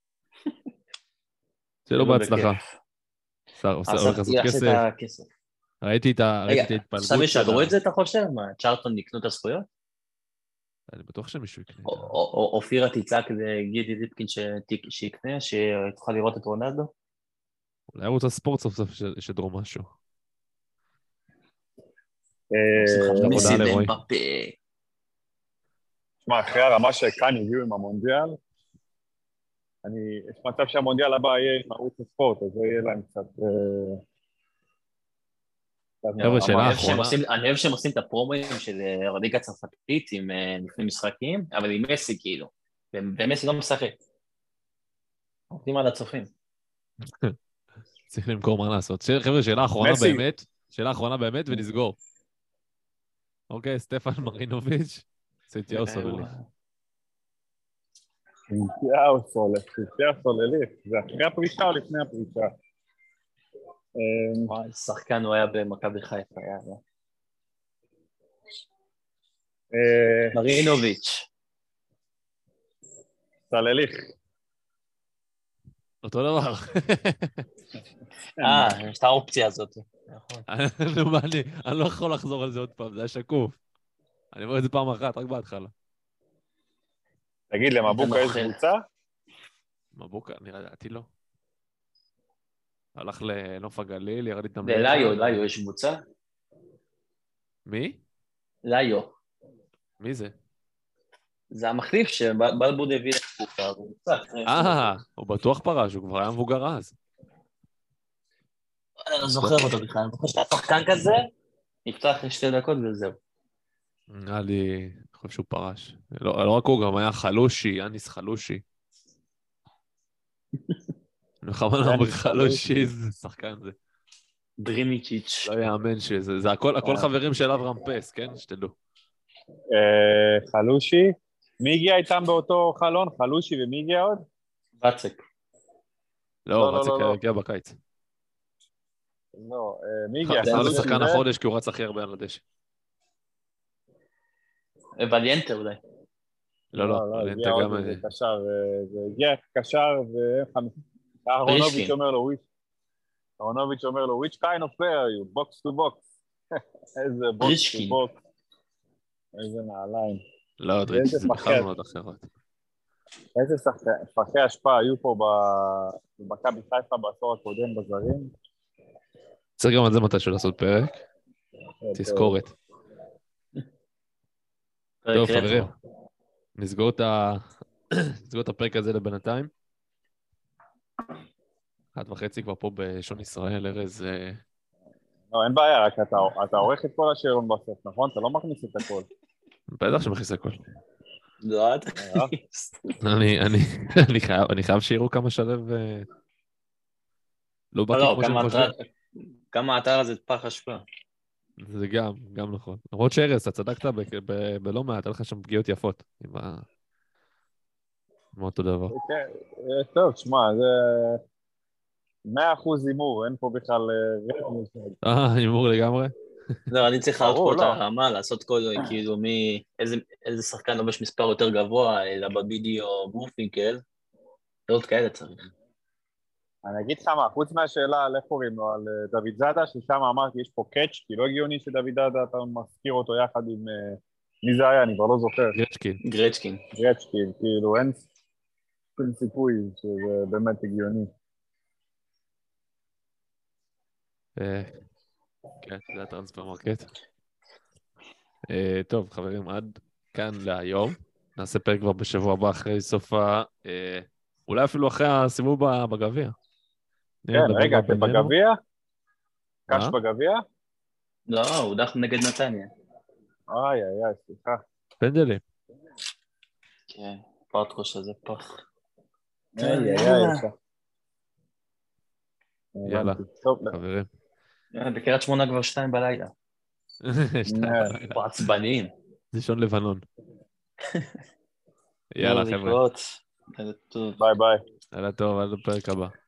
זה לא בהצלחה. שר, עושה לעשות כסף. ראיתי את ההתפלגות. עכשיו ישדרו את זה, אתה חושב? מה, צ'ארטון נקנו את הזכויות? אני בטוח שמישהו יקנה. אופירה תצעק לגידי ליפקין שיקנה, שתוכל לראות את רונלדו? אולי ערוץ הספורט סוף סוף ישדרו משהו. מסי לרועי. ומבפה. תשמע, אחרי הרמה שכאן הגיעו עם המונדיאל, אני, יש מצב שהמונדיאל הבא יהיה עם ערוץ הספורט, אז זה יהיה להם קצת... חבר'ה, שאלה אחרונה. אני אוהב שהם עושים את הפרומואים של הליגה הצרפתית לפני משחקים, אבל עם מסי כאילו, ומסי לא משחק. עובדים על הצופים. צריך למכור מה לעשות. חבר'ה, שאלה אחרונה באמת, שאלה אחרונה באמת ונסגור. אוקיי, סטפן מרינוביץ', סטיהו סולליך. סטיהו סולליך, סטיהו סולליך, זה אחרי הפרישה או לפני הפרישה? וואי, שחקן הוא היה במכבי חיפה, יאללה. מרינוביץ'. סולליך. אותו דבר. אה, יש את האופציה הזאת. אני לא יכול לחזור על זה עוד פעם, זה היה שקוף. אני אומר את זה פעם אחת, רק בהתחלה. תגיד, למבוקה יש קבוצה? מבוקה, נראה דעתי לא. הלך לנוף הגליל, ירד איתם... ליו, ליו, יש קבוצה? מי? ליו. מי זה? זה המחליף שבלבוד הביא לקבוצה. אה, הוא בטוח פרש, הוא כבר היה מבוגר אז. אני לא זוכר אותו בכלל, אני זוכר שאתה שחקן כזה, נפתח שתי דקות וזהו. נראה לי, אני חושב שהוא פרש. לא רק הוא, גם היה חלושי, יאניס חלושי. נחמן אומר חלושי, זה שחקן זה. דרימיצ'יץ'. לא יאמן שזה, זה הכל חברים של אברהם פס, כן? שתדעו. חלושי, מי הגיע איתם באותו חלון? חלושי ומי הגיע עוד? בצק. לא, בצק הגיע בקיץ. לא, מי הגיע? זה שחקן החודש כי הוא רץ הכי הרבה על הדשא. וליאנטה אולי. לא, לא, וליאנטה גם... זה קשר, זה הגיע קשר ואהרונוביץ' אומר לו, אהרונוביץ' אומר לו, which kind of player are you? box to box. איזה box to box. איזה נעליים. לא, דריצ'קין זה בכלל מאוד אחרות. איזה שחקי השפעה היו פה במכבי חיפה בעשור הקודם בזרים. צריך גם על זה מתישהו לעשות פרק. תזכורת. טוב, חברים. נסגור את הפרק הזה לבינתיים. אחת וחצי כבר פה בשעון ישראל, ארז... לא, אין בעיה, רק אתה עורך את כל השאלון בסוף, נכון? אתה לא מכניס את הכל. בטח שמכניס הכל. לא, אתה מכניס. אני חייב שיראו כמה שלב... לא באתי כמו שאני חושב. גם האתר הזה פח השפעה. זה גם, גם נכון. למרות שארז, אתה צדקת בלא מעט, היה לך שם פגיעות יפות. עם אותו דבר. טוב, תשמע, זה... מאה אחוז הימור, אין פה בכלל... אה, הימור לגמרי? לא, אני צריך להראות פה את הרמה, לעשות כל, כאילו, מי... איזה שחקן לובש מספר יותר גבוה, אלא בבידי או גורפינקל, עוד כאלה צריך. אני אגיד לך מה, חוץ מהשאלה על איך קוראים לו, על דוד זאדה, ששם אמרתי, יש פה קאץ', כי לא הגיוני שדוד זאדה, אתה מזכיר אותו יחד עם... מי זה היה? אני כבר לא זוכר. גרצ'קין. גרצ'קין. גרצ'קין, כאילו, אין סיכוי שזה באמת הגיוני. כן, זה הטרנספר מרקט. טוב, חברים, עד כאן להיום. נעשה פרק כבר בשבוע הבא אחרי סוף ה... אולי אפילו אחרי הסיבוב בגביע. כן, רגע, אתם בגביע? קש בגביע? לא, הוא דח נגד נתניה. איי, איי, איי, סליחה. פנדלים. כן, פרטקו שזה פח. איי, איי, איי. יאללה, חברים. בקריית שמונה כבר שתיים בלילה. שתיים בלילה. פה עצבניים. זה שעון לבנון. יאללה, חבר'ה. ביי ביי. יאללה טוב, עד לפרק הבא.